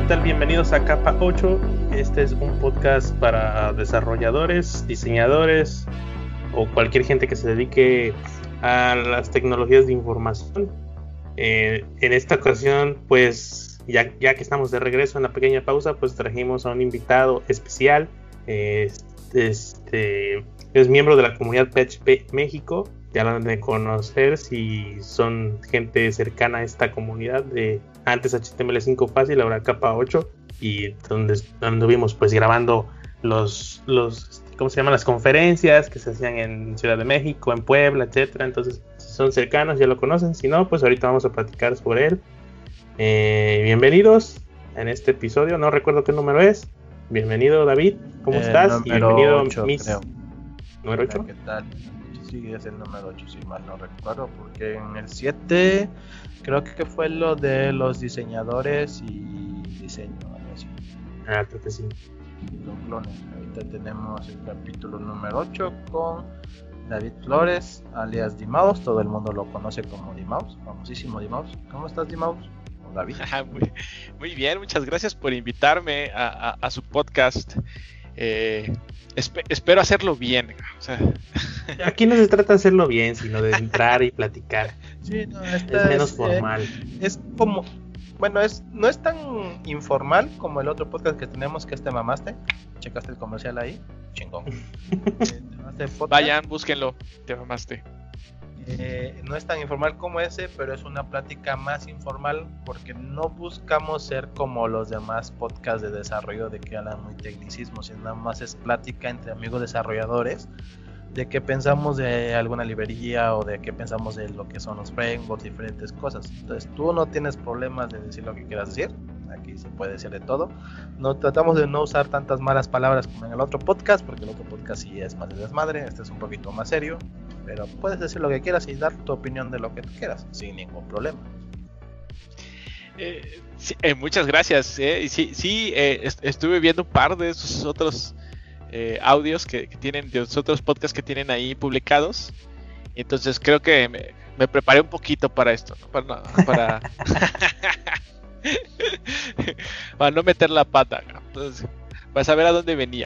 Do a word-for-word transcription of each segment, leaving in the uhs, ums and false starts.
¿qué tal? Bienvenidos a Capa ocho. Este es un podcast para desarrolladores, diseñadores o cualquier gente que se dedique a las tecnologías de información. Eh, en esta ocasión, pues, ya, ya que estamos de regreso en la pequeña pausa, pues trajimos a un invitado especial. Eh, este es miembro de la comunidad P H P México. Ya lo han de conocer si son gente cercana a esta comunidad de antes H T M L cinco fácil, ahora Capa ocho, y donde anduvimos pues grabando los, los ¿cómo se llaman? Las conferencias que se hacían en Ciudad de México, en Puebla, etcétera. Entonces, si son cercanos ya lo conocen, si no, pues ahorita vamos a platicar sobre él. Eh, bienvenidos en este episodio, no recuerdo qué número es. Bienvenido David, ¿cómo eh, estás? Y bienvenido ocho, Miss. Creo. ¿Número ocho? ¿Qué tal? Sí, es el número ocho, si mal no recuerdo, porque en el siete creo que fue lo de los diseñadores y diseño, algo así. Ah, creo que sí. Y los clones. Ahorita tenemos el capítulo número ocho con David Flores, alias D-Mouse. Todo el mundo lo conoce como D-Mouse, famosísimo D-Mouse. ¿Cómo estás, D-Mouse? ¿O David? muy, muy bien, muchas gracias por invitarme a, a, a su podcast. Eh, esp- espero hacerlo bien. O sea. Aquí no se trata de hacerlo bien, sino de entrar y platicar. Sí, no, es menos es, formal. Eh, es como, bueno, es no es tan informal como el otro podcast que tenemos, que es Te Mamaste. ¿Checaste el comercial ahí? Chingón. eh, Vayan, búsquenlo. Te Mamaste. Eh, no es tan informal como ese, pero es una plática más informal porque no buscamos ser como los demás podcasts de desarrollo de que hablan muy tecnicismo, sino nada más es plática entre amigos desarrolladores de qué pensamos de alguna librería o de qué pensamos de lo que son los frameworks, diferentes cosas. Entonces tú no tienes problemas de decir lo que quieras decir, aquí se puede decir de todo. No tratamos de no usar tantas malas palabras como en el otro podcast, porque el otro podcast sí es más de desmadre, este es un poquito más serio, pero puedes decir lo que quieras y dar tu opinión de lo que tú quieras, sin ningún problema. Eh, sí, eh, muchas gracias. Eh. Sí, sí eh, est- estuve viendo un par de esos otros eh, audios que, que tienen, de los otros podcasts que tienen ahí publicados. Entonces creo que me, me preparé un poquito para esto, ¿no? Para, no, para... para no meter la pata, ¿no? Entonces, para saber a dónde venía.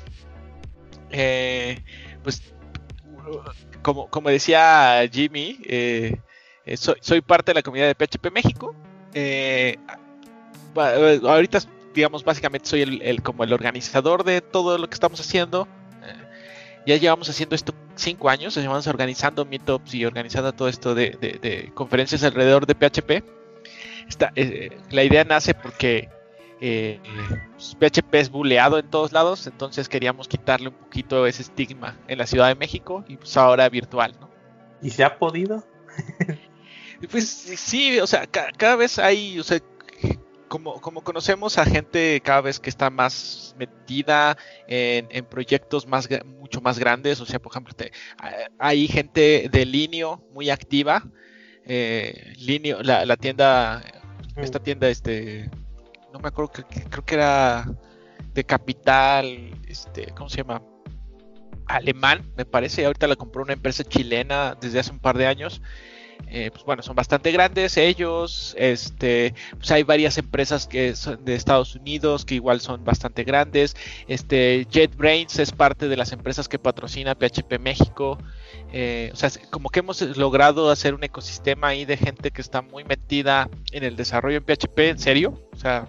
Eh, pues, como, como decía Jimmy, eh, eh, soy, soy parte de la comunidad de P H P México. Eh, ahorita, digamos, básicamente soy el, el como el organizador de todo lo que estamos haciendo. Eh, ya llevamos haciendo esto cinco años, llevamos organizando meetups y organizando todo esto de, de, de conferencias alrededor de P H P. Esta, eh, la idea nace porque eh, pues, P H P es buleado en todos lados, entonces queríamos quitarle un poquito ese estigma en la Ciudad de México y pues ahora virtual, ¿no? ¿Y se ha podido? Pues sí, o sea, ca- cada vez hay, o sea, como, como conocemos a gente cada vez que está más metida en, en proyectos más mucho más grandes, o sea, por ejemplo, te, hay gente de Linio muy activa. Eh, Linio, la, la tienda, esta tienda, este, no me acuerdo, que, que, creo que era de capital, este, ¿cómo se llama? Alemán, me parece. Ahorita la compró una empresa chilena desde hace un par de años. Eh, pues bueno, son bastante grandes ellos. Este, pues hay varias empresas que son de Estados Unidos que igual son bastante grandes. Este, JetBrains es parte de las empresas que patrocina P H P México. Eh, o sea, como que hemos logrado hacer un ecosistema ahí de gente que está muy metida en el desarrollo en P H P, en serio. O sea,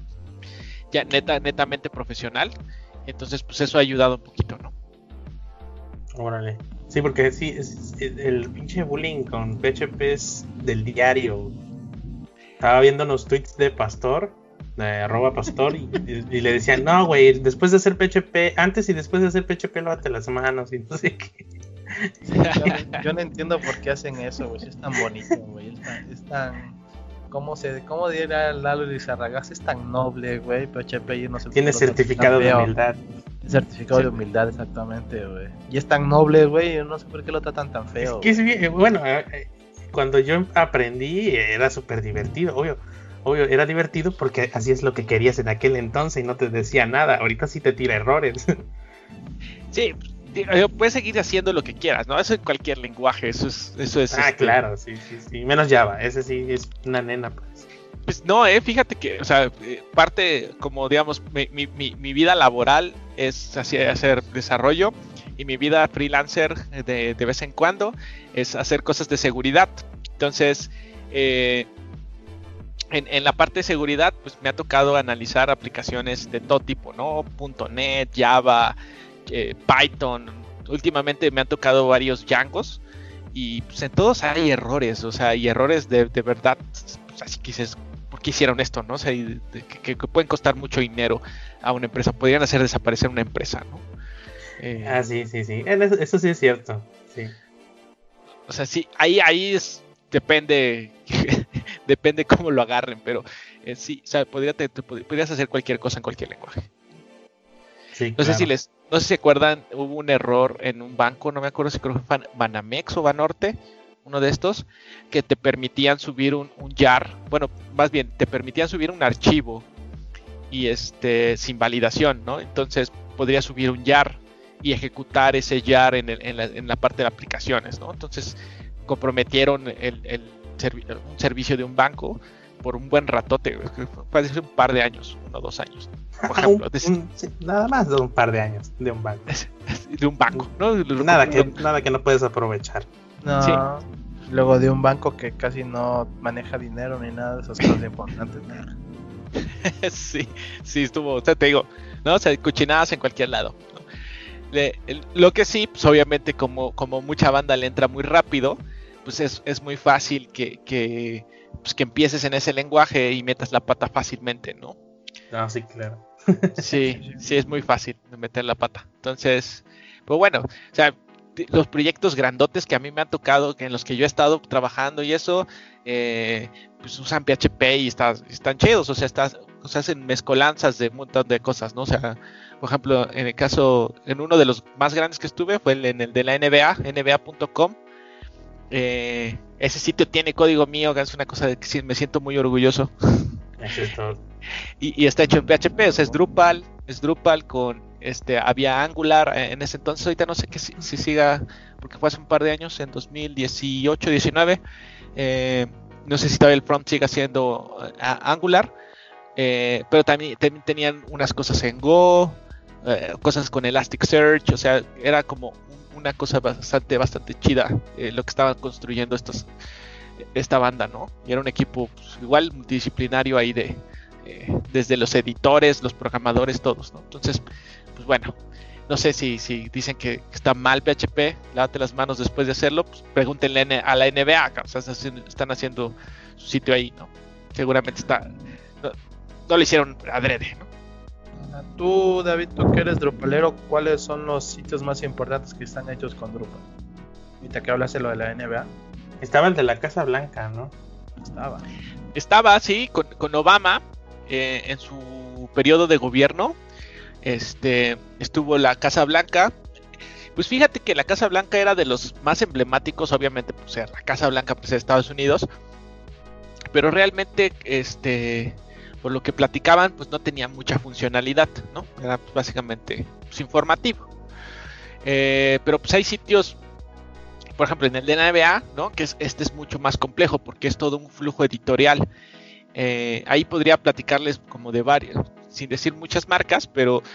ya neta, netamente profesional. Entonces, pues eso ha ayudado un poquito, ¿no? Órale. Sí, porque sí, es, es, el pinche bullying con P H P es del diario. Estaba viendo unos tweets de Pastor, de arroba Pastor, y, y, y le decían, no, güey, después de hacer P H P, antes y después de hacer P H P, lávate las manos, y no sé qué. Sí, yo, yo no entiendo por qué hacen eso, güey, es tan bonito, güey, es tan... Es tan... ¿Cómo, se, ¿Cómo diría Lalo Lizarragaz? Es tan noble, güey, P H P y no se tiene certificado de humildad. Certificado sí. de humildad, exactamente, güey. Y es tan noble, güey, yo no sé por qué lo tratan tan feo. Es que es bien, bueno, cuando yo aprendí era súper divertido, obvio. Obvio, era divertido porque así es lo que querías en aquel entonces y no te decía nada. Ahorita sí te tira errores. Sí, puedes seguir haciendo lo que quieras, ¿no? Eso en cualquier lenguaje, eso es... Eso es ah, este... claro, sí, sí, sí. Menos Java, ese sí es una nena, pues. Pues no, eh, fíjate que, o sea, parte, como digamos, mi, mi, mi vida laboral es hacer, hacer desarrollo y mi vida freelancer de, de vez en cuando es hacer cosas de seguridad. Entonces, eh, en, en la parte de seguridad, pues me ha tocado analizar aplicaciones de todo tipo, ¿no? .NET, Java, eh, Python. Últimamente me han tocado varios Djangos y pues en todos hay errores, o sea, y errores de, de verdad, pues, así que dices, ¿por qué hicieron esto? ¿No? O sea, de, de, que, que pueden costar mucho dinero a una empresa, podrían hacer desaparecer una empresa, ¿no? Eh, ah, sí, sí, sí, eso, eso sí es cierto, sí. O sea, sí, ahí, ahí es, depende, depende cómo lo agarren, pero eh, sí, o sea, podría te, te, podrías hacer cualquier cosa en cualquier lenguaje. Sí, no claro. sé si les, no sé si se acuerdan, hubo un error en un banco, no me acuerdo si creo que fue Banamex o Banorte, uno de estos, que te permitían subir un, un jar, bueno, más bien, te permitían subir un archivo y este sin validación, ¿no? Entonces podría subir un jar y ejecutar ese jar en, el, en, la, en la parte de aplicaciones, ¿no? Entonces comprometieron el, el servi un servicio de un banco por un buen ratote, parece un par de años, uno o dos años, por ejemplo. un, un, sí, nada más de un par de años de un banco. De un banco, ¿no? Nada que, nada que no puedes aprovechar. No, sí. Luego de un banco que casi no maneja dinero ni nada de esas cosas importantes. sí, sí, estuvo, o sea, te digo, ¿no? O sea, cochinadas en cualquier lado, ¿no? Le, el, lo que sí, pues obviamente como, como mucha banda le entra muy rápido, pues es, es muy fácil que, que, pues que empieces en ese lenguaje y metas la pata fácilmente, ¿no? Ah, sí, claro. sí, sí, es muy fácil meter la pata. Entonces, pues bueno, o sea, los proyectos grandotes que a mí me han tocado, que en los que yo he estado trabajando y eso, eh, pues usan P H P y está, están chidos, o sea, está, o sea, hacen mezcolanzas de un montón de cosas, ¿no? O sea, por ejemplo, en el caso, en uno de los más grandes que estuve fue en el de la N B A, N B A punto com. Eh, ese sitio tiene código mío, que es una cosa de que me siento muy orgulloso. Eso es todo. Y, y está hecho en P H P, o sea, es Drupal, es Drupal con, este, había Angular en ese entonces, ahorita no sé que si, si siga, porque fue hace un par de años, en dos mil dieciocho, diecinueve, eh, no sé si todavía el front sigue siendo uh, Angular, eh, pero también, también tenían unas cosas en Go, eh, cosas con Elasticsearch, o sea, era como una cosa bastante, bastante chida eh, lo que estaban construyendo estos, esta banda, ¿no? Y era un equipo pues, igual multidisciplinario ahí de eh, desde los editores, los programadores, todos, ¿no? Entonces, pues bueno, no sé si, si dicen que está mal P H P, lávate las manos después de hacerlo, pues pregúntenle a la N B A, o sea, están haciendo su sitio ahí, ¿no? Seguramente está, no, no lo hicieron adrede, ¿no? Tú, David, tú que eres Drupalero, ¿cuáles son los sitios más importantes que están hechos con Drupal? Ahorita que hablaste lo de la N B A. Estaba el de la Casa Blanca, ¿no? Estaba. Estaba, sí, con, con Obama eh, en su periodo de gobierno. Este, estuvo la Casa Blanca. Pues fíjate que la Casa Blanca era de los más emblemáticos, obviamente, pues la Casa Blanca pues, de Estados Unidos. Pero realmente, este, por lo que platicaban, pues no tenía mucha funcionalidad, ¿no? Era pues, básicamente pues, informativo. Eh, pero pues hay sitios, por ejemplo, en el de N B A, ¿no? Que es, este es mucho más complejo porque es todo un flujo editorial. Eh, ahí podría platicarles como de varios, sin decir muchas marcas, pero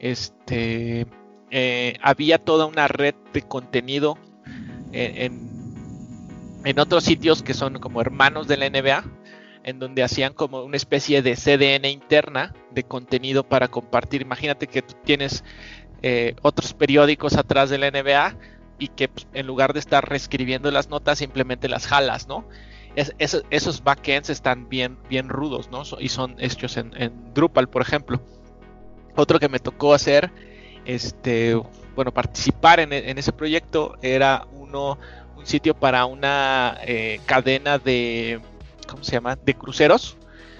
este eh, había toda una red de contenido en, en, en otros sitios que son como hermanos de la N B A, en donde hacían como una especie de C D N interna de contenido para compartir. Imagínate que tú tienes eh, otros periódicos atrás de la N B A y que pues, en lugar de estar reescribiendo las notas simplemente las jalas, ¿no? Es, es, esos backends están bien, bien rudos, ¿no? Y son hechos en, en Drupal, por ejemplo. Otro que me tocó hacer, este, bueno, participar en, en ese proyecto era uno, un sitio para una eh, cadena de, ¿cómo se llama? De cruceros.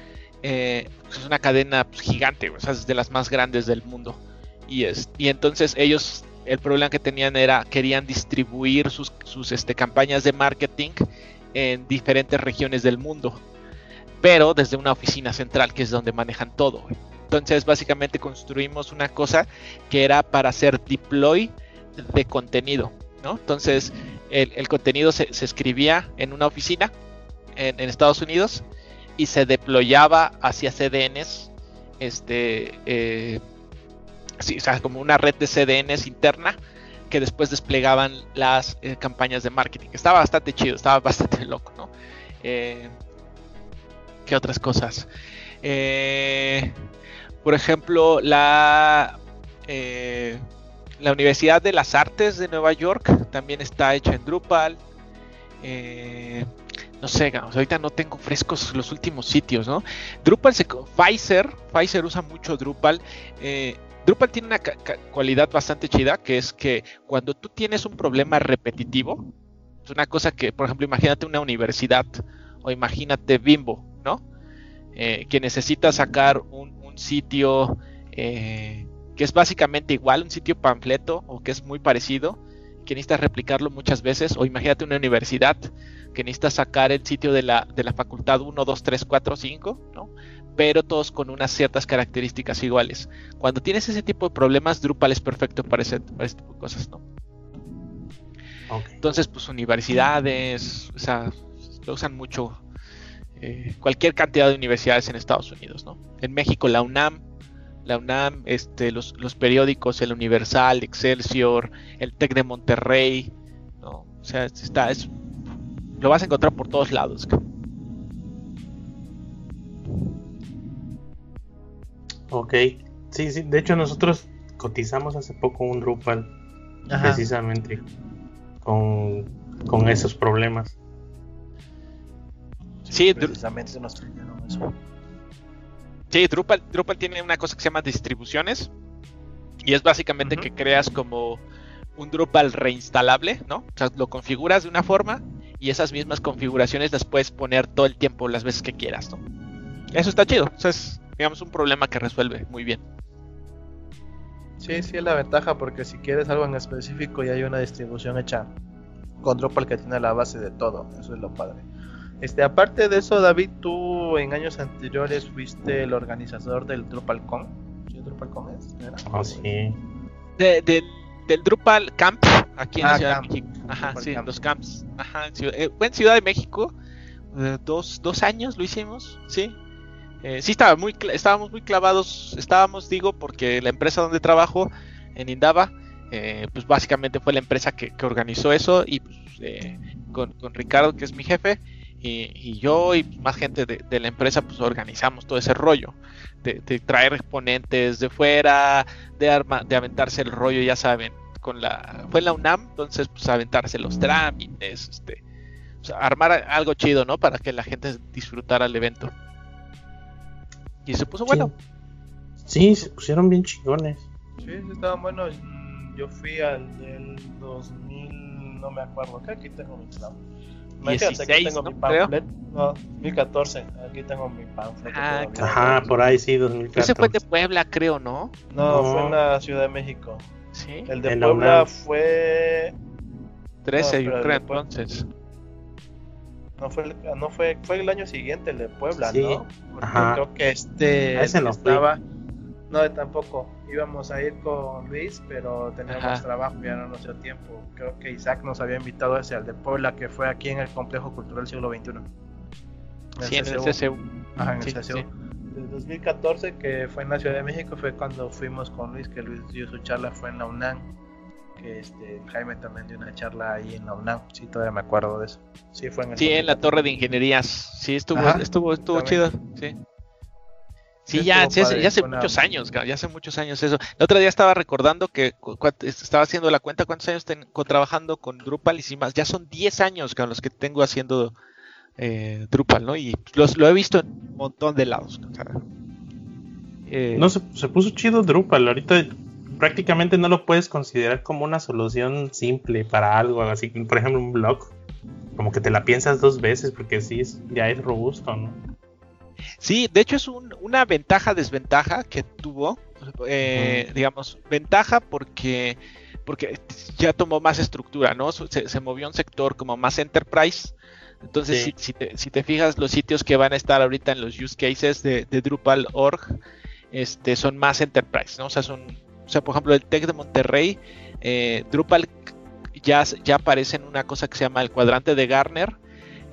Eh, es una cadena pues, gigante, o sea, es de las más grandes del mundo. Y, es, y entonces ellos, el problema que tenían era, querían distribuir sus, sus este, campañas de marketing en diferentes regiones del mundo, pero desde una oficina central que es donde manejan todo. Entonces básicamente construimos una cosa que era para hacer deploy de contenido, ¿no? Entonces el, el contenido se, se escribía en una oficina en, en Estados Unidos y se deployaba hacia C D Ns, este, eh, sí, o sea, como una red de C D Ns interna que después desplegaban las eh, campañas de marketing. Estaba bastante chido, estaba bastante loco, ¿no? Eh, ¿Qué otras cosas? Eh, por ejemplo, la, eh, la Universidad de las Artes de Nueva York también está hecha en Drupal. Eh, no sé, ahorita no tengo frescos los últimos sitios, ¿no? Drupal, se, Pfizer, Pfizer usa mucho Drupal. Eh, Drupal tiene una ca- ca- cualidad bastante chida, que es que cuando tú tienes un problema repetitivo, es una cosa que, por ejemplo, imagínate una universidad o imagínate Bimbo, ¿no? Eh, que necesita sacar un, un sitio eh, que es básicamente igual, un sitio panfleto o que es muy parecido, que necesitas replicarlo muchas veces, o imagínate una universidad que necesita sacar el sitio de la, de la facultad uno, dos, tres, cuatro, cinco, ¿no? Pero todos con unas ciertas características iguales. Cuando tienes ese tipo de problemas, Drupal es perfecto para ese, para ese tipo de cosas, ¿no? Okay. Entonces, pues universidades, o sea, lo usan mucho, eh, cualquier cantidad de universidades en Estados Unidos, ¿no? En México, la UNAM, la UNAM, este, los, los periódicos, el Universal, Excelsior, el Tec de Monterrey, ¿no? O sea, está, es, lo vas a encontrar por todos lados. Ok, sí, sí, de hecho nosotros cotizamos hace poco un Drupal. Ajá. Precisamente con, con esos problemas. Sí, precisamente nos trajeron eso. Sí, Drupal, Drupal tiene una cosa que se llama distribuciones y es básicamente uh-huh. que creas como un Drupal reinstalable, ¿no? O sea, lo configuras de una forma y esas mismas configuraciones las puedes poner todo el tiempo, las veces que quieras, ¿no? Eso está chido, o sea, es, digamos, un problema que resuelve muy bien. Sí, sí es la ventaja, porque si quieres algo en específico y hay una distribución hecha con Drupal que tiene la base de todo, eso es lo padre. Este, aparte de eso, David, tú en años anteriores fuiste el organizador del DrupalCon. ¿Sí, DrupalCon es? ¿Era? Oh, sí. De, de, del Drupal Camp, aquí en ah, la Ciudad camp. de México. Ajá, Drupal sí, Camp. Los camps. Ajá, en Ciudad, eh, fue en Ciudad de México. Eh, dos, dos años lo hicimos, sí. Eh, sí, estaba muy, estábamos muy clavados, estábamos, digo, porque la empresa donde trabajo, en Indaba, eh, pues básicamente fue la empresa que, que organizó eso, y pues, eh, con, con Ricardo, que es mi jefe, y, y yo y más gente de, de la empresa, pues organizamos todo ese rollo, de, de traer ponentes de fuera, de, arma, de aventarse el rollo, ya saben, con la, fue en la UNAM, entonces pues aventarse los trámites, este, o sea, armar algo chido, ¿no? Para que la gente disfrutara el evento. Y se puso bueno. Sí, se pusieron bien chingones. Sí, sí, estaban buenos. Yo fui al del dos mil, no me acuerdo, que aquí tengo mi plan. dieciséis, aquí tengo ¿no? mi pamflet. No, dos mil catorce, aquí tengo mi pamflet. Ah, ajá, por ahí sí, dos mil catorce. Ese fue de Puebla, creo, ¿no? No, no, fue en la Ciudad de México. Sí. El de en Puebla fue... trece, no, yo creo, entonces. No fue, no fue, fue el año siguiente el de Puebla, sí. ¿no? Porque ajá. creo que este ese no estaba, fue. no, tampoco. Íbamos a ir con Luis, pero teníamos ajá. trabajo, ya no nos dio tiempo. Creo que Isaac nos había invitado a ese, al de Puebla, que fue aquí en el Complejo Cultural Siglo veintiuno. En sí, en el C C U. Ajá, en sí, el C C U. Sí. Del dos mil catorce, que fue en la Ciudad de México, fue cuando fuimos con Luis, que Luis dio su charla, fue en la UNAM. Que este, Jaime también dio una charla ahí en la UNAM, sí, todavía me acuerdo de eso. Sí, fue en, el sí, en la Torre de Ingenierías, sí, estuvo, Ajá, estuvo, estuvo chido, sí. Sí, sí ya, ya, hace, ya hace muchos una... años, ya hace muchos años eso. El otro día estaba recordando que cu estaba haciendo la cuenta cuántos años tengo trabajando con Drupal y sin más, ya son diez años con los que tengo haciendo eh, Drupal, ¿no? Y los, lo he visto en un montón de lados. O sea, eh... No, se, se puso chido Drupal, ahorita prácticamente no lo puedes considerar como una solución simple para algo, así que por ejemplo un blog, como que te la piensas dos veces porque sí, es, ya es robusto, ¿no? Sí, de hecho es un, una ventaja-desventaja que tuvo, eh, uh-huh. digamos, ventaja porque, porque ya tomó más estructura, ¿no? Se, se movió a un sector como más enterprise, entonces sí. si, si, te, si te fijas los sitios que van a estar ahorita en los use cases de, de Drupal punto org, este, son más enterprise, ¿no? O sea, son, o sea, por ejemplo, el Tec de Monterrey, eh, Drupal ya, ya aparece en una cosa que se llama el cuadrante de Gartner,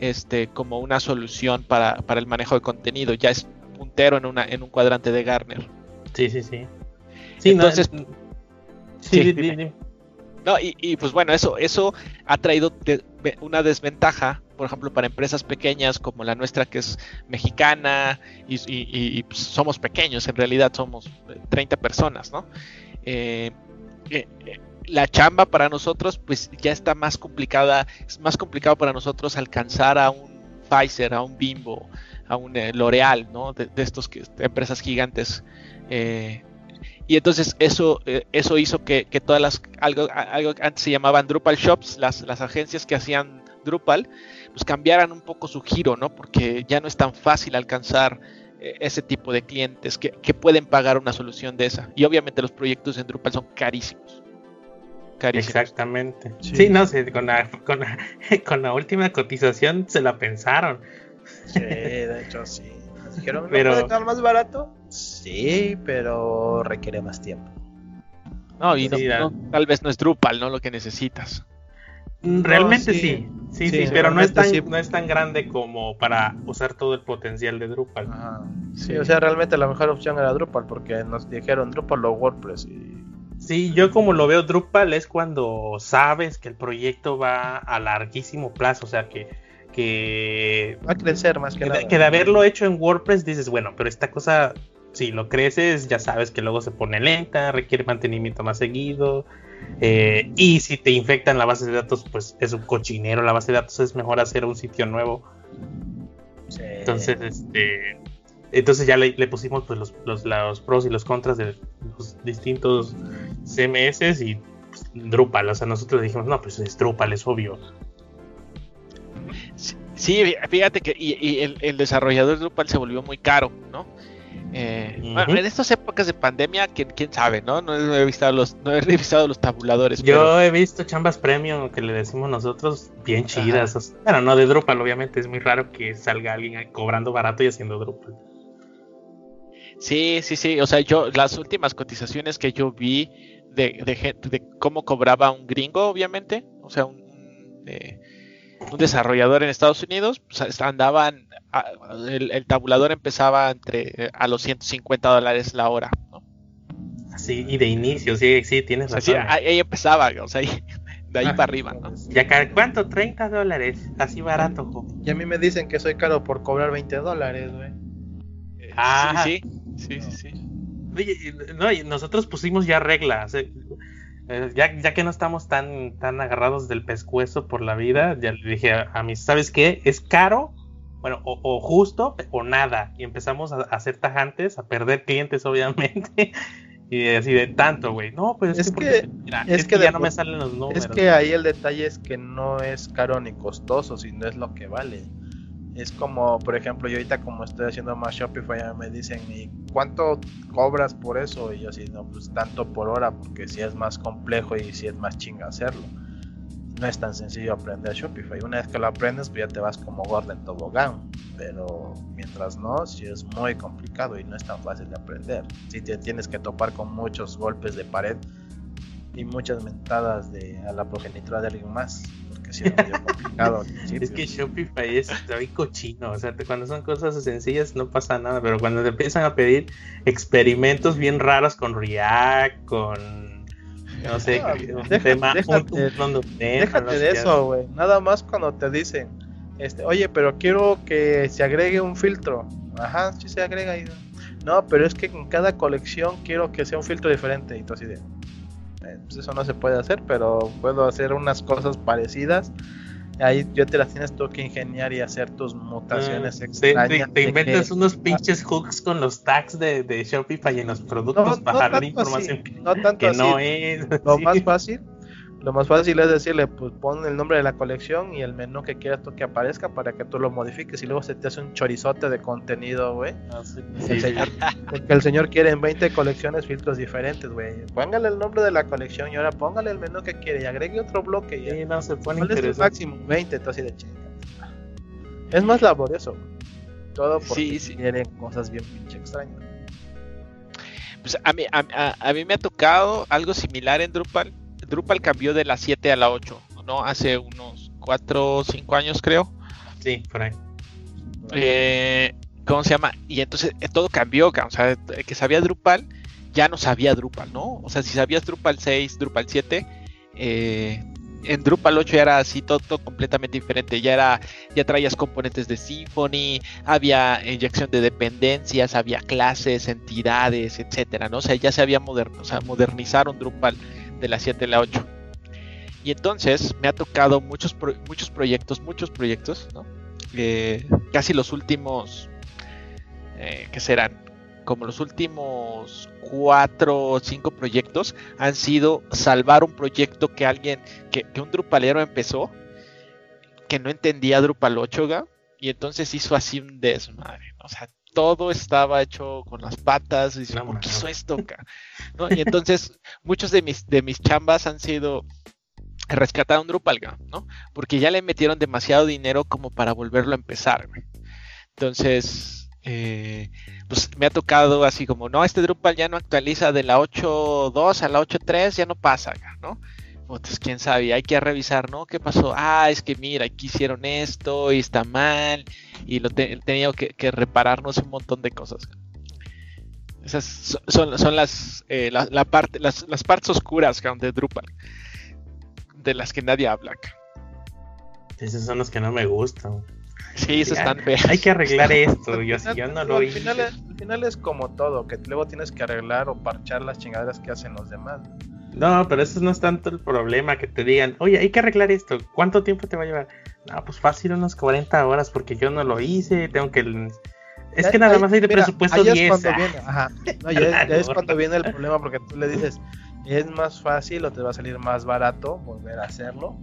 este, como una solución para, para el manejo de contenido. Ya es puntero en, una, en un cuadrante de Gartner. Sí, sí, sí. sí Entonces, no, sí, sí, sí, dime. sí. No, y, y pues bueno, eso, eso ha traído de, de una desventaja, por ejemplo, para empresas pequeñas como la nuestra, que es mexicana, y, y, y pues somos pequeños, en realidad somos treinta personas, ¿no? Eh, eh, la chamba para nosotros pues ya está más complicada, es más complicado para nosotros alcanzar a un Pfizer, a un Bimbo, a un eh, L'Oreal, ¿no? De, de estos que, de empresas gigantes. Eh, y entonces eso, eh, eso hizo que, que todas las, algo, algo que antes se llamaban Drupal Shops, las, las agencias que hacían Drupal, pues cambiaran un poco su giro, ¿no? Porque ya no es tan fácil alcanzar eh, ese tipo de clientes que, que pueden pagar una solución de esa. Y obviamente los proyectos en Drupal son carísimos. Carísimos. Exactamente. Sí, sí no sé, con la, con, la, con la última cotización se la pensaron. Sí, de hecho sí. Nos dijeron, ¿no pero... puede quedar más barato? Sí, pero requiere más tiempo. No, y sí, no, no, tal vez no es Drupal, ¿no? Lo que necesitas. Realmente no, sí. sí. Sí, sí, sí, sí, pero no es, tan, sí. no es tan grande como para usar todo el potencial de Drupal. Ajá. Sí, sí, o sea, realmente la mejor opción era Drupal porque nos dijeron Drupal o WordPress y... Sí, yo como lo veo Drupal es cuando sabes que el proyecto va a larguísimo plazo, o sea que que va a crecer más que, que nada. De, que de haberlo hecho en WordPress dices, bueno, pero esta cosa, si lo creces, ya sabes que luego se pone lenta, requiere mantenimiento más seguido, eh, y si te infectan la base de datos, pues es un cochinero la base de datos, es mejor hacer un sitio nuevo. Sí. Entonces, este... Entonces ya le, le pusimos pues los, los, los pros y los contras de los distintos C M S y pues, Drupal, o sea, nosotros le dijimos, no, pues es Drupal, es obvio. Sí, fíjate que y, y el, el desarrollador de Drupal se volvió muy caro, ¿no? Eh, uh-huh. Bueno, en estas épocas de pandemia, ¿quién, quién sabe, no? No he revisado los, no he revisado los tabuladores. Yo pero... he visto chambas premium que le decimos nosotros bien chidas. O sea, bueno, no de Drupal, obviamente, es muy raro que salga alguien cobrando barato y haciendo Drupal. Sí, sí, sí, o sea, yo las últimas cotizaciones que yo vi de, de, de cómo cobraba un gringo, obviamente, o sea, un, un, eh, un desarrollador en Estados Unidos, pues andaban, a, el, el tabulador empezaba entre a los ciento cincuenta dólares la hora, ¿no? Sí, y de inicio, sí, sí, tienes o sea, razón. Sí, ahí empezaba, o sea, ahí, de ahí ah, para arriba, ¿no? ¿Ya ¿cuánto? treinta dólares, así barato, jo. Y a mí me dicen que soy caro por cobrar veinte dólares, güey. Ah, sí, sí, sí, sí, sí. Oye, no, nosotros pusimos ya reglas, eh, ya, ya que no estamos tan, tan agarrados del pescuezo por la vida, ya le dije a, a mis, ¿sabes qué? Es caro, bueno, o, o justo o nada, y empezamos a, a ser tajantes, a perder clientes obviamente, y así de tanto, güey, no, pues es, es que, porque, mira, es, es que, que ya de, no me salen los números. Es que ahí el detalle es que no es caro ni costoso, sino es lo que vale. Es como, por ejemplo, yo ahorita como estoy haciendo más Shopify, me dicen, ¿y cuánto cobras por eso? Y yo así, no, pues tanto por hora, porque si es más complejo y si es más chinga hacerlo. No es tan sencillo aprender Shopify. Una vez que lo aprendes, pues ya te vas como gordo en tobogán. Pero mientras no, sí es muy complicado y no es tan fácil de aprender. Sí te tienes que topar con muchos golpes de pared y muchas mentadas de, a la progenitora de alguien más. Sí, es medio complicado. Es que Shopify es muy cochino, o sea, te, cuando son cosas sencillas no pasa nada, pero cuando te empiezan a pedir experimentos bien raros con React, con no sé, no, un déjate, tema, déjate, un, un, un tema, déjate no de sé, eso, güey. Nada más cuando te dicen, este, oye, pero quiero que se agregue un filtro. Ajá, sí se agrega ahí. No, pero es que en cada colección quiero que sea un filtro diferente. Y tú así de, pues eso no se puede hacer, pero puedo hacer unas cosas parecidas. Ahí yo te las tienes tú que ingeniar y hacer tus mutaciones ah, extrañas. Te, te, te inventas que, unos pinches hooks con los tags de, de Shopify en los productos no, para no dar información así, que no, tanto que así. no es. Lo sí. más fácil, lo más fácil es decirle, pues pon el nombre de la colección y el menú que quieras tú que aparezca para que tú lo modifiques y luego se te hace un chorizote de contenido, güey. Ah, sí, sí, el señor, porque el señor quiere en veinte colecciones filtros diferentes, güey. Póngale el nombre de la colección y ahora póngale el menú que quiere y agregue otro bloque. Y sí, no se pone ¿cuál es el máximo? veinte, entonces de chinga. Es más laborioso, todo porque sí, sí. quieren cosas bien pinche extrañas. Pues a mí, a, a, a mí me ha tocado algo similar en Drupal. Drupal cambió de la siete a la ocho, ¿no? Hace unos cuatro o cinco años, creo. Sí, por ahí. Eh, ¿Cómo se llama? Y entonces eh, todo cambió, o sea, el que sabía Drupal ya no sabía Drupal, ¿no? O sea, si sabías Drupal seis, Drupal siete, eh, en Drupal ocho ya era así todo, todo completamente diferente. Ya era, ya traías componentes de Symfony, había inyección de dependencias, había clases, entidades, etcétera, ¿no? O sea, ya se había modern, o sea, modernizaron Drupal de la siete a la ocho. Y entonces me ha tocado muchos, pro, muchos proyectos, muchos proyectos, ¿no? Eh, casi los últimos, eh, ¿qué serán? Como los últimos cuatro o cinco proyectos han sido salvar un proyecto que alguien, que, que un drupalero empezó, que no entendía Drupal ocho, ¿ga? Y entonces hizo así un desmadre, ¿no? O sea, todo estaba hecho con las patas, y dice, No, ¿por qué no. hizo esto, ¿ga? ¿No? Y entonces muchos de mis, de mis chambas han sido rescatar un Drupal, ¿ga? ¿No? Porque ya le metieron demasiado dinero como para volverlo a empezar, ¿ga? Entonces... Eh, pues me ha tocado así como, no, este Drupal ya no actualiza de la ocho punto dos a la ocho punto tres, ya no pasa, ¿no? Pues quién sabe, hay que revisar, ¿no? ¿Qué pasó? Ah, es que mira, aquí hicieron esto y está mal y lo te, he tenido que, que repararnos un montón de cosas. Esas son, son, son las, eh, la, la parte, las, las partes oscuras de Drupal, de las que nadie habla. Esos son los que no me gustan. Sí, eso están feas. Hay que arreglar esto. Yo, Al final, yo no al lo hice. final, es, al final es como todo, que luego tienes que arreglar o parchar las chingaderas que hacen los demás. No, pero eso no es tanto el problema, que te digan, oye, hay que arreglar esto. ¿Cuánto tiempo te va a llevar? No, pues fácil, unas cuarenta horas, porque yo no lo hice. Tengo que. Es que nada más hay de Mira, presupuesto ahí es diez. cuando ah. viene, ajá. No, ya, es, ya es cuando viene el problema, porque tú le dices, es más fácil o te va a salir más barato volver a hacerlo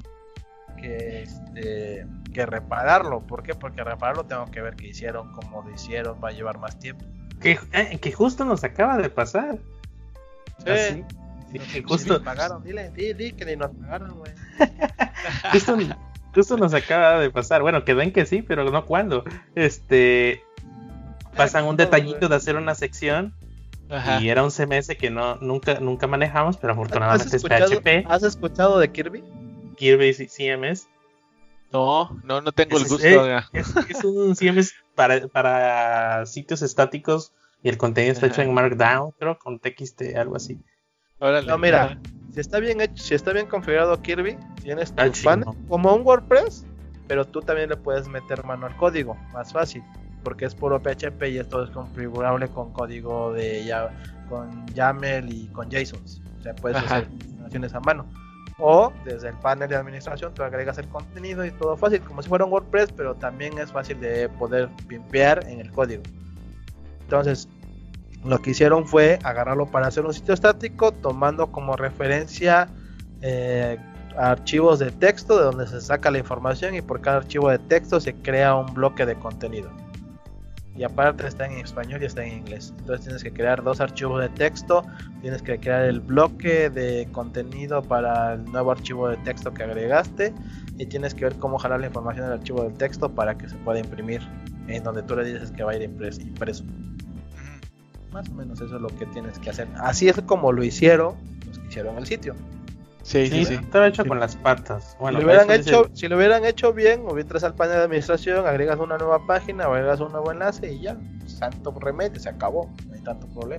que este que repararlo. ¿Por qué? Porque repararlo tengo que ver qué hicieron, cómo lo hicieron, va a llevar más tiempo. Que, eh, que justo nos acaba de pasar. Sí. Así, sí, Nos, que justo, nos pagaron, dile, di, di que ni nos pagaron, güey. justo, justo nos acaba de pasar. Bueno, que ven que sí, pero no cuándo. Este, pasan un detallito de hacer una sección. Ajá. Y era un C M S que no nunca nunca manejamos, pero afortunadamente es P H P. ¿Has escuchado de Kirby? Kirby C M S. No, no, no tengo es, el gusto. Eh, es, es un C M S para, para sitios estáticos y el contenido está Ajá. hecho en Markdown, creo, con T X T, algo así. Órale, no, mira, Ajá. si está bien hecho, si está bien configurado Kirby, tienes tu ah, panel como un WordPress, pero tú también le puedes meter mano al código, más fácil, porque es puro P H P y esto es configurable con código de ya, con YAML y con JSON. O sea, puedes Ajá. hacer acciones a mano. O desde el panel de administración tú agregas el contenido y todo fácil, como si fuera un WordPress, pero también es fácil de poder pimpear en el código. Entonces, lo que hicieron fue agarrarlo para hacer un sitio estático, tomando como referencia eh, archivos de texto de donde se saca la información, y por cada archivo de texto se crea un bloque de contenido. Y aparte está en español y está en inglés. Entonces tienes que crear dos archivos de texto, tienes que crear el bloque de contenido para el nuevo archivo de texto que agregaste, y tienes que ver cómo jalar la información del archivo del texto para que se pueda imprimir en donde tú le dices que va a ir impreso. impreso. Más o menos eso es lo que tienes que hacer. Así es como lo hicieron los que hicieron el sitio. Sí, sí, sí. Estaba hecho sí. con las patas. Bueno, si, lo hubieran hecho, dice... si lo hubieran hecho bien, o entras al panel de administración, agregas una nueva página, agregas un nuevo enlace y ya, santo remedio, se acabó, no hay tanto problema.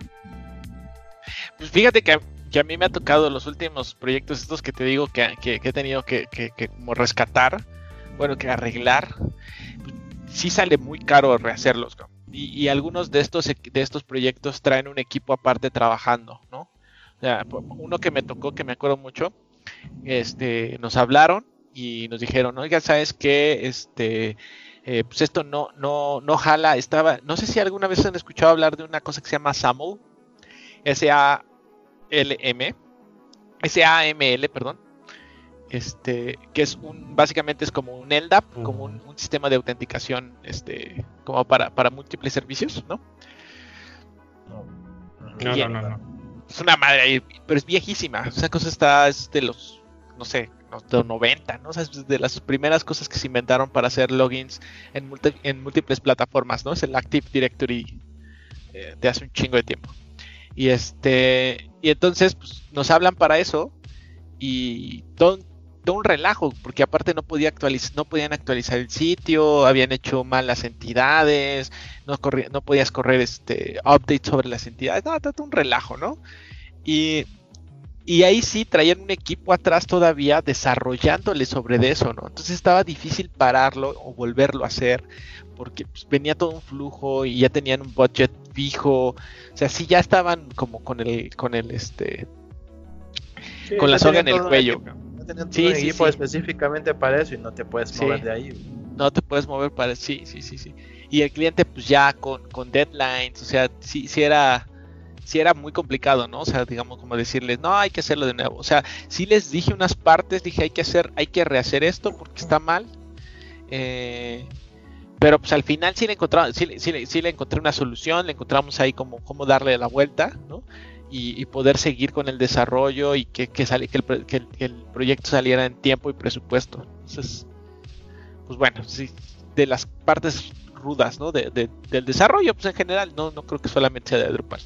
Pues fíjate que, que a mí me ha tocado los últimos proyectos estos que te digo que, que, que he tenido que, que, que como rescatar, bueno, que arreglar, sí sale muy caro rehacerlos, ¿no? y, y algunos de estos, de estos proyectos traen un equipo aparte trabajando, ¿no? O sea, uno que me tocó, que me acuerdo mucho, este, nos hablaron y nos dijeron, oiga, ¿sabes qué? Este, eh, pues esto no, no, no jala, estaba, no sé si alguna vez han escuchado hablar de una cosa que se llama SAML, S A L M, S A M L, perdón, este, que es un, básicamente es como un L D A P, uh-huh. como un, un sistema de autenticación, este, como para, para múltiples servicios, ¿no? No, no, no, no. Es una madre ahí, pero es viejísima. Esa cosa está, es de los, no sé, de los noventa, ¿no? O sea, es de las primeras cosas que se inventaron para hacer logins en, multi, en múltiples plataformas, ¿no? Es el Active Directory eh, de hace un chingo de tiempo. Y este, y entonces, pues, nos hablan para eso y todo, todo un relajo, porque aparte no podía actualizar, no podían actualizar el sitio, habían hecho mal las entidades, no, corría, no podías correr este updates sobre las entidades, no, todo un relajo, ¿no? Y, y ahí sí traían un equipo atrás todavía desarrollándole sobre de eso, ¿no? Entonces estaba difícil pararlo o volverlo a hacer, porque pues, venía todo un flujo y ya tenían un budget fijo, o sea, sí ya estaban como con el, con el este, sí, con la soga en el cuello. Tenían sí, un sí, equipo sí. específicamente para eso y no te puedes sí. mover de ahí. No te puedes mover para sí, sí, sí, sí. Y el cliente pues ya con, con deadlines, o sea, sí, sí era, sí era muy complicado, ¿no? O sea, digamos como decirles, no, hay que hacerlo de nuevo. O sea, sí les dije unas partes, dije hay que hacer, hay que rehacer esto porque está mal. Eh, pero pues al final sí le encontramos, sí, sí, sí le encontré una solución, le encontramos ahí como cómo darle la vuelta, ¿no? Y, y poder seguir con el desarrollo y que, que, sale, que, el, que, el, que el proyecto saliera en tiempo y presupuesto. Entonces, pues bueno, sí, de las partes rudas, ¿no? De, de, del desarrollo, pues en general, no, no creo que solamente sea de Drupal.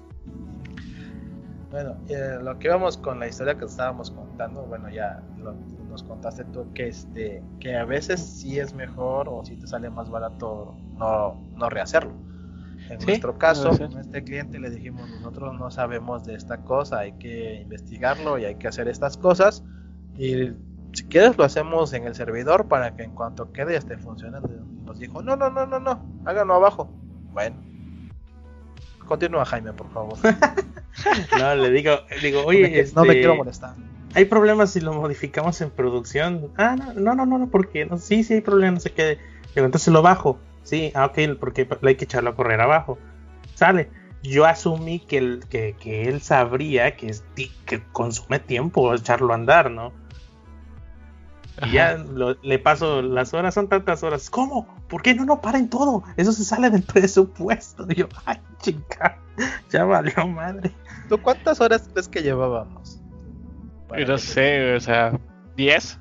Bueno, eh, lo que íbamos con la historia que estábamos contando, bueno, ya lo, nos contaste tú que, este, que a veces sí es mejor o si te sale más barato no, no rehacerlo. En ¿Sí? nuestro caso, con este cliente le dijimos, nosotros no sabemos de esta cosa, hay que investigarlo y hay que hacer estas cosas. Y si quieres lo hacemos en el servidor para que en cuanto quede esté funcionando. Nos dijo, no, no, no, no, no, háganlo abajo. Bueno, continúa Jaime, por favor. No, le digo, digo oye, no me, este, no me quiero molestar. ¿Hay problemas si lo modificamos en producción? Ah, no, no, no, no, no porque no, sí, sí hay problemas, no sé qué. Digo, entonces lo bajo. Sí, ah, ok, porque hay que echarlo a correr abajo. Sale. Yo asumí que, el, que, que él sabría que, es, que consume tiempo echarlo a andar, ¿no? Ajá. Y ya lo, le paso las horas, son tantas horas. ¿Cómo? ¿Por qué no, no paren todo? Eso se sale del presupuesto. Y yo, ay, chica, ya valió madre. ¿Tú cuántas horas crees que llevábamos? No sé, o sea, ¿diez?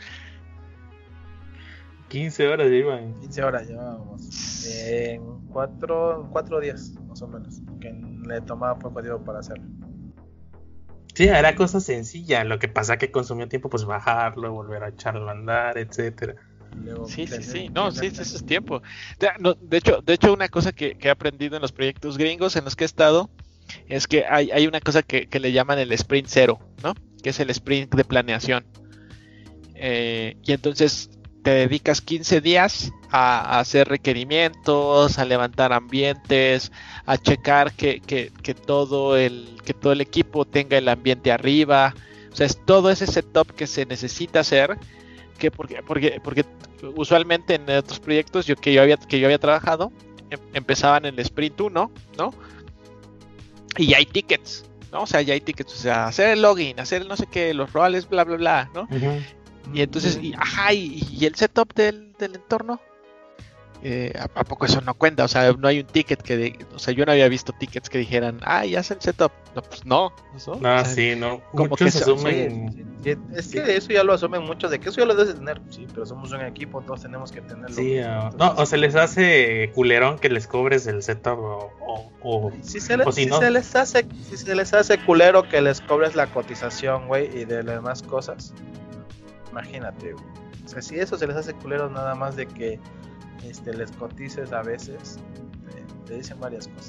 quince horas llevan. quince horas llevábamos. En cuatro, cuatro días, más o menos. Que le tomaba poco tiempo para hacerlo. Sí, era cosa sencilla. Lo que pasa que consumió tiempo, pues bajarlo, volver a echarlo a andar, etcétera. Luego, sí, sí, sí. No, sí, sí, eso es tiempo. De, no, de hecho, de hecho, una cosa que, que he aprendido en los proyectos gringos en los que he estado es que hay, hay una cosa que, que le llaman el sprint cero, ¿no? Que es el sprint de planeación. Eh, y entonces te dedicas quince días a, a hacer requerimientos, a levantar ambientes, a checar que, que, que, todo el, que todo el equipo tenga el ambiente arriba. O sea, es todo ese setup que se necesita hacer, que porque, porque, porque usualmente en otros proyectos yo, que, yo había, que yo había trabajado, em, empezaban en el sprint uno, ¿no? Y ya hay tickets, ¿no? O sea, ya hay tickets, o sea, hacer el login, hacer el no sé qué, los roles, bla, bla, bla, ¿no? Uh-huh. Y entonces, y, ajá, y, y el setup del, del entorno, eh, ¿a, ¿a poco eso no cuenta? O sea, no hay un ticket que, de, o sea, yo no había visto tickets que dijeran, ah, ya hace el setup. No, pues no. ¿no? No, o sea, sí, no. Como muchos que asumen. Sí, sí, sí. Es que eso ya lo asumen muchos, de que eso ya lo debes de tener. Sí, pero somos un equipo, todos tenemos que tenerlo. Sí, uh, no, o se les hace culerón que les cobres el setup o, o, o si, se, le, o si, si no. se les hace, si se les hace culero que les cobres la cotización, güey, y de las demás cosas. Imagínate, güey. O sea, si eso se les hace culero nada más de que este, les cotices a veces, te, te dicen varias cosas.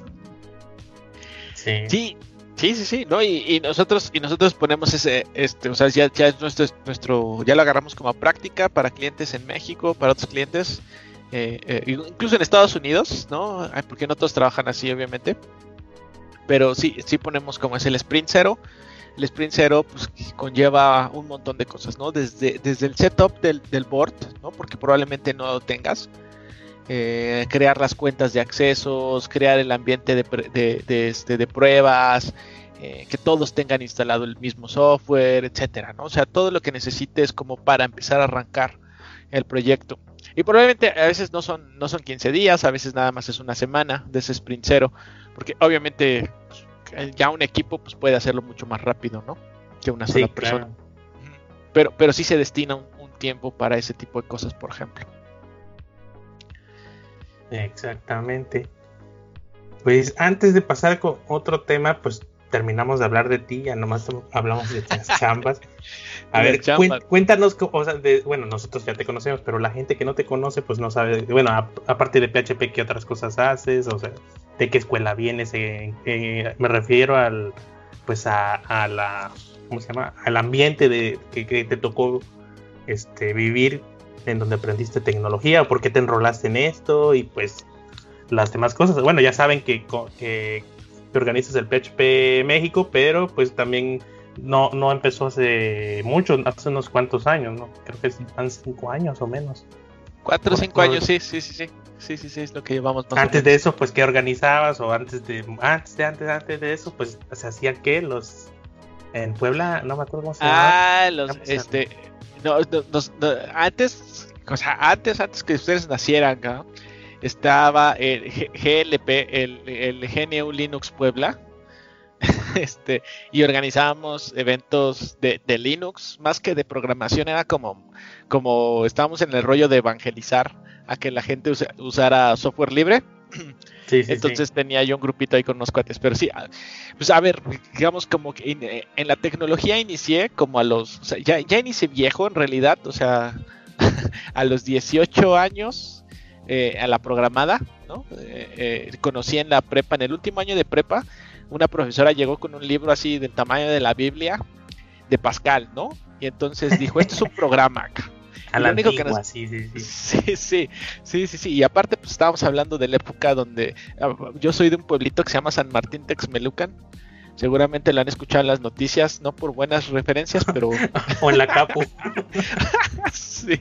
Sí, sí, sí, sí, sí, ¿no? Y, y nosotros y nosotros ponemos ese, este, o sea, ya, ya es nuestro, nuestro, ya lo agarramos como práctica para clientes en México, para otros clientes, eh, eh, incluso en Estados Unidos, ¿no? Porque no todos trabajan así, obviamente, pero sí, sí ponemos como es el sprint cero. El sprint cero pues, conlleva un montón de cosas, ¿no? Desde, desde el setup del, del board, ¿no? Porque probablemente no lo tengas. Eh, crear las cuentas de accesos, crear el ambiente de, de, de, este, de pruebas, eh, que todos tengan instalado el mismo software, etcétera, ¿no? O sea, todo lo que necesites como para empezar a arrancar el proyecto. Y probablemente a veces no son, no son quince días, a veces nada más es una semana de ese sprint cero, porque obviamente pues, ya un equipo pues puede hacerlo mucho más rápido, ¿no? Que una sola sí, persona. Claro. Pero, pero sí se destina un, un tiempo para ese tipo de cosas, por ejemplo. Exactamente. Pues antes de pasar con otro tema, pues terminamos de hablar de ti, ya nomás hablamos de las chambas. A De ver, chambas. cuen- cuéntanos, co- o sea, de, bueno, nosotros ya te conocemos, pero la gente que no te conoce, pues no sabe, bueno, a- aparte de P H P, ¿qué otras cosas haces? O sea, ¿de qué escuela vienes? Eh, eh, me refiero al, pues a, a la, ¿cómo se llama? Al ambiente de que, que te tocó este vivir, en donde aprendiste tecnología, o por qué te enrolaste en esto, y pues las demás cosas. Bueno, ya saben que, co- que, que organizas el P H P México, pero pues también no, no empezó hace mucho, hace unos cuantos años, ¿no? Creo que van cinco años o menos. Cuatro o Por- cinco por- años, sí, sí, sí, sí. Sí, sí, sí, es lo que llevamos más o Antes de menos. eso, pues, ¿qué organizabas? O antes de, antes de, antes, antes de eso, pues, se hacía qué, los, en Puebla, no me acuerdo cómo se llama. Ah, los, este, no, no, nos- no, antes, o sea, antes, antes que ustedes nacieran, ¿no? Estaba el G- GLP, el, el G N U Linux Puebla, este, y organizábamos eventos de, de Linux, más que de programación, era como, como estábamos en el rollo de evangelizar a que la gente usa- usara software libre. Sí, sí, Entonces sí. tenía yo un grupito ahí con unos cuates, pero sí, a- pues a ver, digamos como que in- eh, en la tecnología inicié como a los, o sea, ya, ya inicié viejo en realidad, o sea, a los dieciocho años eh, a la programada, ¿no? Eh, eh, conocí en la prepa, en el último año de prepa, una profesora llegó con un libro así del tamaño de la Biblia de Pascal, ¿no? Y entonces dijo, esto es un programa acá. A Y la lo único que antigua, nos- sí, sí, sí. Sí, sí, sí, sí, sí. Y aparte, pues estábamos hablando de la época donde ah, yo soy de un pueblito que se llama San Martín Texmelucan. Seguramente lo han escuchado en las noticias, no por buenas referencias, pero O en la Capu. sí.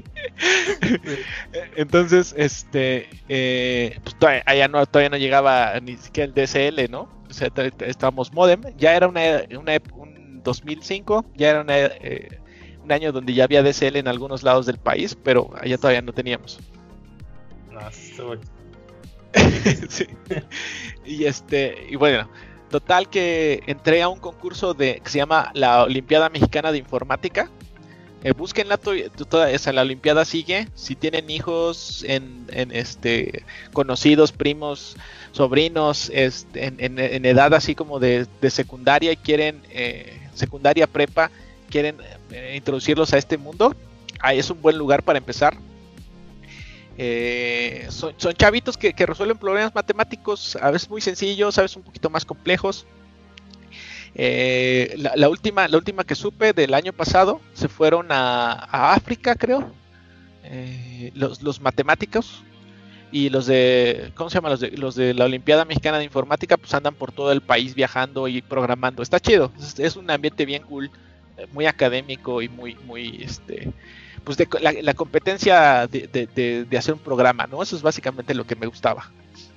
Entonces, este, eh, pues todavía, allá no, todavía no llegaba ni siquiera el D S L, ¿no? O sea, t- t- estábamos modem. Ya era una, una ep- un dos mil cinco, ya era una, eh, un año donde ya había D S L en algunos lados del país, pero allá todavía no teníamos. No, estuvo- Sí. Y este, y bueno, total que entré a un concurso de que se llama la Olimpiada Mexicana de Informática. Eh, búsquenla, to- toda esa, la Olimpiada sigue. Si tienen hijos en, en este conocidos, primos, sobrinos, este, en, en- en edad así como de, de secundaria y quieren eh, secundaria prepa, quieren eh, introducirlos a este mundo, ahí es un buen lugar para empezar. Eh, son, son chavitos que, que resuelven problemas matemáticos, a veces muy sencillos, a veces un poquito más complejos. Eh, la, la última, la última que supe del año pasado se fueron a, a África, creo. Eh, los, los matemáticos y los de, ¿cómo se llama? Los de, los de la Olimpiada Mexicana de Informática, pues andan por todo el país viajando y programando. Está chido, es, es un ambiente bien cool, eh, muy académico y muy, muy, este, pues de la, la competencia de, de, de, de hacer un programa, ¿no? Eso es básicamente lo que me gustaba.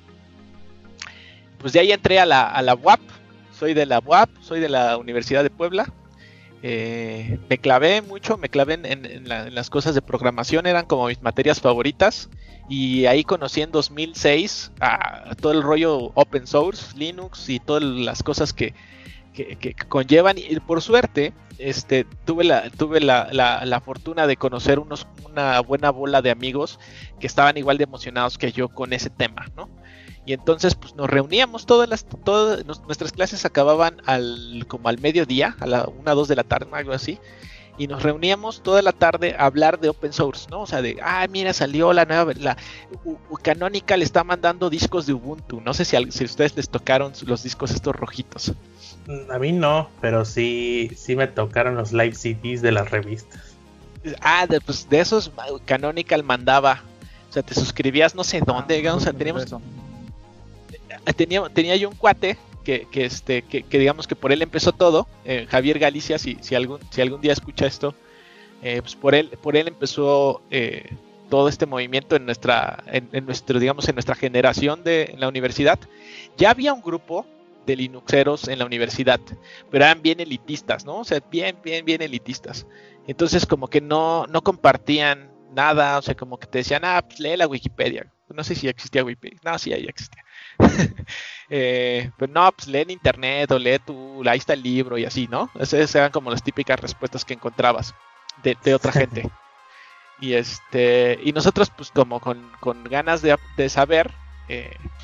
Pues de ahí entré a la, a la U A P, soy de la U A P, soy de la Universidad de Puebla. Eh, me clavé mucho, me clavé en, en, en, la, en las cosas de programación, eran como mis materias favoritas. Y ahí conocí en dos mil seis a, a todo el rollo open source, Linux y todas las cosas que, que, que conllevan. Y por suerte, este, tuve, la, tuve la, la, la fortuna de conocer unos, una buena bola de amigos que estaban igual de emocionados que yo con ese tema, ¿no? Y entonces pues nos reuníamos todas las, todas nuestras clases acababan al, como al mediodía, a la una, dos de la tarde, algo así. Y nos reuníamos toda la tarde a hablar de open source, ¿no? O sea, de, ah, mira, salió la nueva, la U, U, Canonical está mandando discos de Ubuntu. No sé si a, si a ustedes les tocaron los discos estos rojitos. A mí no, pero sí, sí me tocaron los live C Ds de las revistas. Ah, de, pues de esos Canonical mandaba. O sea, te suscribías no sé dónde, Ah, digamos, o sea, no teníamos... eso. Tenía, tenía yo un cuate que, que este que, que digamos que por él empezó todo, eh, Javier Galicia, si, si algún si algún día escucha esto, eh, pues por él por él empezó eh, todo este movimiento en nuestra en, en nuestro digamos en nuestra generación de en la universidad. Ya había un grupo de linuxeros en la universidad, pero eran bien elitistas, ¿no? O sea, bien bien bien elitistas. Entonces como que no no compartían nada, o sea, como que te decían, ah, pues lee la Wikipedia. No sé si existía Wikipedia. No, sí, ahí existía. eh, pero no, pues lee en internet o lee tu, ahí está el libro y así, ¿no? Esas eran como las típicas respuestas que encontrabas de, de otra gente. Y este y nosotros, pues como con, con ganas de, de saber, eh, pues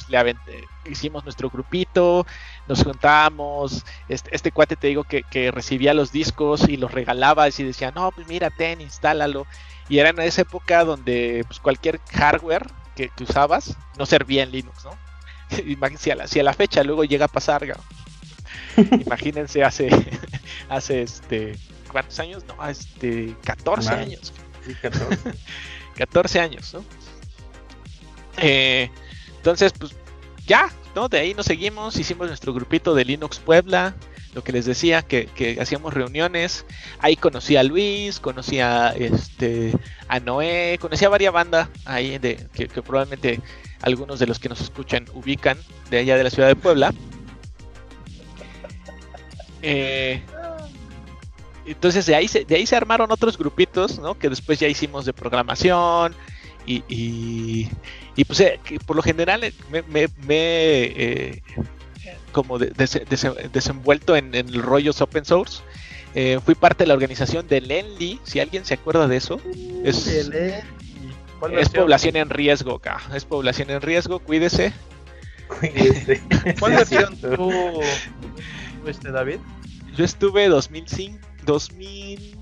pues, le aventé, hicimos nuestro grupito, nos juntábamos, este, este cuate te digo que, que recibía los discos y los regalaba y decía, no, pues mira, ten, instálalo. Y era en esa época donde pues, cualquier hardware que, que usabas no servía en Linux, ¿no? Si a, la, si a la fecha luego llega a pasar, ¿no? Imagínense hace, hace este, ¿cuántos años? No, este, catorce Más. años. Sí, catorce. catorce años, ¿no? Eh, entonces, pues ya, ¿no? De ahí nos seguimos, hicimos nuestro grupito de Linux Puebla, lo que les decía, que, que hacíamos reuniones. Ahí conocí a Luis, conocí a, este, a Noé, conocí a varias bandas ahí de, que, que probablemente algunos de los que nos escuchan ubican de allá de la ciudad de Puebla. Eh, entonces de ahí, se, de ahí se armaron otros grupitos, ¿no? Que después ya hicimos de programación y, y, y pues eh, que por lo general me, me, me eh, como de, de, de, desenvuelto en, en rollos open source. Eh, fui parte de la organización del Enli, si alguien se acuerda de eso. Es, es población en riesgo acá, es población en riesgo, cuídese. Cuídese. ¿Cuál versión tú, este, David? Yo estuve dos mil cinco, dos mil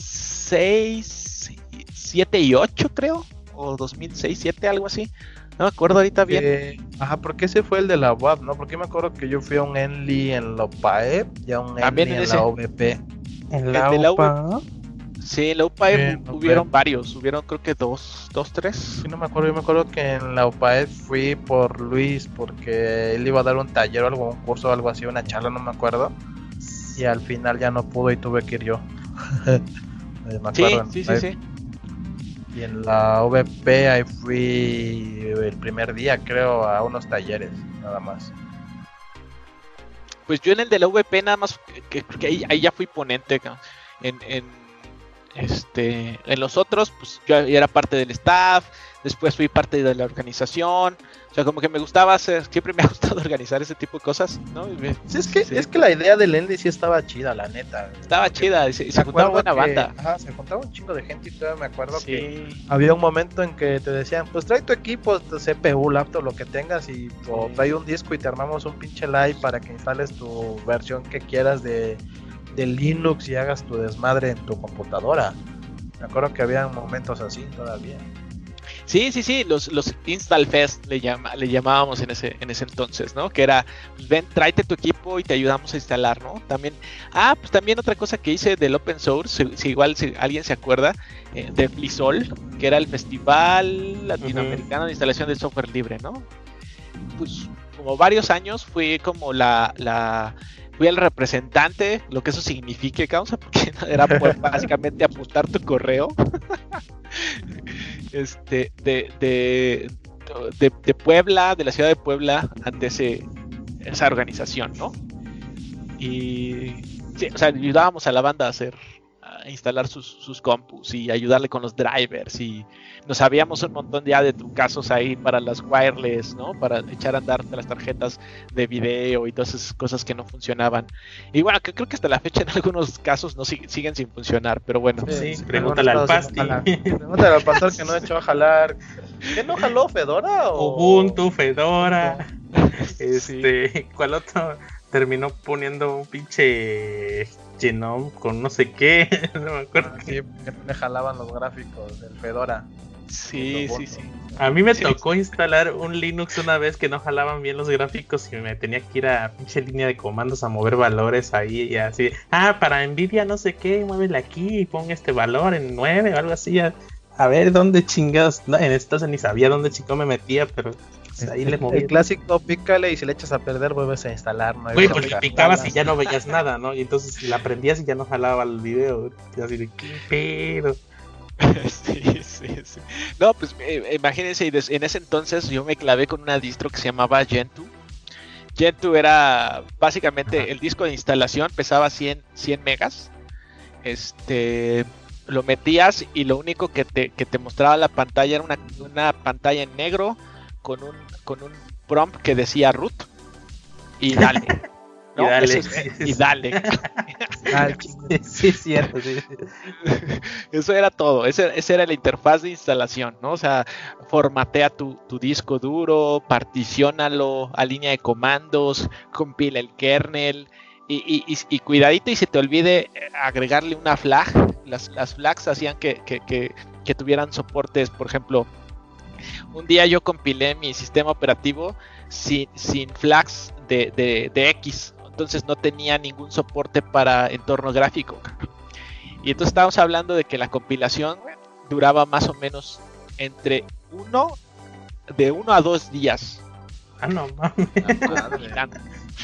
seis, siete y ocho creo, o dos mil seis, siete, algo así. No me acuerdo ahorita bien. Eh, ajá, porque ese fue el de la U A P, ¿no? Porque me acuerdo que yo fui a un Enli en la O P A E P y a un También Enli en en ese. la O V P. En El la de la U P A. Sí, en la U P A E P Sí, hubieron ok. varios, hubieron creo que dos, dos, tres. Sí, no me acuerdo, yo me acuerdo que en la O P A E P fui por Luis porque él iba a dar un taller o algo, un curso o algo así, una charla, no me acuerdo. Y al final ya no pudo y tuve que ir yo. Me Sí, acuerdo, sí, sí, ahí. sí. Y en la O V P ahí fui el primer día, creo, a unos talleres, nada más. Pues yo en el de la V P nada más, que, porque ahí, ahí ya fui ponente, cabrón. en, en, este, en los otros, pues yo era parte del staff, después fui parte de la organización, o sea, como que me gustaba hacer, siempre me ha gustado organizar ese tipo de cosas, ¿no? Y me- Sí, es que, sí, es que la idea del Enli sí estaba chida, la neta. estaba chida, y se, y se Me juntaba acuerdo buena que- banda. Ajá, se juntaba un chingo de gente y todavía me acuerdo que Sí, había un momento en que te decían, pues trae tu equipo, tu C P U, laptop, lo que tengas, y o Sí. trae un disco y te armamos un pinche live para que instales tu versión que quieras de, de Linux y hagas tu desmadre en tu computadora. Me acuerdo que había momentos así todavía. sí, sí, sí, los, los Install Fest le, llama, le llamábamos en ese, en ese entonces, ¿no? Que era, pues ven, tráete tu equipo y te ayudamos a instalar, ¿no? También, ah, pues también otra cosa que hice del open source, si, si igual si alguien se acuerda, eh, de FliSol, que era el Festival Latinoamericano uh-huh. de Instalación de Software Libre, ¿no? Pues como varios años fui como la, la fui el representante, lo que eso signifique, causa, porque era pues, básicamente apuntar tu correo. Este, de, de, de, de Puebla, de la ciudad de Puebla, ante ese, esa organización, ¿no? Y sí, o sea, ayudábamos a la banda a hacer, a instalar sus, sus compus y ayudarle con los drivers, y nos sabíamos un montón ya de trucazos ahí para las wireless, ¿no? Para echar a andar las tarjetas de video y todas esas cosas que no funcionaban. Y bueno, que creo que hasta la fecha en algunos casos no sig- siguen sin funcionar, pero bueno. Sí, sí, pregúntale al Pasti. Pregúntale al pastor que no echó a jalar. ¿Qué no jaló, Fedora? O... Ubuntu, Fedora. Este, sí. ¿Cuál otro? Terminó poniendo un pinche Genome con no sé qué. No me acuerdo. Ah, sí, me jalaban los gráficos del Fedora. Sí, sí, sí. A mí me sí. tocó instalar un Linux una vez que no jalaban bien los gráficos y me tenía que ir a pinche línea de comandos a mover valores ahí y así. Ah, para Nvidia no sé qué, muévele aquí y pon este valor en nueve o algo así. A, a ver dónde chingados. No, en esto ni sabía dónde chico me metía, pero pues ahí el, le moví. El clásico, pícale y si le echas a perder vuelves a instalar. No Güey, pues le picabas y ya no veías nada, ¿no? Y entonces la prendías y ya no jalaba el video. Y así de qué pedo. Sí, sí, sí. No, pues eh, imagínense, en ese entonces yo me clavé con una distro que se llamaba Gentoo. Gentoo era básicamente Ajá. el disco de instalación, pesaba cien, cien megas. Este, lo metías y lo único que te, que te mostraba la pantalla era una, una pantalla en negro con un, con un prompt que decía root y dale. ¿no? Y dale. Eso es- y dale. Ah, Sí, sí, es cierto. Sí. Eso era todo, esa, esa era la interfaz de instalación, ¿no? O sea, formatea tu, tu disco duro, particiónalo a línea de comandos, compila el kernel y, y, y, y cuidadito y se te olvide agregarle una flag. Las, las flags hacían que, que, que, que tuvieran soportes, por ejemplo, un día yo compilé mi sistema operativo sin, sin flags de, de, de X, entonces no tenía ningún soporte para entorno gráfico. Y entonces estábamos hablando de que la compilación duraba más o menos entre uno, de uno a dos días. Ah, no, mames. Compilando.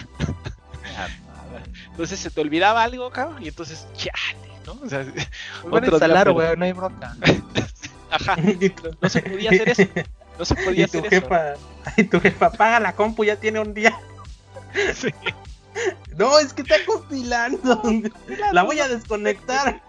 Entonces se te olvidaba algo, cabrón, y entonces, chale, ¿no? O sea, Pues van a otro día, instalar, pero- güey, no hay bronca. Ajá, no se podía hacer eso. No se podía Y tu hacer eso. jefa, y tu jefa apaga la compu, ya tiene un día. Sí. No, es que está compilando. La voy a desconectar.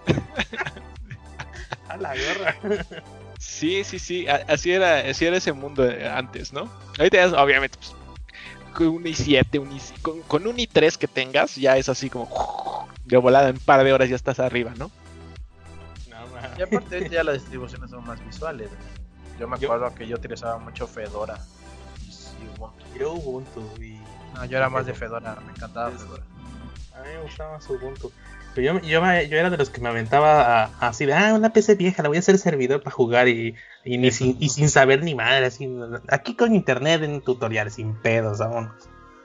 A la gorra. Sí, sí, sí, a- así era, así era ese mundo eh, antes, ¿no? Ahorita ya, obviamente, pues, con un i siete, un i con, con un i tres que tengas, ya es así como de volada, en un par de horas ya estás arriba, ¿no? No, mames. Y aparte ahorita ya las distribuciones son más visuales, güey. Yo me Yo- acuerdo que yo utilizaba mucho Fedora. Y sí, Ubuntu. Yo Ubuntu y No, yo era más de Fedora, me encantaba Fedora. a mí me gustaba más Ubuntu. Pero yo, yo, me- yo era de los que me aventaba a- a así de, ah, una P C vieja, la voy a hacer servidor para jugar y, y, ni sin, y sin saber ni madre, así, aquí con internet en tutorial, sin pedos, vámonos.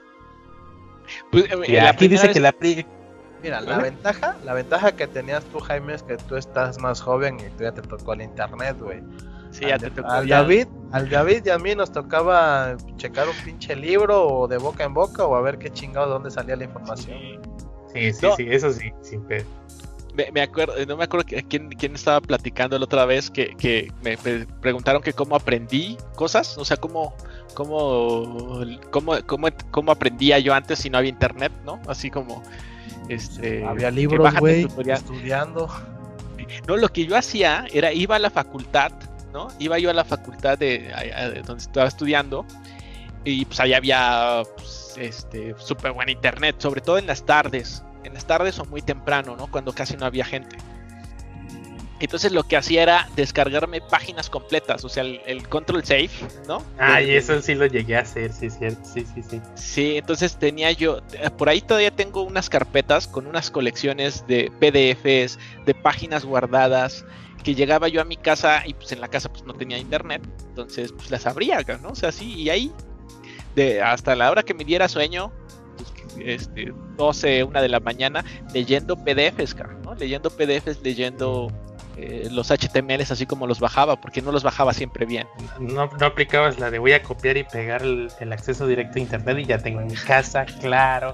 Pues, eh, Y la aquí primera dice vez- que la pri- Mira, la ¿Vale? ventaja, la ventaja que tenías tú, Jaime, es que tú estás más joven y tú ya te tocó el internet, güey. Sí, ya al, te tocó. al ya- David, al David y a mí nos tocaba checar un pinche libro o de boca en boca o a ver qué chingado de dónde salía la información. Sí. Sí, sí, No. sí, eso sí, sin pedo. Me, me acuerdo, no me acuerdo que- quién, quién estaba platicando la otra vez que, que me pre- preguntaron que cómo aprendí cosas, o sea, cómo, cómo, cómo, cómo, cómo aprendía yo antes si no había internet, ¿no? Así como, este, Había que libros, bájate güey, tutorial. estudiando. No, lo que yo hacía era iba a la facultad, ¿no? Iba yo a la facultad de, a- a- de donde estaba estudiando y pues ahí había pues, este súper buen internet, sobre todo en las tardes, en las tardes o muy temprano, ¿no? Cuando casi no había gente. Entonces lo que hacía era descargarme páginas completas, o sea, el, el control safe, ¿no? Ay, De- eso sí lo llegué a hacer, sí, cierto, sí, sí, sí. Sí, entonces tenía yo, por ahí todavía tengo unas carpetas con unas colecciones de P D Fs, de páginas guardadas, que llegaba yo a mi casa y pues en la casa pues no tenía internet, entonces pues las abría, ¿no? O sea, sí, y ahí, de hasta la hora que me diera sueño, pues, este, doce, una de la mañana, leyendo P D Fs, ¿no? Leyendo P D Fs, leyendo eh, los H T M Ls así como los bajaba, porque no los bajaba siempre bien. No, no aplicabas la de voy a copiar y pegar el, el acceso directo a internet y ya tengo en mi casa, claro.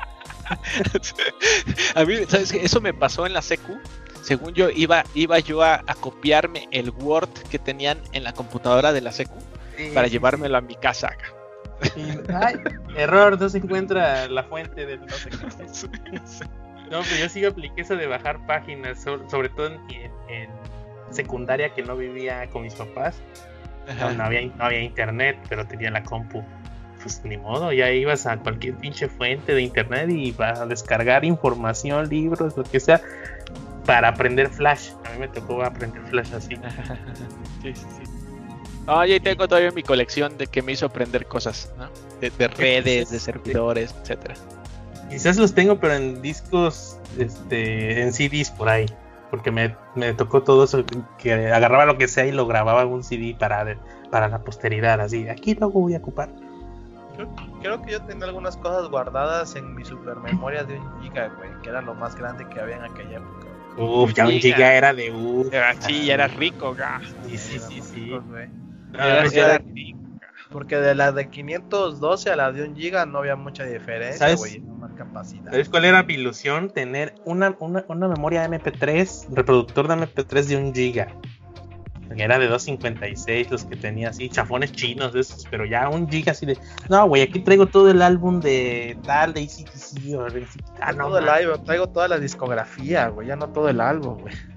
A mí, ¿sabes qué? Eso me pasó en la secu. Según yo, iba, iba yo a, a copiarme el Word que tenían en la computadora de la secu para llevármelo a mi casa. Ay, error, no se encuentra la fuente del no sé qué. No, pero yo sí apliqué eso de bajar páginas, so- sobre todo en, en- en secundaria, que no vivía con mis papás. No, no había, no había internet, pero tenía la compu. Pues ni modo, ya ibas a cualquier pinche fuente de internet y vas a descargar información, libros, lo que sea, para aprender Flash. A mí me tocó aprender Flash así. Sí, sí, sí. No, yo ahí tengo todavía mi colección de que me hizo aprender cosas, ¿no? De, de redes, de servidores, etcétera. Quizás los tengo, pero en discos, este, en C Ds por ahí. Porque me, me tocó todo eso, que agarraba lo que sea y lo grababa en un C D para, para la posteridad, así. Aquí luego voy a ocupar. Creo, creo que yo tenía algunas cosas guardadas en mi supermemoria de un giga, güey, que era lo más grande que había en aquella época. Uf, ya un Giga. giga era de uf. Era- Sí, ya era rico, ga. Sí, sí, sí, sí. Éramos ricos, güey. Nada Era, más era ya- rico. Porque de la de quinientos doce a la de un giga no había mucha diferencia, ¿Sabes? güey, no más capacidad. ¿Sabes cuál era mi ilusión? Tener una, una, una memoria M P tres, reproductor de M P tres de un giga. Era de doscientos cincuenta y seis los que tenía así, chafones chinos de esos, pero ya un giga así de... No, güey, aquí traigo todo el álbum de tal, de A C D C, o de... Ah, no, todo el man. álbum, traigo toda la discografía, güey, ya no todo el álbum, güey.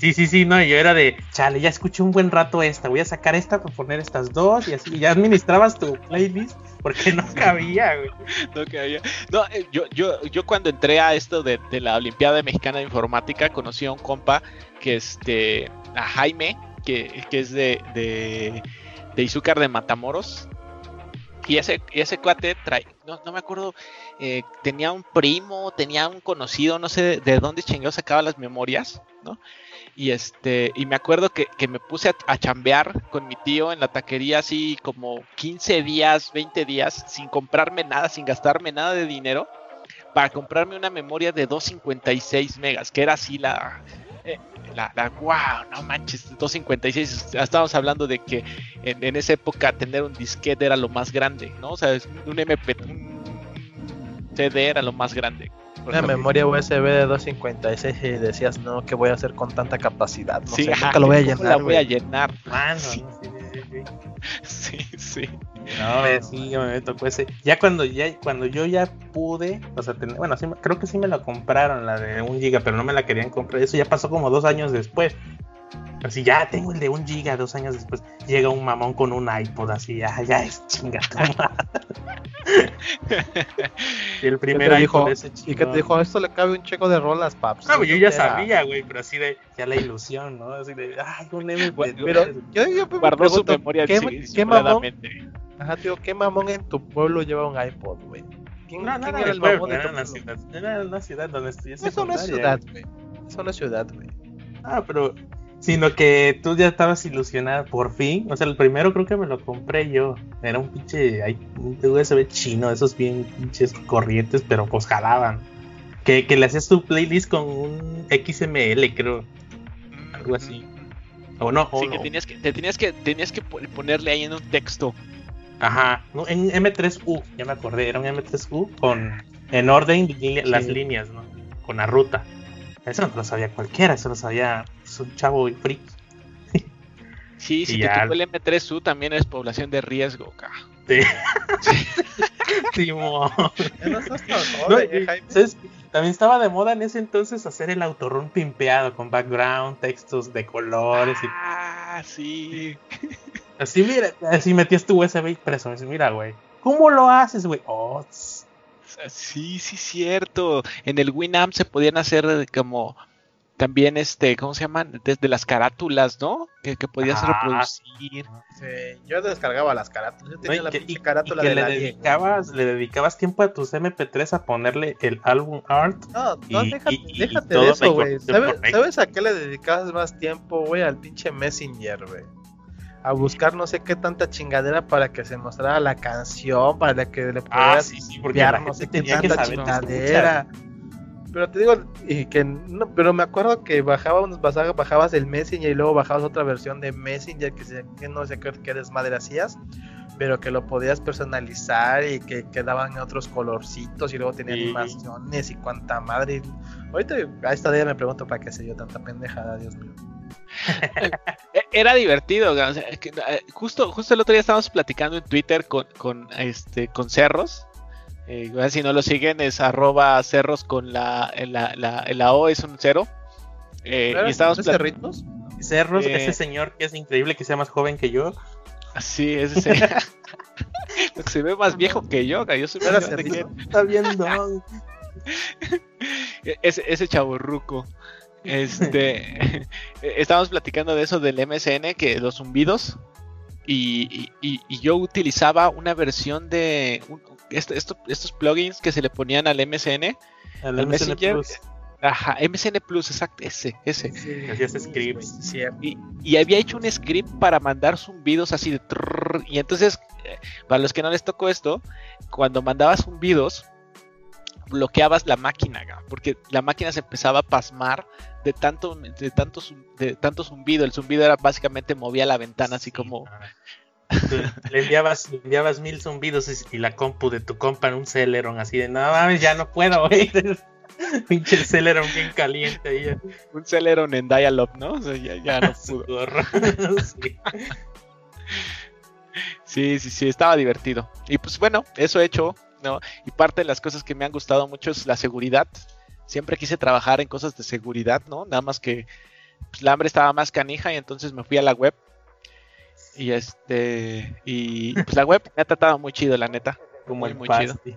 Sí, sí, sí, no, yo era de, chale, ya escuché un buen rato esta, voy a sacar esta para poner estas dos y así, y ya administrabas tu playlist porque no cabía, güey. No cabía. No, eh, yo, yo, yo cuando entré a esto de, de la Olimpiada Mexicana de Informática, conocí a un compa que este, a Jaime, que, que es de, de, de Izúcar de Matamoros. Y ese, y ese cuate trae, no, no me acuerdo, eh, tenía un primo, tenía un conocido, no sé de, de dónde chingado sacaba las memorias, ¿no? Y este, y me acuerdo que, que me puse a, a chambear con mi tío en la taquería así como quince días, veinte días, sin comprarme nada, sin gastarme nada de dinero, para comprarme una memoria de doscientos cincuenta y seis megas, que era así la... Eh, La, la, wow, no manches, doscientos cincuenta y seis, estábamos hablando de que en, en esa época tener un disquete era lo más grande, ¿no? O sea, un M P, un C D era lo más grande. Una memoria U S B de doscientos cincuenta y seis y decías, no, ¿qué voy a hacer con tanta capacidad? No sí, sé, ajá, nunca lo voy a llenar. la voy a llenar. Mano, sí. No, sí, sí, sí. Sí, sí. No, sí, me tocó ese. Ya cuando ya cuando yo ya pude, o sea, ten, bueno, sí, creo que sí me la compraron, la de un giga, pero no me la querían comprar. Eso ya pasó como dos años después. Así, ya tengo el de un giga, dos años después. Llega un mamón con un iPod, así, ya, ya es chinga tu madre. Y el primer dijo, ese y que te dijo, esto le cabe un checo de rolas, paps. No, yo ya sabía, güey, pero así de, ya la ilusión, ¿no? Así de, ay, un M P tres. Pero yo, yo me guardó pregunto, su memoria ¿qué, sí, ¿qué mamón? Ajá, tío, ¿qué mamón en tu pueblo lleva un iPod, güey? ¿Quién, no, no, ¿quién no, era el pueblo, mamón de era tu una pueblo? ciudad, era una ciudad donde estudié Eso no es ciudad, güey. Eso no es ciudad, güey. Ah, pero, sino que tú ya estabas ilusionada por fin. O sea, el primero creo que me lo compré yo. Era un pinche ay, un U S B chino, esos bien pinches corrientes, pero pues jalaban. Que, que le hacías tu playlist con un X M L, creo. Algo así. O no, o sí, no. que tenías que, te tenías que, tenías que ponerle ahí en un texto. Ajá, no, en M tres U, ya me acordé, era un M tres U con en orden li- las Sí. líneas, ¿no? Con la ruta. Eso no lo sabía cualquiera, eso lo sabía pues, un chavo y friki. Sí, si Y te ya. tocó el M tres U también es población de riesgo, ca. Sí. Simón. Ya no estás tan No, joven, y, eh, Jaime. ¿sabes? También estaba de moda en ese entonces hacer el autorun pimpeado con background, textos de colores y Ah, sí. así, mira, así metías tu U S B impreso. Me dice, mira, güey, ¿cómo lo haces, güey? Oh, tss. Sí, sí, cierto. En el Winamp se podían hacer como también este, ¿cómo se llaman? Desde las carátulas, ¿no? Que, que podías Ah. reproducir. Sí, yo descargaba las carátulas. Yo ¿no? tenía Y la que, pinche y- carátula y que de le la dedicabas, le dedicabas tiempo a tus M P tres a ponerle el álbum art. No, no, y- déjate, y- y déjate todo de eso, la güey. información ¿Sabes, correcta. ¿Sabes a qué le dedicabas más tiempo, güey? Al pinche Messenger, güey. A buscar no sé qué tanta chingadera para que se mostrara la canción, para que le Ah, pudieras sí, sí, porque enviar la no sé gente qué tenía que tanta saber chingadera. Pero te digo, y que no, pero me acuerdo que bajábamos, bajabas, bajabas el Messenger y luego bajabas otra versión de Messenger que, se, que no sé qué, qué desmadre hacías, pero que lo podías personalizar y que quedaban otros colorcitos y luego tenía Sí. animaciones y cuanta madre. Ahorita a esta día me pregunto para qué se dio tanta pendejada, Dios mío. Era divertido, o sea, que, eh, justo, justo el otro día estábamos platicando en Twitter con, con este con Cerros. Eh, si no lo siguen es arroba cerros con la, la, la, la O es un cero. Eh, y estábamos ¿No es plat- Cerritos? Cerros, Eh. ese señor que es increíble que sea más joven que yo. Sí, ese se, se ve más viejo que yo, ca, yo soy Era más grande que él. Cerrito. Está bien, don. Ese, ese chavorruco. Este, estábamos platicando de eso del M S N, que los zumbidos, y, y, y yo utilizaba una versión de un, esto, esto, estos plugins que se le ponían al M S N, El al M S N Messenger. Plus. Ajá, M S N Plus, exacto, ese, ese. Sí, Hacías scripts. sí, Y, y había hecho un script para mandar zumbidos así de trrr, y entonces, eh, para los que no les tocó esto, cuando mandabas zumbidos, bloqueabas la máquina, ¿no? Porque la máquina se empezaba a pasmar de tanto, de tanto, zum- de tanto zumbido. El zumbido era básicamente movía la ventana así como. Tú le enviabas, le enviabas mil zumbidos y, y la compu de tu compa en un Celeron así de no mames, ya no puedo, güey. Pinche Celeron bien caliente ahí. Un Celeron en Dial-Up, ¿no? O sea, ya, ya no Su pudo. gorro. Sí. Sí, sí, sí, estaba divertido. Y pues bueno, eso he hecho, ¿no? Y parte de las cosas que me han gustado mucho es la seguridad. Siempre quise trabajar en cosas de seguridad, ¿no? Nada más que pues, la hambre estaba más canija y entonces me fui a la web. Y este y pues la web me ha tratado muy chido, la neta. Como muy, el muy pasti. chido.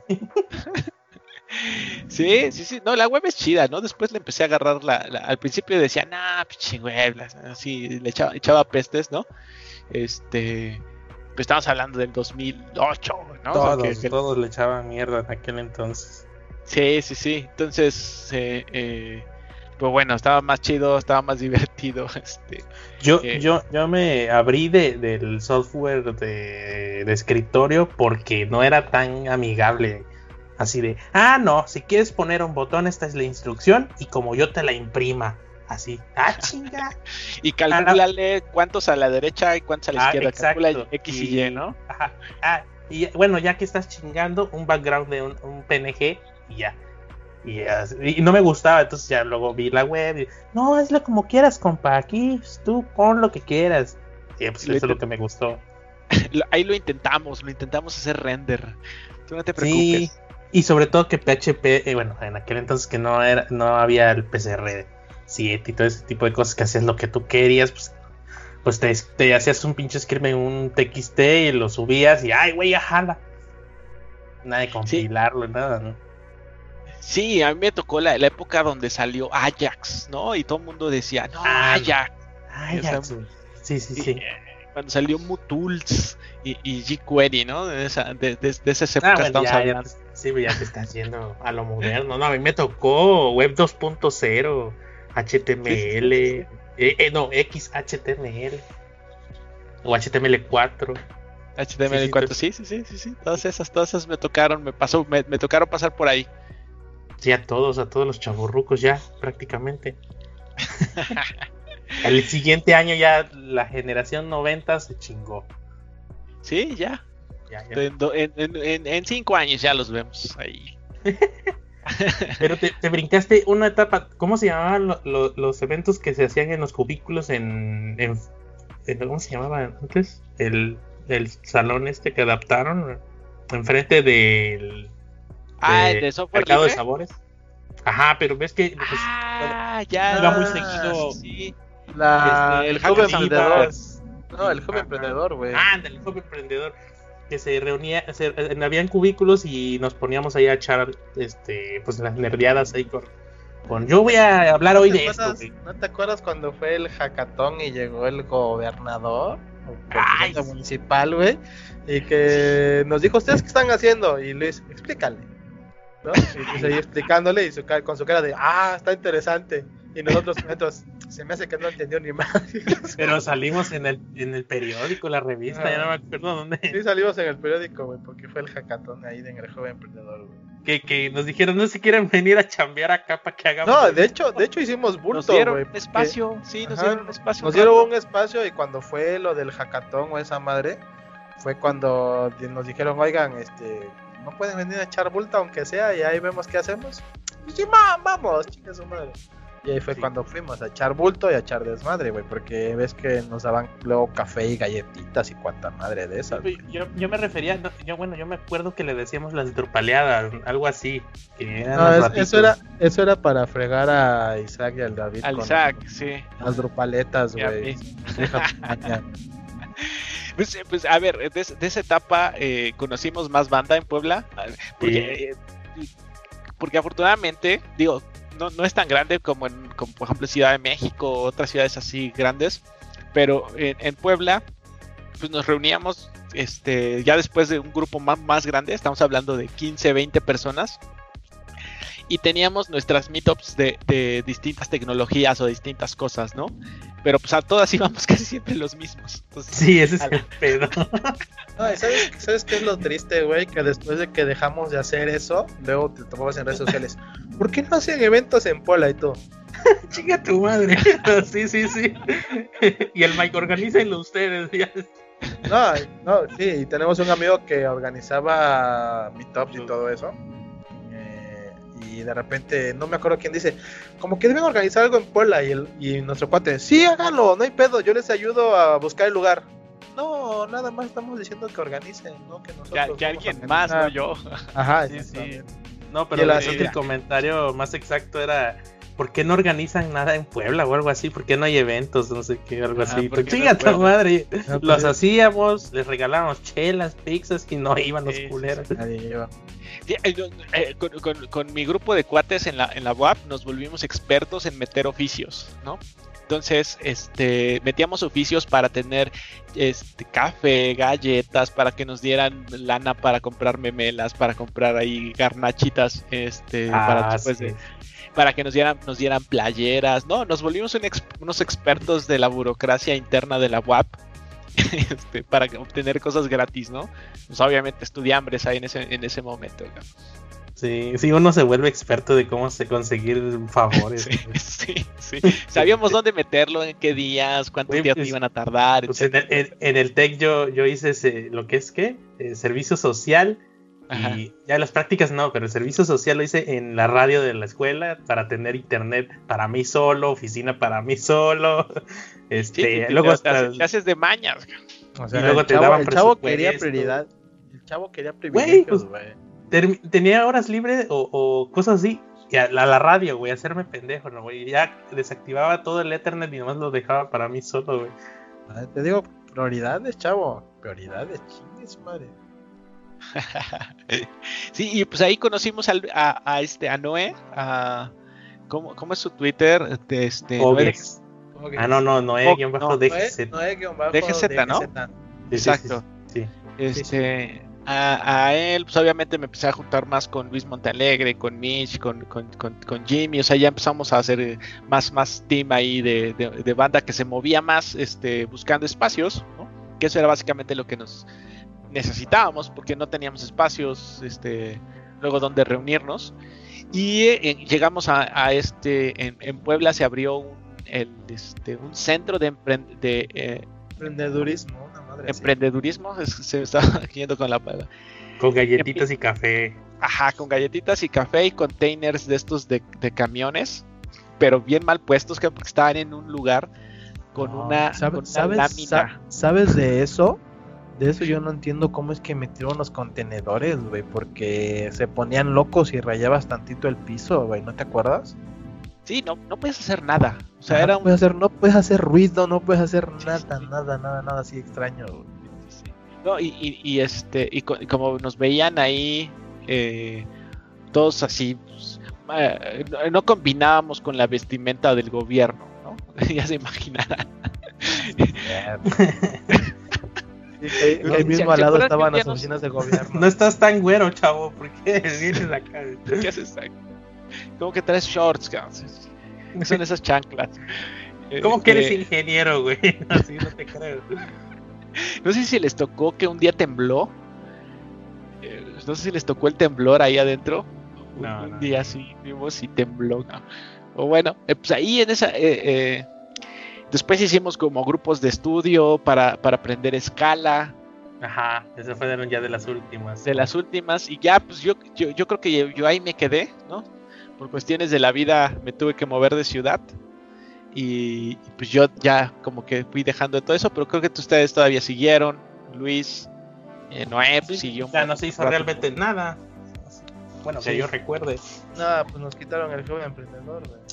Sí, sí, sí. No, la web es chida, ¿no? Después le empecé a agarrar la... la al principio decía, nah, pinche web. Así, le echaba, echaba pestes, ¿no? Este... Pues estamos hablando del dos mil ocho, ¿no? Todos, O sea, que, que... todos le echaban mierda en aquel entonces. Sí, sí, sí. Entonces, eh, eh, pues bueno, estaba más chido, estaba más divertido. Este, yo, eh, yo, yo me abrí de, del software de, de escritorio porque no era tan amigable. Así de, ah, no, si quieres poner un botón, esta es la instrucción y como yo te la imprima. Así, ah, chinga. Y calcúlale cuántos a la derecha y cuántos a la ah, izquierda. exacto. Calcula X y, y Y, ¿no? Ajá. Ah, y bueno, ya que estás chingando, un background de un, un P N G y ya. Y, ya. Y no me gustaba, entonces ya luego vi la web y, no, hazlo como quieras, compa. Aquí tú pon lo que quieras. Y pues eso es lo que me gustó. Ahí lo intentamos, lo intentamos hacer render. Tú no te preocupes. Sí, y sobre todo que P H P, eh, bueno, en aquel entonces que no era, no había el P C R siete y todo ese tipo de cosas que hacías lo que tú querías, pues, pues te, te hacías un pinche script en un T X T y lo subías y ay, güey, ya jala. Nada de compilarlo, sí. Nada, ¿no? Sí, a mí me tocó la, la época donde salió Ajax, ¿no? Y todo el mundo decía, no, ah, Ajax. Ajax, o sea, sí, sí, sí. Cuando salió MooTools y, y jQuery, ¿no? De, esa, de, de, de esas épocas ah, bueno, estamos ya, hablando. Ya te, sí, ya te estás yendo a lo moderno. No, a mí me tocó Web dos punto cero, H T M L, sí, sí, sí, sí. Eh, eh, no, X H T M L o H T M L cuatro. H T M L cuatro, sí, sí, sí, sí, sí, todas esas, todas esas me tocaron, me pasó, me, me tocaron pasar por ahí. Sí, a todos, a todos los chavorrucos ya, prácticamente. El siguiente año ya la generación noventa se chingó. Sí, ya. ya, ya. En, en, en, en cinco años ya los vemos ahí. Pero te, te brincaste una etapa. ¿Cómo se llamaban lo, lo, los eventos que se hacían en los cubículos en, en, en ¿cómo se llamaban antes? El, el salón este que adaptaron enfrente del ah, de, de software mercado libre? De sabores. Ajá, pero ves que pues, ah, ya iba muy seguido. Sí. La, este, el joven emprendedor. No, el joven emprendedor, güey. Ah, el joven emprendedor. Que se reunía, se, habían cubículos y nos poníamos ahí a echar este, pues las nerdeadas ahí con, con yo voy a hablar hoy de esto. Güey. ¿No te acuerdas cuando fue el hackathon y llegó el gobernador? Ay, municipal, güey. Y que nos dijo, ¿ustedes qué están haciendo? Y Luis, explícale. ¿No? Y pues ahí explicándole y su, con su cara de, ah, está interesante. Y nosotros, nosotros, se me hace que no entendió ni más. Pero salimos en el, en el periódico, la revista, ah, ya no me acuerdo dónde. Sí, salimos en el periódico, güey, porque fue el hackathon ahí en el joven emprendedor, güey. Que, que nos dijeron, no se quieren venir a chambear acá para que hagamos. No, de hecho, de hecho hicimos bulto, nos dieron güey. Un espacio, que, sí, nos ajá, dieron un espacio. Nos dieron un espacio y cuando fue lo del hackathon o esa madre, fue cuando nos dijeron, oigan, este, no pueden venir a echar bulto aunque sea y ahí vemos qué hacemos. Y sí, ma, vamos, chingue su madre. Y ahí fue sí. cuando fuimos a echar bulto y a echar desmadre, güey, porque ves que nos daban luego café y galletitas y cuanta madre de esas. Yo, yo me refería, no, yo bueno, yo me acuerdo que le decíamos las drupaleadas, algo así. Que eran no, es, eso era eso era para fregar a Isaac y al David. Al Isaac, sí. Las drupaletas, güey. Pues, pues a ver, de, de esa etapa eh, conocimos más banda en Puebla, porque, sí. eh, porque afortunadamente, digo, no, no es tan grande como en, como por ejemplo Ciudad de México o otras ciudades así grandes, pero en, en Puebla pues nos reuníamos este, ya después de un grupo más, más grande, estamos hablando de quince, veinte personas, y teníamos nuestras meetups de, de distintas tecnologías o distintas cosas, ¿no? Pero pues a todas íbamos casi siempre los mismos. Entonces, sí, ese es el pedo. No, ¿sabes, ¿sabes qué es lo triste, güey? Que después de que dejamos de hacer eso, luego te tomas en redes sociales. ¿Por qué no hacen eventos en Puebla y todo? Chinga tu madre. Sí, sí, sí. Y el Mike, organícenlo ustedes. Ya. No, no, sí, y tenemos un amigo que organizaba meetups y todo eso. Y de repente, no me acuerdo quién dice, como que deben organizar algo en Puebla. Y, el, y nuestro cuate, sí, háganlo, no hay pedo, yo les ayudo a buscar el lugar. No, nada más estamos diciendo que organicen, ¿no? Que nosotros. Que, que alguien más, no yo. Ajá, sí, sí. No, pero el, el comentario más exacto era ¿por qué no organizan nada en Puebla o algo así? ¿Por qué no hay eventos? No sé qué, algo así. Pues chinga tu madre. No, los pues, hacíamos, les regalábamos chelas, pizzas y no iban los sí, culeros. Nadie iba. Sí, eh, con, con, con mi grupo de cuates en la, en la U A P nos volvimos expertos en meter oficios, ¿no? Entonces, este, metíamos oficios para tener este café, galletas, para que nos dieran lana para comprar memelas, para comprar ahí garnachitas, este, ah, para después sí. de, para que nos dieran, nos dieran playeras, no, nos volvimos un ex, unos expertos de la burocracia interna de la U A P, este, para obtener cosas gratis, ¿no? Pues obviamente estudiambres ahí en ese, en ese momento, ¿no? Sí, sí, uno se vuelve experto de cómo se conseguir favores. sí, sí, sí. Sabíamos dónde meterlo, en qué días, cuántos días pues, iban a tardar. Pues en, el, en, en el TEC yo, yo hice ese, lo que es que eh, servicio social. Ajá. Y ya las prácticas no, pero el servicio social lo hice en la radio de la escuela para tener internet para mí solo, oficina para mí solo. Este, sí, luego te, hasta te haces de mañas. O sea, y luego te chavo, daban el chavo quería prioridad. El chavo quería privilegios, güey. Pues, Ter- tenía horas libres o, o cosas así, y a la, a la radio, güey, hacerme pendejo, ¿no, güey? Ya desactivaba todo el Ethernet y nomás lo dejaba para mí solo, güey. Te digo, prioridades, chavo, prioridades, chingues, madre. Sí, y pues ahí conocimos al, a, a este, a Noé, a, ¿cómo, ¿cómo es su Twitter? Este, Noé. Ah, no, no, Noé, guión bajo D G Z. Noé, guión bajo D G Z, ¿no? Sí, exacto. Sí, sí, sí. Este... Sí, sí. A, a él, pues obviamente me empecé a juntar más con Luis Montalegre, con Mitch, con, con, con, con Jimmy, o sea, ya empezamos a hacer más, más team ahí de, de, de banda que se movía más este, buscando espacios, ¿no? Que eso era básicamente lo que nos necesitábamos, porque no teníamos espacios, este, luego donde reunirnos, y eh, llegamos a, a este, en, en Puebla se abrió un, el, este, un centro de, emprend, de eh, emprendedurismo. Emprendedurismo, es, se me estaba yendo con la palabra. Con galletitas y café. Ajá, con galletitas y café y containers de estos de, de camiones, pero bien mal puestos, que estaban en un lugar con no, una, ¿sabe, con una ¿sabes, lámina. ¿Sabes de eso? De eso yo no entiendo cómo es que metieron los contenedores, güey, porque se ponían locos y rayabas tantito el piso, güey, ¿no te acuerdas? Sí, no, no puedes hacer nada. O sea, Ajá, era no, un... puedes hacer, no puedes hacer ruido, no puedes hacer sí, nada, sí, nada, nada, nada así extraño. Sí, sí. No, y, y, y este, y, co- y como nos veían ahí, eh, todos así, pues, eh, no, no combinábamos con la vestimenta del gobierno, ¿no? Ya se imaginarán. Sí, que, que ahí mismo al lado estaban las oficinas del gobierno. No estás tan güero, chavo, ¿por qué vienes acá? ¿Qué haces ahí? ¿Cómo que traes shorts, cabrón? ¿Qué son esas chanclas? ¿Cómo que eres ingeniero, güey? Así no te creo. No sé si les tocó que un día tembló. Eh, no sé si les tocó el temblor ahí adentro. No, un no. día así vimos y tembló, ¿no? O bueno, eh, pues ahí en esa... Eh, eh, después hicimos como grupos de estudio para, para aprender escala. Ajá, esa fue ya de las últimas. De las últimas. Y ya, pues yo, yo, yo creo que yo, yo ahí me quedé, ¿no? Por cuestiones de la vida me tuve que mover de ciudad. Y, y pues yo ya como que fui dejando de todo eso, pero creo que ustedes todavía siguieron. Luis, eh, Noé, pues siguió. Ya no se hizo realmente nada. Bueno, sí. Que yo recuerde. Nada, pues nos quitaron el joven emprendedor, güey.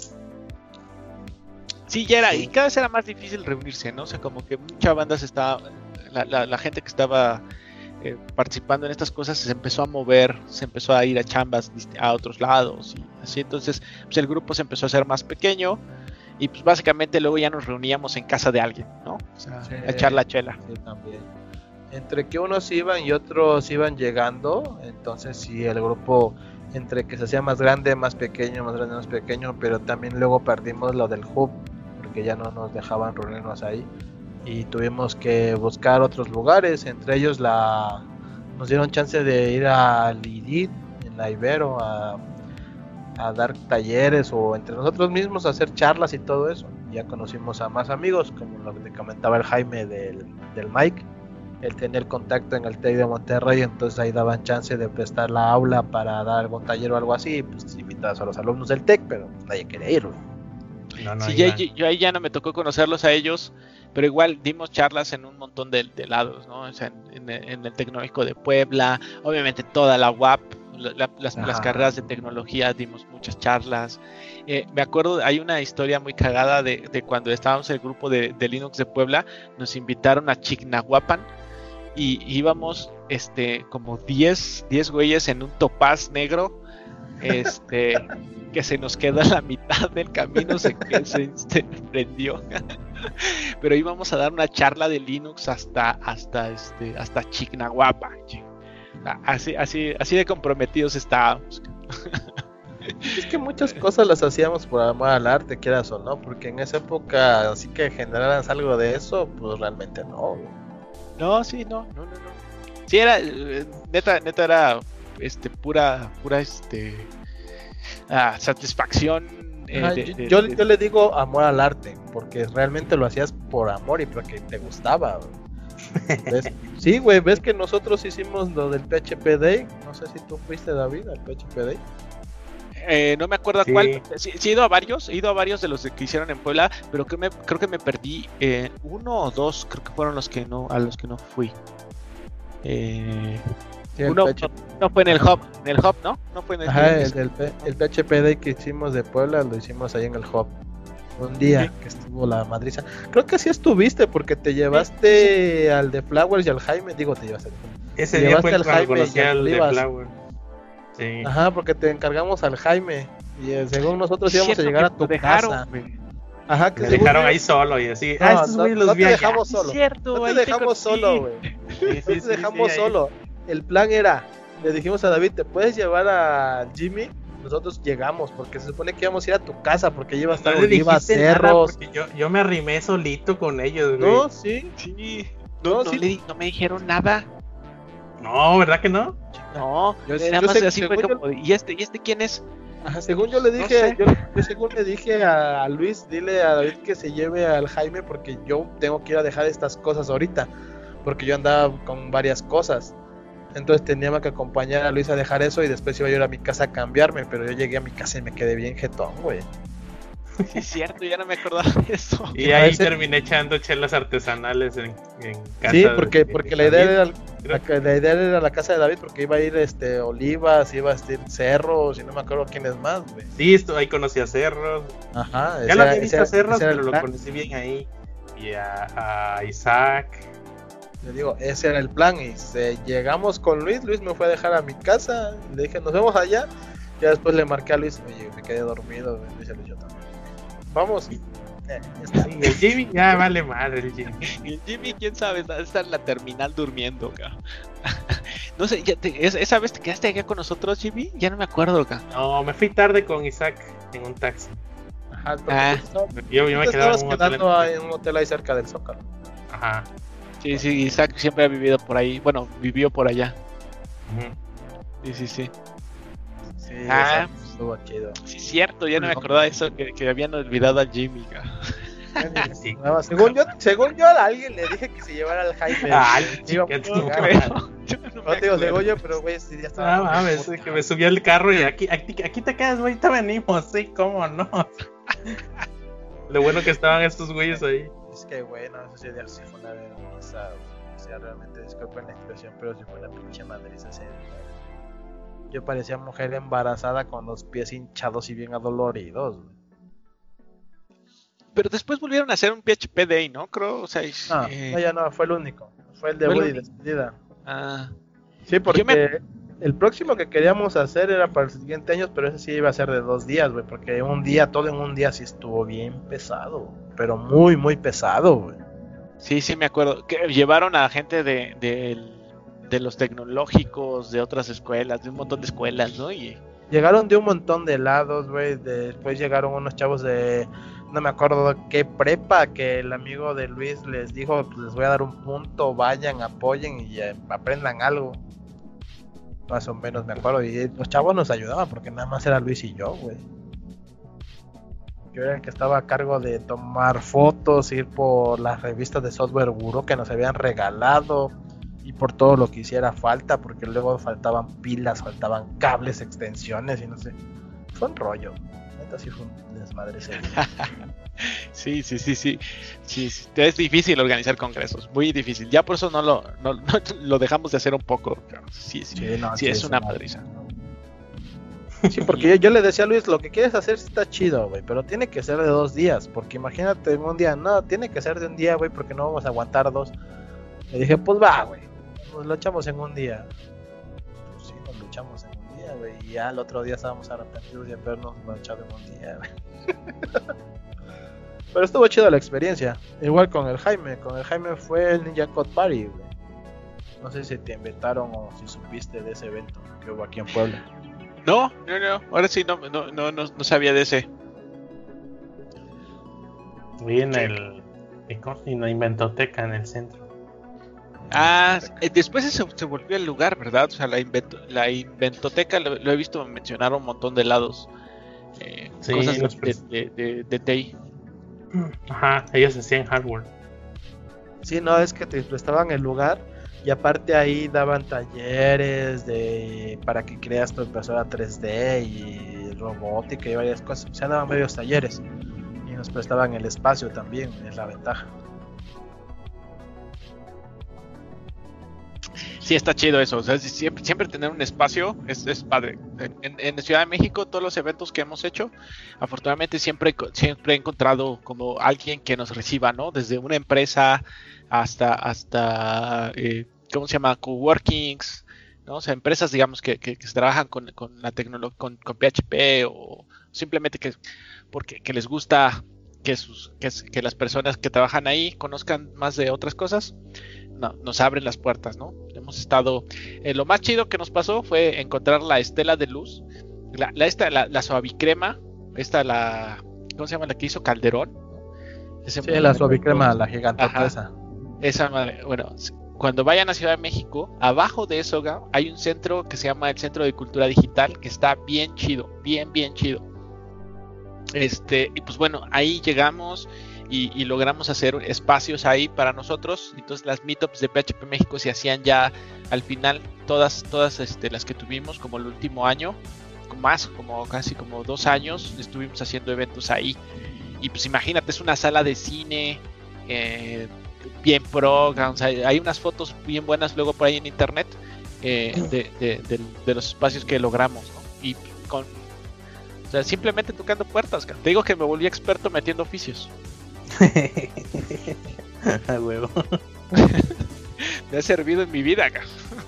Sí, ya era, y cada vez era más difícil reunirse, ¿no? O sea, como que mucha banda se estaba, la, la, la gente que estaba eh, participando en estas cosas se empezó a mover, se empezó a ir a chambas a otros lados y así, entonces pues el grupo se empezó a hacer más pequeño y pues básicamente luego ya nos reuníamos en casa de alguien, ¿no? O sea, sí, a echar la chela. Sí, también. Entre que unos iban y otros iban llegando, entonces sí, el grupo entre que se hacía más grande, más pequeño, más grande, más pequeño, pero también luego perdimos lo del hub, porque ya no nos dejaban reunirnos ahí y tuvimos que buscar otros lugares, entre ellos la nos dieron chance de ir a Lidit en la Ibero a, a dar talleres o entre nosotros mismos a hacer charlas y todo eso. Ya conocimos a más amigos, como lo que comentaba el Jaime del, del Mike, él tenía el contacto en el TEC de Monterrey, entonces ahí daban chance de prestar la aula para dar algún taller o algo así, pues invitabas a los alumnos del TEC, pero pues, nadie quería ir. No, no, sí, yo, yo ahí ya no me tocó conocerlos a ellos, pero igual dimos charlas en un montón de, de lados, ¿no? O sea, en, en, en el Tecnológico de Puebla, obviamente toda la U A P, la, las, las carreras de tecnología, dimos muchas charlas. Eh, me acuerdo, hay una historia muy cagada de, de cuando estábamos en el grupo de, de Linux de Puebla, nos invitaron a Chignahuapan y íbamos este, como diez güeyes en un topaz negro, este, que se nos queda a la mitad del camino, se, se, se prendió. Pero íbamos a dar una charla de Linux hasta, hasta, este, hasta Chignahuapan. Así, así, así de comprometidos estábamos. Es que muchas cosas las hacíamos por amor al arte, quieras o no, porque en esa época, así que generaran algo de eso, pues realmente no. No, sí, no, no, no, no. Sí, era, neta, neta era, este, pura, pura, este, ah, satisfacción. Eh, ah, de, yo, de, yo, de... yo le digo amor al arte, porque realmente lo hacías por amor y porque te gustaba. ¿Ves? Sí, güey, ves que nosotros hicimos lo del P H P Day. No sé si tú fuiste, David, al P H P Day. Eh, no me acuerdo sí. a cuál. Sí, sí, he ido a varios, he ido a varios de los que hicieron en Puebla, pero que me, creo que me perdí eh, uno o dos, creo que fueron los que no, a los que no fui. Eh, sí, uno no, no fue en el hub, en el hub, ¿no? No fue en el Ajá, el, el, el P H P Day que hicimos de Puebla lo hicimos ahí en el hub. Un día sí. que estuvo la madriza. Creo que sí estuviste porque te llevaste sí. al de Flowers y al Jaime. Digo, te llevaste. Ese te día llevaste fue al Jaime conocí al de Flowers. Sí. Ajá, porque te encargamos al Jaime. Y eh, según nosotros íbamos a llegar a tu dejaron, casa. Wey. Ajá, que me dejaron ahí solo y así. No, ah, estos no, los no vi te allá. dejamos solo. Es cierto, no te dejamos te solo, güey. Sí, sí, no te sí, dejamos sí, solo. Ahí. El plan era, le dijimos a David, ¿te puedes llevar a Jimmy? Nosotros llegamos porque se supone que íbamos a ir a tu casa porque iba a estar no olivas, cerros. Yo, yo me arrimé solito con ellos, güey. No, sí, sí. No, no, no, sí. Le, no me dijeron nada. No, ¿verdad que no? No, yo, nada yo más sé, así fue como, yo... ¿y este, ¿y este quién es? Ajá, según yo le dije, no sé. yo, yo según le dije a, a Luis, dile a David que se lleve al Jaime porque yo tengo que ir a dejar estas cosas ahorita, porque yo andaba con varias cosas. Entonces teníamos que acompañar a Luis a dejar eso y después iba a ir a mi casa a cambiarme, pero yo llegué a mi casa y me quedé bien jetón, güey. Sí, es cierto, ya no me acordaba de eso. Y ahí ese... terminé echando chelas artesanales en, en casa. Sí, porque, de, porque de la, idea era, la, la idea era la casa de David, porque iba a ir este olivas, iba a ir cerros y no me acuerdo quién es más, güey. Sí, esto, ahí conocí a Cerros. Ajá. Ya lo había visto a Cerros, pero lo conocí bien ahí. Y a, a Isaac. Le digo, ese era el plan y se, llegamos con Luis, Luis me fue a dejar a mi casa, le dije, nos vemos allá, ya después le marqué a Luis, oye, me quedé dormido, me dice Luis, yo también. Vamos, eh, ya está. Y el Jimmy, ya vale madre el Jimmy. El Jimmy, quién sabe, está en la terminal durmiendo, acá. No sé, ya te, esa vez te quedaste acá con nosotros, Jimmy, ya no me acuerdo, acá. No, me fui tarde con Isaac en un taxi. Ajá, ah. estaba, yo, yo me quedaba en un quedando hotel en un hotel ahí cerca del Zócalo. Ajá. Sí, sí, Isaac siempre ha vivido por ahí, bueno, vivió por allá. Uh-huh. Sí, sí, sí. Sí, ah, estuvo chido. Sí, cierto, ya no me acordaba de eso, que, que habían olvidado al Jimmy. Sí. Según yo, según yo a alguien le dije que se llevara al Jaime. Ay, chica, no, no creo. Yo no, no te digo, según yo, pero güey, sí, ya estaba. No mames, que me subí al carro y aquí, aquí, aquí te quedas, güey, te venimos, sí, cómo no. Lo bueno que estaban estos güeyes ahí. Es que, güey, no sé si de sí fue una vergüenza, o sea, realmente disculpen la expresión, pero si fue una pinche madriza ese. Yo parecía mujer embarazada con los pies hinchados y bien adoloridos. Pero después volvieron a hacer un P H P Day, ¿no? Creo, o sea... No, eh... no, ya no, fue el único. Fue el de Woody despedida. Ah. Sí, porque me... el próximo que queríamos hacer era para el siguiente año, pero ese sí iba a ser de dos días, güey, porque un día, todo en un día sí estuvo bien pesado, pero muy, muy pesado, güey. Sí, sí, me acuerdo. Que llevaron a gente de... de... de los tecnológicos, de otras escuelas, de un montón de escuelas, ¿no? Y llegaron de un montón de lados, güey. Después llegaron unos chavos de, no me acuerdo qué prepa, que el amigo de Luis les dijo, pues les voy a dar un punto, vayan, apoyen y eh, aprendan algo. Más o menos me acuerdo. Y los chavos nos ayudaban porque nada más era Luis y yo, güey. Yo era el que estaba a cargo de tomar fotos, ir por las revistas de Software Guru que nos habían regalado. Y por todo lo que hiciera falta, porque luego faltaban pilas, faltaban cables, extensiones y no sé. Fue un rollo. Neta sí fue un desmadre ese día. Sí, sí, sí, sí, sí, sí. Es difícil organizar congresos, muy difícil. Ya por eso no lo, no, no, lo dejamos de hacer un poco. Sí, sí, sí, no, sí, sí es, es una madriza. Sí, porque yo, yo le decía a Luis, lo que quieres hacer está chido, güey, pero tiene que ser de dos días, porque imagínate en un día, no, tiene que ser de un día, güey, porque no vamos a aguantar dos. Le dije, pues va, güey, nos lo echamos en un día. Pues sí, nos lo echamos en un día, güey, y ya el otro día estábamos arrepentidos de habernos lo echado en un día, güey. Pero estuvo chido la experiencia, igual con el Jaime, con el Jaime fue el Ninja Code Party, güey. No sé si te inventaron o si supiste de ese evento que hubo aquí en Puebla. No, no, no, ahora sí no, no, no, no, no sabía de ese. Vi en el en la Inventoteca en el centro. Ah, eh, después se, se volvió el lugar, ¿verdad? O sea, la, invento, la Inventoteca lo, lo he visto mencionar un montón de lados. Eh, Sí, cosas de, los de, pres- de, de, de T I. Ajá, ellos hacían hardware. Sí, no, es que te prestaban el lugar y aparte ahí daban talleres de para que creas tu impresora tres D y robótica y varias cosas. O sea, daban varios talleres y nos prestaban el espacio también, es la ventaja. Sí, está chido eso. O sea, siempre, siempre tener un espacio es, es padre. En, en Ciudad de México, todos los eventos que hemos hecho, afortunadamente siempre, siempre he encontrado como alguien que nos reciba, ¿no? Desde una empresa hasta, hasta eh, ¿cómo se llama? Coworkings, ¿no? O sea, empresas, digamos, que, que, que trabajan con, con la tecnología, con, con P H P o simplemente que, porque, que les gusta que, sus, que, que las personas que trabajan ahí conozcan más de otras cosas. No, nos abren las puertas, ¿no? Hemos estado... Eh, lo más chido que nos pasó fue encontrar la estela de luz. La, la, esta, la, la suavicrema. Esta, la... ¿Cómo se llama? La que hizo Calderón. Ese Sí, la suavicrema, la gigantota Ajá. esa. Esa madre, bueno, cuando vayan a Ciudad de México, abajo de eso hay un centro que se llama el Centro de Cultura Digital, que está bien chido, bien, bien chido. Este, y pues bueno, ahí llegamos y, y logramos hacer espacios ahí para nosotros. Entonces las meetups de P H P México se hacían ya al final, todas, todas este, las que tuvimos, como el último año, más, como casi como dos años, estuvimos haciendo eventos ahí. Y pues imagínate, es una sala de cine, eh, bien pro, o sea, hay unas fotos bien buenas luego por ahí en internet eh, de, de, de, de los espacios que logramos, ¿no? Y con, o sea, simplemente tocando puertas, te digo que me volví experto metiendo oficios. A huevo. Me ha servido en mi vida acá.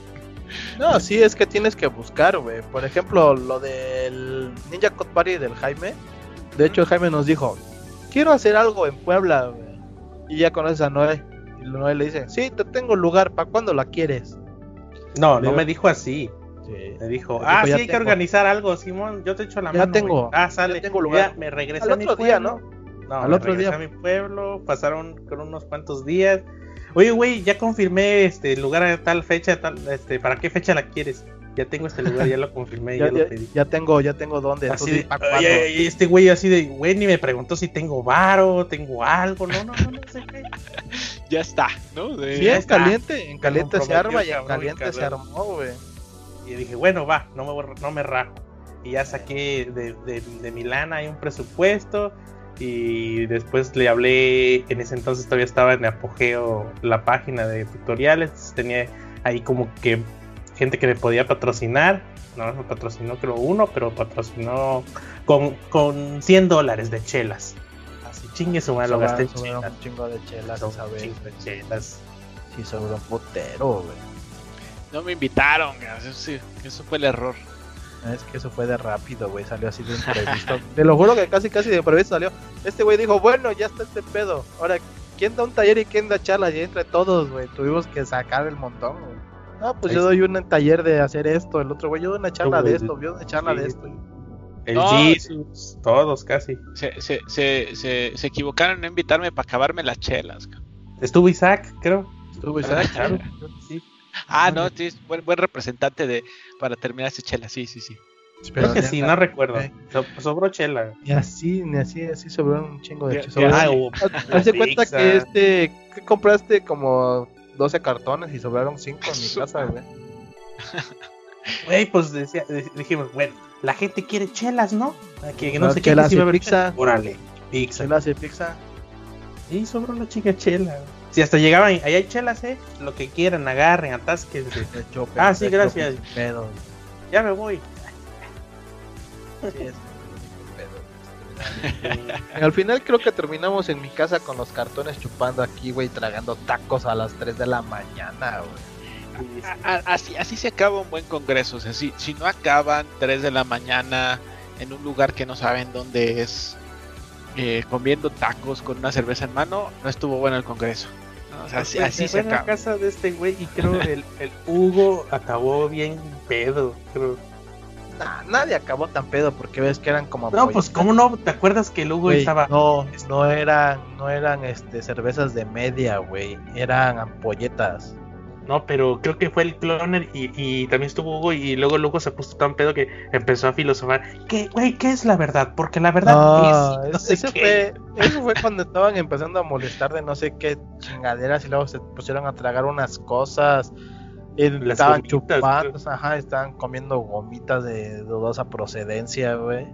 No, sí, es que tienes que buscar, güey. Por ejemplo, lo del Ninja Code Party del Jaime. De hecho, el Jaime nos dijo, quiero hacer algo en Puebla, güey. Y ya conoces a Noé. Y Noé le dice, sí, te tengo lugar, ¿para cuándo la quieres? No, Le no digo- me dijo así. Sí. Me dijo, Me ah, dijo, sí, ya hay que tengo. organizar algo, Simón. Yo te echo la Ya mano. tengo, güey. Ah, sale. ya tengo lugar. Ya me regresé Al a mi otro día, pueblo. No, Al me otro regresé día. a mi pueblo. Pasaron con unos cuantos días. Oye, güey, ya confirmé este lugar a tal fecha, tal, este, ¿para qué fecha la quieres? Ya tengo este lugar, ya lo confirmé, ya, Ya, lo ya, pedí. ya tengo, ya tengo dónde. Así entonces, de, ¿pa' cuándo? oye, y este güey así de, güey, ni me preguntó si tengo varo, tengo algo, no, no, no, no sé qué. Ya está, ¿no? De, Sí, ya en está. caliente, en caliente se comprometió, arma y en cabrón, caliente se cabrón. armó, güey. Y dije, bueno, va, no me, borro- no me rajo. Y ya saqué de, de, de mi lana ahí un presupuesto. Y después le hablé, en ese entonces todavía estaba en apogeo la página de tutoriales. Tenía ahí como que gente que me podía patrocinar. No me patrocinó creo uno, pero patrocinó con, con cien dólares de chelas. Así chingue su madre, lo Sobraron- gasté en sobraron chelas. un chingo de chelas Son esa un vez, chingo de güey. chelas. Sí, sobró un putero, güey. No me invitaron, eso, sí, eso fue el error. Es que eso fue de rápido, güey, salió así de imprevisto. Te lo juro que casi casi de imprevisto salió. Este güey dijo, bueno, ya está este pedo. Ahora, ¿quién da un taller y quién da charlas? Y entre todos, güey, tuvimos que sacar el montón, güey. No, pues Ahí yo sí. doy un taller de hacer esto, el otro güey, yo doy una charla Tú, de güey, esto, yo doy una charla sí. de esto. El No. Jesus, todos casi. Se, se, se, se, se equivocaron en no invitarme para acabarme las chelas. cabrón. Estuvo Isaac, creo. Estuvo Ah, Isaac, claro, sí. Ah, no, sí, es buen, buen representante de para terminar ese chela, sí, sí, sí. Creo que sí, no recuerdo. eh. So- sobró chela. Y así, ni así, así sobró un chingo de Ya- chelas. ya- Ah, hubo Haz de cuenta pizza. que este, que compraste como doce cartones y sobraron cinco en mi casa, güey. Güey, pues decía, de- dijimos, bueno, la gente quiere chelas, ¿no? Que, que no Las sé qué, chelas que sí y va a haber pizza. chelas. Órale, pizza. Chelas y pizza. Y sobró la chica chela. Si hasta llegaban, ahí hay chelas, eh. Lo que quieran, agarren, atásquense. De hecho, Ah, sí, de hecho, gracias. pedo. Ya me voy. Sí, es el único pedo. Al final creo que terminamos en mi casa con los cartones chupando aquí, güey, tragando tacos a las tres de la mañana, güey. A, a, así, así se acaba un buen congreso. O sea, si, si no acaban tres de la mañana en un lugar que no saben dónde es, eh, comiendo tacos con una cerveza en mano, no estuvo bueno el congreso. ¿No? O sea, así, así se acaba. En la casa de este güey y creo el, el Hugo acabó bien pedo, creo. Nah, nadie acabó tan pedo porque ves que eran como no, pues cómo no, ¿te acuerdas que el Hugo wey, estaba? No, no eran, no eran este cervezas de media, güey, eran ampolletas. No, pero creo que fue el cloner y, y también estuvo Hugo y luego Hugo se puso tan pedo que empezó a filosofar. ¿Qué, güey, qué es la verdad? Porque la verdad no, es... No sé ese qué. Fue, eso fue cuando estaban empezando a molestar de no sé qué chingaderas y luego se pusieron a tragar unas cosas. Y Las estaban gomitas, chupando, creo. ajá, estaban comiendo gomitas de dudosa procedencia, güey.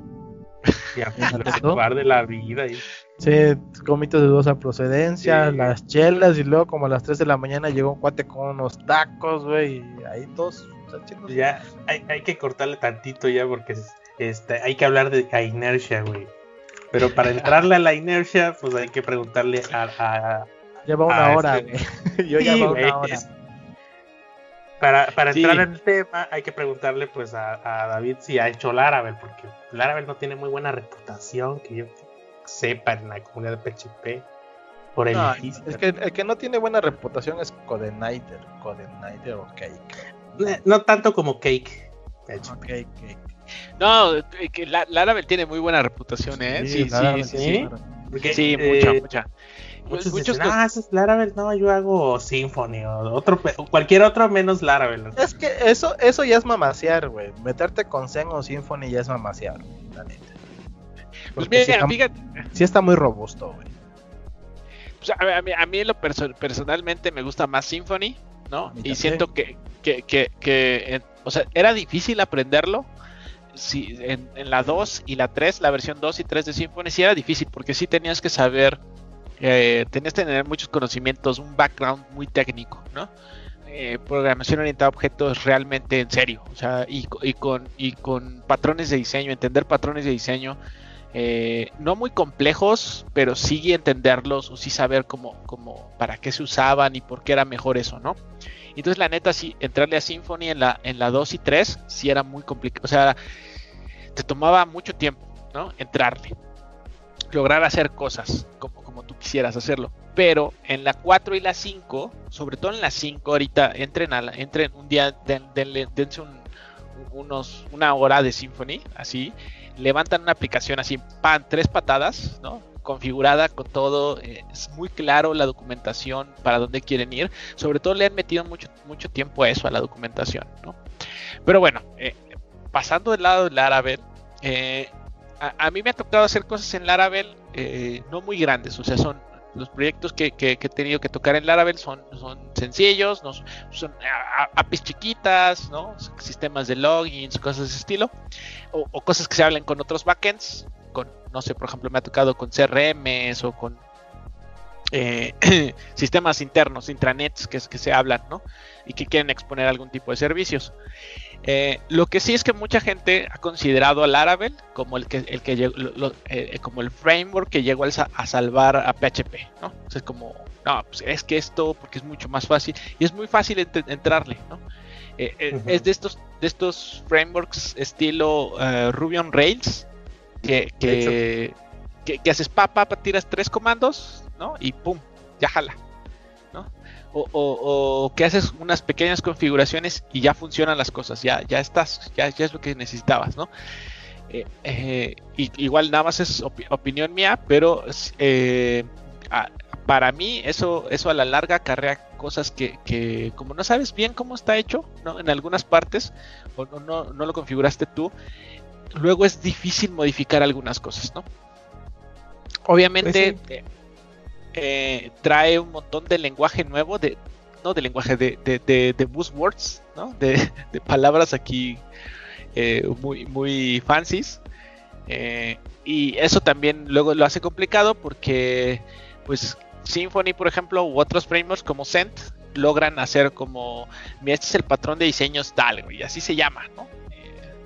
Y a filosofar de la vida. Y... Sí, gomitas de dudosa procedencia, sí. Las chelas, y luego como a las tres de la mañana llegó un cuate con unos tacos, güey, y ahí todos... Ya, hay, hay que cortarle tantito ya porque este, hay que hablar de la inercia, güey. Pero para entrarle a la inercia, pues hay que preguntarle a... a Lleva una a hora, este... güey. Yo sí, llevo güey, una hora. Es... Para, para sí. entrar en el tema hay que preguntarle pues a, a David si ha hecho Laravel, porque Laravel no tiene muy buena reputación, que yo sepa, en la comunidad de P H P. Por el no, es que el que no tiene buena reputación es Codeniter, Codeniter o Cake. No, no tanto como Cake. Okay, Cake. No, que la, Laravel tiene muy buena reputación, ¿eh? Sí, sí, sí. Sí, sí. Porque, sí eh, mucha, mucha. Muchos, Muchos dicen, ah, eso es Laravel, no, yo hago Symfony o otro, cualquier otro menos Laravel. Es que eso, eso ya es mamasear, güey. Meterte con Zen o Symfony ya es mamasear, la neta. Pues mira, sí está, fíjate. Sí está muy robusto, güey. Pues a, a, mí, a mí lo perso- personalmente me gusta más Symfony, ¿no? Y siento que, que, que, que en, o sea, era difícil aprenderlo. Sí, en, en la dos y la tres, la versión dos y tres de Symfony, sí era difícil porque sí tenías que saber, eh, tenías que tener muchos conocimientos, un background muy técnico, ¿no? Eh, programación orientada a objetos realmente en serio, o sea, y, y, con, y con patrones de diseño, entender patrones de diseño, eh, no muy complejos, pero sí entenderlos o sí saber cómo, cómo, para qué se usaban y por qué era mejor eso, ¿no? Entonces la neta, sí, entrarle a Symfony en la, en la dos y tres, sí era muy complicado, o sea, te tomaba mucho tiempo, ¿no? Entrarle, lograr hacer cosas como, como tú quisieras hacerlo. Pero en la cuatro y la cinco, sobre todo en la cinco, ahorita entren, a la, entren un día, den, denle, dense un, unos, una hora de Symfony, así, levantan una aplicación así, pan, tres patadas, ¿no? Configurada con todo, eh, es muy claro la documentación para dónde quieren ir. Sobre todo le han metido mucho, mucho tiempo a eso, a la documentación, ¿no? Pero bueno, eh, pasando del lado de Laravel, eh, a, a mí me ha tocado hacer cosas en Laravel eh, no muy grandes, o sea, son los proyectos que, que, que he tenido que tocar en Laravel son, son sencillos, no, son A P Is chiquitas, ¿no? Sistemas de logins, cosas de ese estilo, o, o cosas que se hablan con otros backends, con, no sé, por ejemplo, me ha tocado con C R Ms o con eh, sistemas internos, intranets que, que se hablan, ¿no? Y que quieren exponer algún tipo de servicios. Eh, lo que sí es que mucha gente ha considerado a Laravel como el que, el que llegó, lo, eh, como el framework que llegó a, a salvar a P H P, ¿no? O sea, es como, no, pues es que esto, porque es mucho más fácil y es muy fácil ent- entrarle, ¿no? Eh, eh, uh-huh. Es de estos, de estos frameworks estilo uh, Ruby on Rails que, que, que, que haces papa, pa, tiras tres comandos, ¿no? Y pum, ya jala. O, o, o que haces unas pequeñas configuraciones y ya funcionan las cosas, ya, ya estás, ya, ya es lo que necesitabas, ¿no? Eh, eh, y, igual nada más es op- opinión mía, pero eh, a, para mí eso, eso a la larga acarrea cosas que, que como no sabes bien cómo está hecho, ¿no? En algunas partes, o no, no, no lo configuraste tú, luego es difícil modificar algunas cosas, ¿no? Obviamente... Pues sí. eh, Eh, trae un montón de lenguaje nuevo, de no de lenguaje, de, de, de, de buzzwords, ¿no? De, de palabras aquí eh, muy, muy fancies. Eh, y eso también luego lo hace complicado porque, pues, Symfony, por ejemplo, u otros frameworks como Cent logran hacer como, mira, este es el patrón de diseños tal, y así se llama, ¿no?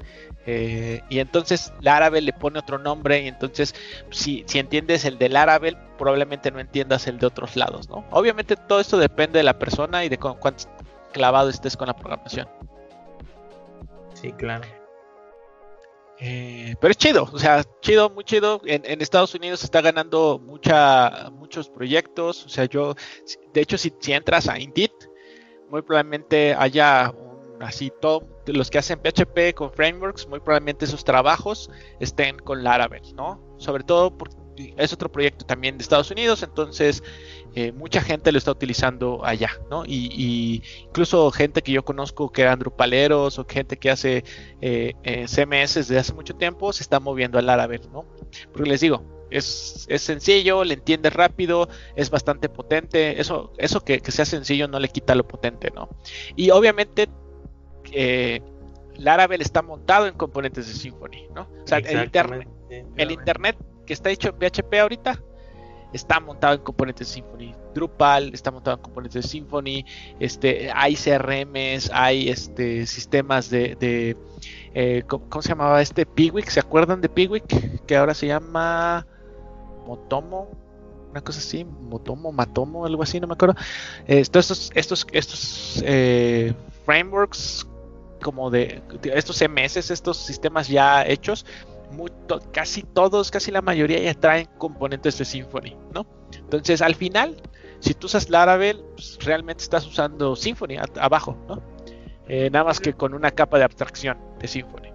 Eh, y entonces Laravel le pone otro nombre, y entonces si, si entiendes el de Laravel, probablemente no entiendas el de otros lados, ¿no? Obviamente todo esto depende de la persona y de cu- cuánto clavado estés con la programación. Sí, claro. Eh, pero es chido, o sea, chido, muy chido. En, en Estados Unidos se está ganando mucha, muchos proyectos. O sea, yo, de hecho, si, si entras a Indeed, muy probablemente haya un, así todo, los que hacen P H P con frameworks, muy probablemente esos trabajos estén con Laravel, ¿no? Sobre todo porque es otro proyecto también de Estados Unidos, entonces eh, mucha gente lo está utilizando allá, ¿no? Y, y incluso gente que yo conozco que eran drupaleros o gente que hace eh, eh, C M S desde hace mucho tiempo se está moviendo al Laravel, ¿no? Porque les digo, es, es sencillo, le entiendes rápido, es bastante potente, eso, eso que, que sea sencillo no le quita lo potente, ¿no? Y obviamente eh, Laravel está montado en componentes de Symfony, ¿no? O sea, el internet, el internet que está hecho en P H P ahorita está montado en componentes de Symfony. Drupal está montado en componentes de Symfony. Este, hay C R Ms, hay este, sistemas de, de eh, ¿cómo, ¿cómo se llamaba este? Piwik, ¿se acuerdan de Piwik? Que ahora se llama Motomo, una cosa así, Motomo, Matomo, algo así, no me acuerdo. Eh, estos, estos, estos eh, frameworks como de, de estos C M S, estos sistemas ya hechos. Muy, to, casi todos, casi la mayoría ya traen componentes de Symfony, ¿no? Entonces, al final, si tú usas Laravel, pues, realmente estás usando Symfony a, abajo, ¿no? Eh, nada más que con una capa de abstracción de Symfony.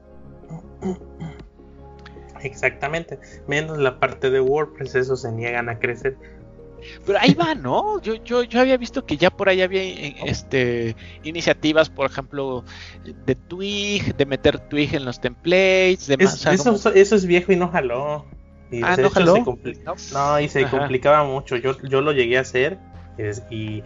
Exactamente. Menos la parte de WordPress, eso se niegan a crecer. Pero ahí va, ¿no? Yo, yo, yo había visto que ya por ahí había este, iniciativas, por ejemplo, de Twig, de meter Twig en los templates. De es, más, o sea, eso, como... eso es viejo y no jaló. Y ah, ¿no jaló? Se compli... no. no, y se Ajá. complicaba mucho. Yo, yo lo llegué a hacer es, y,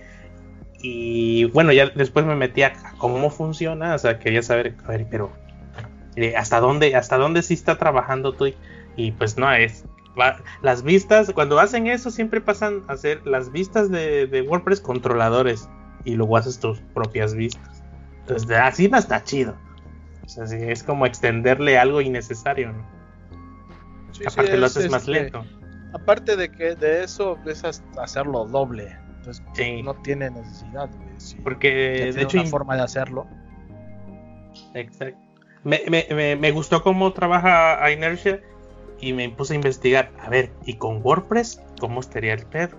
y bueno, ya después me metí a cómo funciona. O sea, quería saber, a ver, pero eh, ¿hasta dónde, hasta dónde sí está trabajando Twig? Y pues no, es... las vistas, cuando hacen eso siempre pasan a hacer las vistas de, de WordPress controladores y luego haces tus propias vistas. Entonces así no está chido. O sea, sí, es como extenderle algo innecesario, ¿no? Sí, aparte sí, lo haces es, más lento. Que, aparte de que de eso es hacerlo doble. Entonces sí. No tiene necesidad. Si Porque de hecho una forma de hacerlo. Exacto. Me, me, me, me gustó cómo trabaja a Inertia. Y me puse a investigar, a ver, ¿y con WordPress cómo estaría el pedo?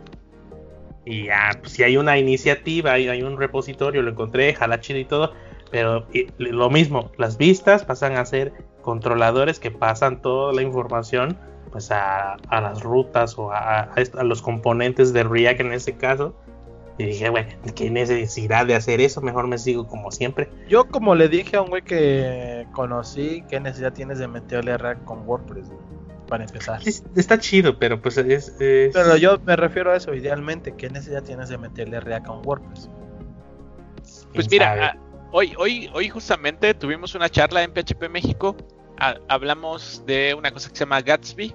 Y ya, pues si hay una iniciativa, hay, hay un repositorio, lo encontré, jala chido y todo, pero y, lo mismo, las vistas pasan a ser controladores que pasan toda la información pues a, a las rutas o a, a, a los componentes de React en ese caso. Y dije, bueno, ¿qué necesidad de hacer eso? Mejor me sigo como siempre. Yo como le dije a un güey que conocí, ¿qué necesidad tienes de meterle React con WordPress, güey? Para empezar. Es, está chido, pero pues es, es... Pero yo me refiero a eso, idealmente, ¿qué necesidad tienes de meterle React con WordPress? Pues mira, uh, hoy, hoy, hoy justamente tuvimos una charla en P H P México, a, hablamos de una cosa que se llama Gatsby,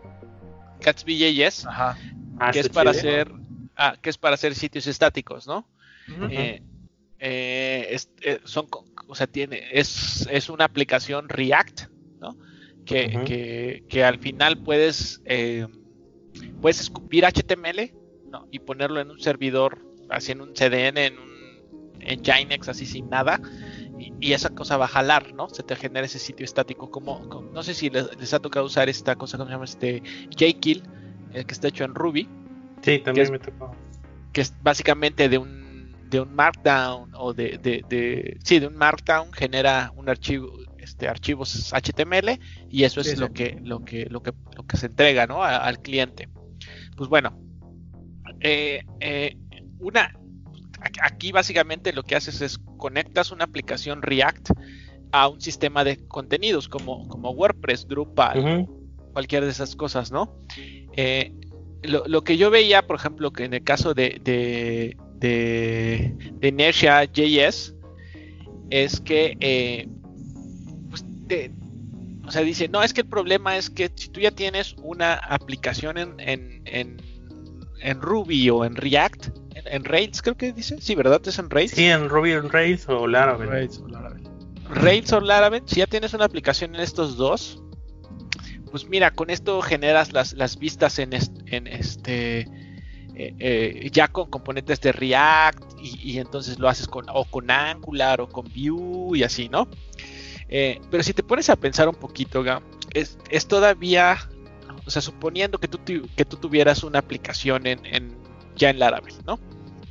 Gatsby J S, Ajá. Ah, que es para chido. hacer, ah, que es para hacer sitios estáticos, ¿no? Uh-huh. Eh, eh, es, eh, son, o sea, tiene, es, es una aplicación React, ¿no? Que, uh-huh. que, que al final puedes eh, puedes escupir H T M L, ¿no? Y ponerlo en un servidor, así en un C D N, en un en Nginx, así sin nada, y, y esa cosa va a jalar, ¿no? Se te genera ese sitio estático, como, como no sé si les, les ha tocado usar esta cosa, ¿cómo se llama? Este Jekyll, el que está hecho en Ruby. Sí, también es, me tocó. Que es básicamente de un de un Markdown o de, de, de sí, de un Markdown genera un archivo de archivos H T M L y eso es sí, lo, sí. Que, lo, que, lo, que, lo que se entrega, ¿no? a, al cliente. Pues bueno, eh, eh, una aquí básicamente lo que haces es conectas una aplicación React a un sistema de contenidos como, como WordPress, Drupal, uh-huh. cualquiera de esas cosas, ¿no? Eh, lo, lo que yo veía, por ejemplo, que en el caso de, de, de, de Inertia J S es que eh, De, o sea, dice, no, es que el problema es que si tú ya tienes una aplicación en, en, en, en Ruby o en React, en, en Rails creo que dice, sí, ¿verdad? ¿Es en Rails? Sí, en Ruby on Rails o Laravel. Rails o Laravel. Rails o Laravel, si ya tienes una aplicación en estos dos, pues mira, con esto generas las, las vistas en, est, en este eh, eh, ya con componentes de React y, y entonces lo haces con o con Angular o con Vue y así, ¿no? Eh, pero si te pones a pensar un poquito, es, es todavía, o sea, suponiendo que tú, que tú tuvieras una aplicación en, en ya en Laravel, ¿no?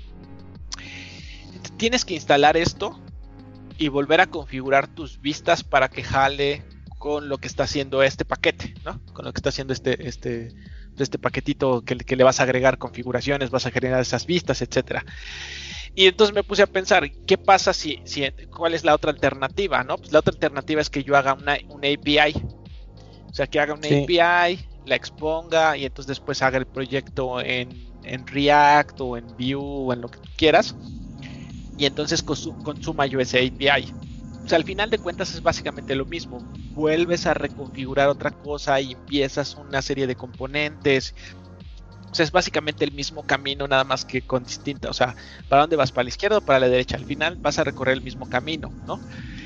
Tienes que instalar esto y volver a configurar tus vistas para que jale con lo que está haciendo este paquete, ¿no? Con lo que está haciendo este, este, este paquetito que, que le vas a agregar configuraciones, vas a generar esas vistas, etcétera. Y entonces me puse a pensar, ¿qué pasa si, si cuál es la otra alternativa, ¿no? Pues la otra alternativa es que yo haga una, una A P I, o sea, que haga una sí. A P I, la exponga y entonces después haga el proyecto en, en React o en Vue o en lo que tú quieras. Y entonces consuma yo ese A P I. O sea, al final de cuentas es básicamente lo mismo. Vuelves a reconfigurar otra cosa y empiezas una serie de componentes. O sea, es básicamente el mismo camino, nada más que con distinta. O sea, ¿para dónde vas? ¿Para la izquierda o para la derecha? Al final vas a recorrer el mismo camino, ¿no?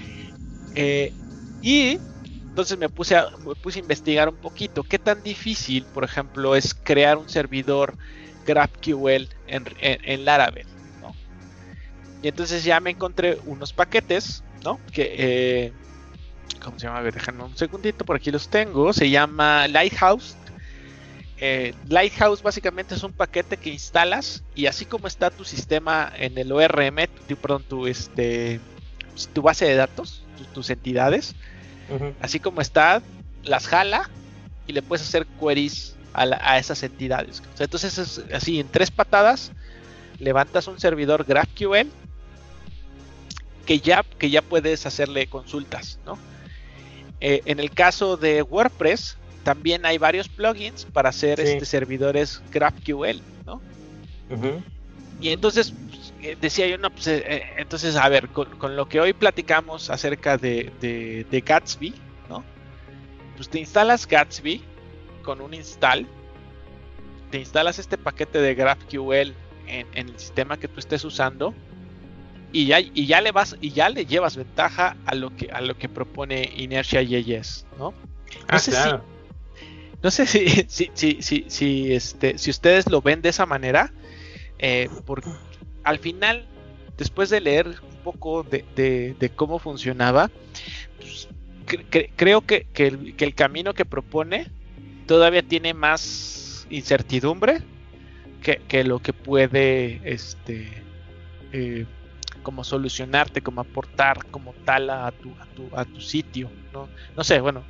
Eh, y entonces me puse, a, me puse a investigar un poquito. ¿Qué tan difícil, por ejemplo, es crear un servidor GraphQL en, en, en Laravel? Y entonces ya me encontré unos paquetes, ¿no? Que, eh, ¿cómo se llama? A ver, déjame un segundito, por aquí los tengo. Se llama Lighthouse. Eh, Lighthouse básicamente es un paquete que instalas y así como está tu sistema en el O R M, tu, perdón, tu, este, tu base de datos, tu, tus entidades, uh-huh. Así como está, las jala y le puedes hacer queries a, la, a esas entidades. O sea, entonces es así, en tres patadas, levantas un servidor GraphQL que ya, que ya puedes hacerle consultas, ¿no? Eh, en el caso de WordPress, también hay varios plugins para hacer sí. este, servidores GraphQL, ¿no? Uh-huh. Y entonces pues, decía yo, no, pues eh, entonces, a ver, con, con lo que hoy platicamos acerca de, de, de Gatsby, ¿no? Pues te instalas Gatsby con un install, te instalas este paquete de GraphQL en, en el sistema que tú estés usando. Y ya, y ya le vas y ya le llevas ventaja a lo que a lo que propone Inertia punto J S, ¿no? No ah, sé claro. si no sé si si, si, si, si este si ustedes lo ven de esa manera, eh, porque al final, después de leer un poco de, de, de cómo funcionaba, pues, cre- cre- creo que, que, el, que el camino que propone todavía tiene más incertidumbre que, que lo que puede este eh, como solucionarte, como aportar como tal a tu, a tu, a tu sitio, ¿no? No sé, bueno,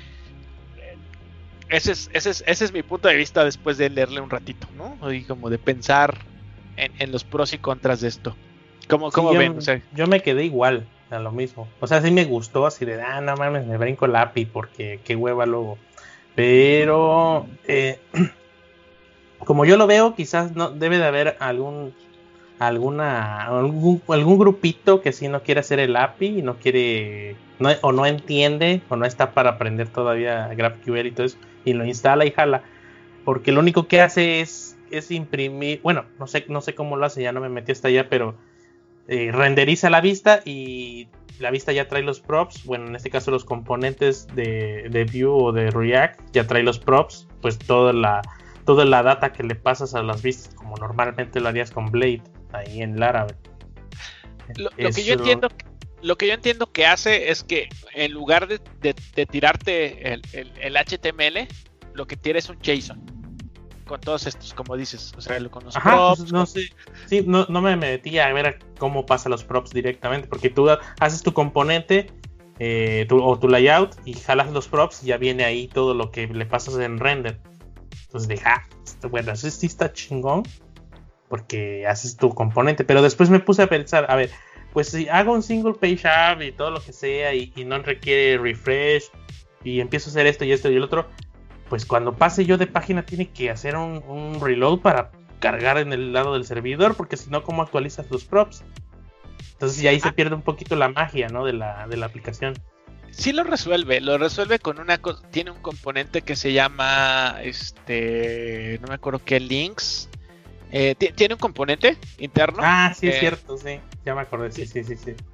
ese es, ese es, ese es mi punto de vista después de leerle un ratito, ¿no? Y como de pensar en, en los pros y contras de esto. ¿Cómo, sí, cómo yo, ven? O sea, yo me quedé igual, a lo mismo. O sea, sí me gustó, así de, ah, no mames, me brinco el A P I porque qué hueva luego. Pero, eh, como yo lo veo, quizás no debe de haber algún alguna algún, algún grupito que sí no quiere hacer el A P I y no quiere no, o no entiende o no está para aprender todavía GraphQL y todo eso y lo instala y jala, porque lo único que hace es, es imprimir, bueno, no sé no sé cómo lo hace, ya no me metí hasta allá, pero eh, renderiza la vista y la vista ya trae los props, bueno, en este caso los componentes de, de Vue o de React ya trae los props, pues toda la toda la data que le pasas a las vistas como normalmente lo harías con Blade ahí en Laravel. Lo, lo que yo entiendo, lo que yo entiendo que hace es que en lugar de, de, de tirarte el, el, el H T M L, lo que tira es un JSON con todos estos, como dices, o sea, con los Ajá, props. Pues no con... sé, sí, no, no me metí a ver cómo pasa los props directamente, porque tú haces tu componente eh, tu, o tu layout y jalas los props y ya viene ahí todo lo que le pasas en render. Entonces dije, ah, bueno, eso sí está chingón, porque haces tu componente, pero después me puse a pensar, a ver, pues si hago un single page app y todo lo que sea y, y no requiere refresh y empiezo a hacer esto y esto y el otro, pues cuando pase yo de página tiene que hacer un, un reload para cargar en el lado del servidor, porque si no, ¿cómo actualizas los props? Entonces y ahí ah. se pierde un poquito la magia, ¿no? de la, de la aplicación. Sí lo resuelve, lo resuelve con una cosa, tiene un componente que se llama, este, no me acuerdo qué, links. Eh, t- tiene un componente interno. Ah, sí, eh, es cierto, sí, ya me acordé, sí, sí, sí, sí.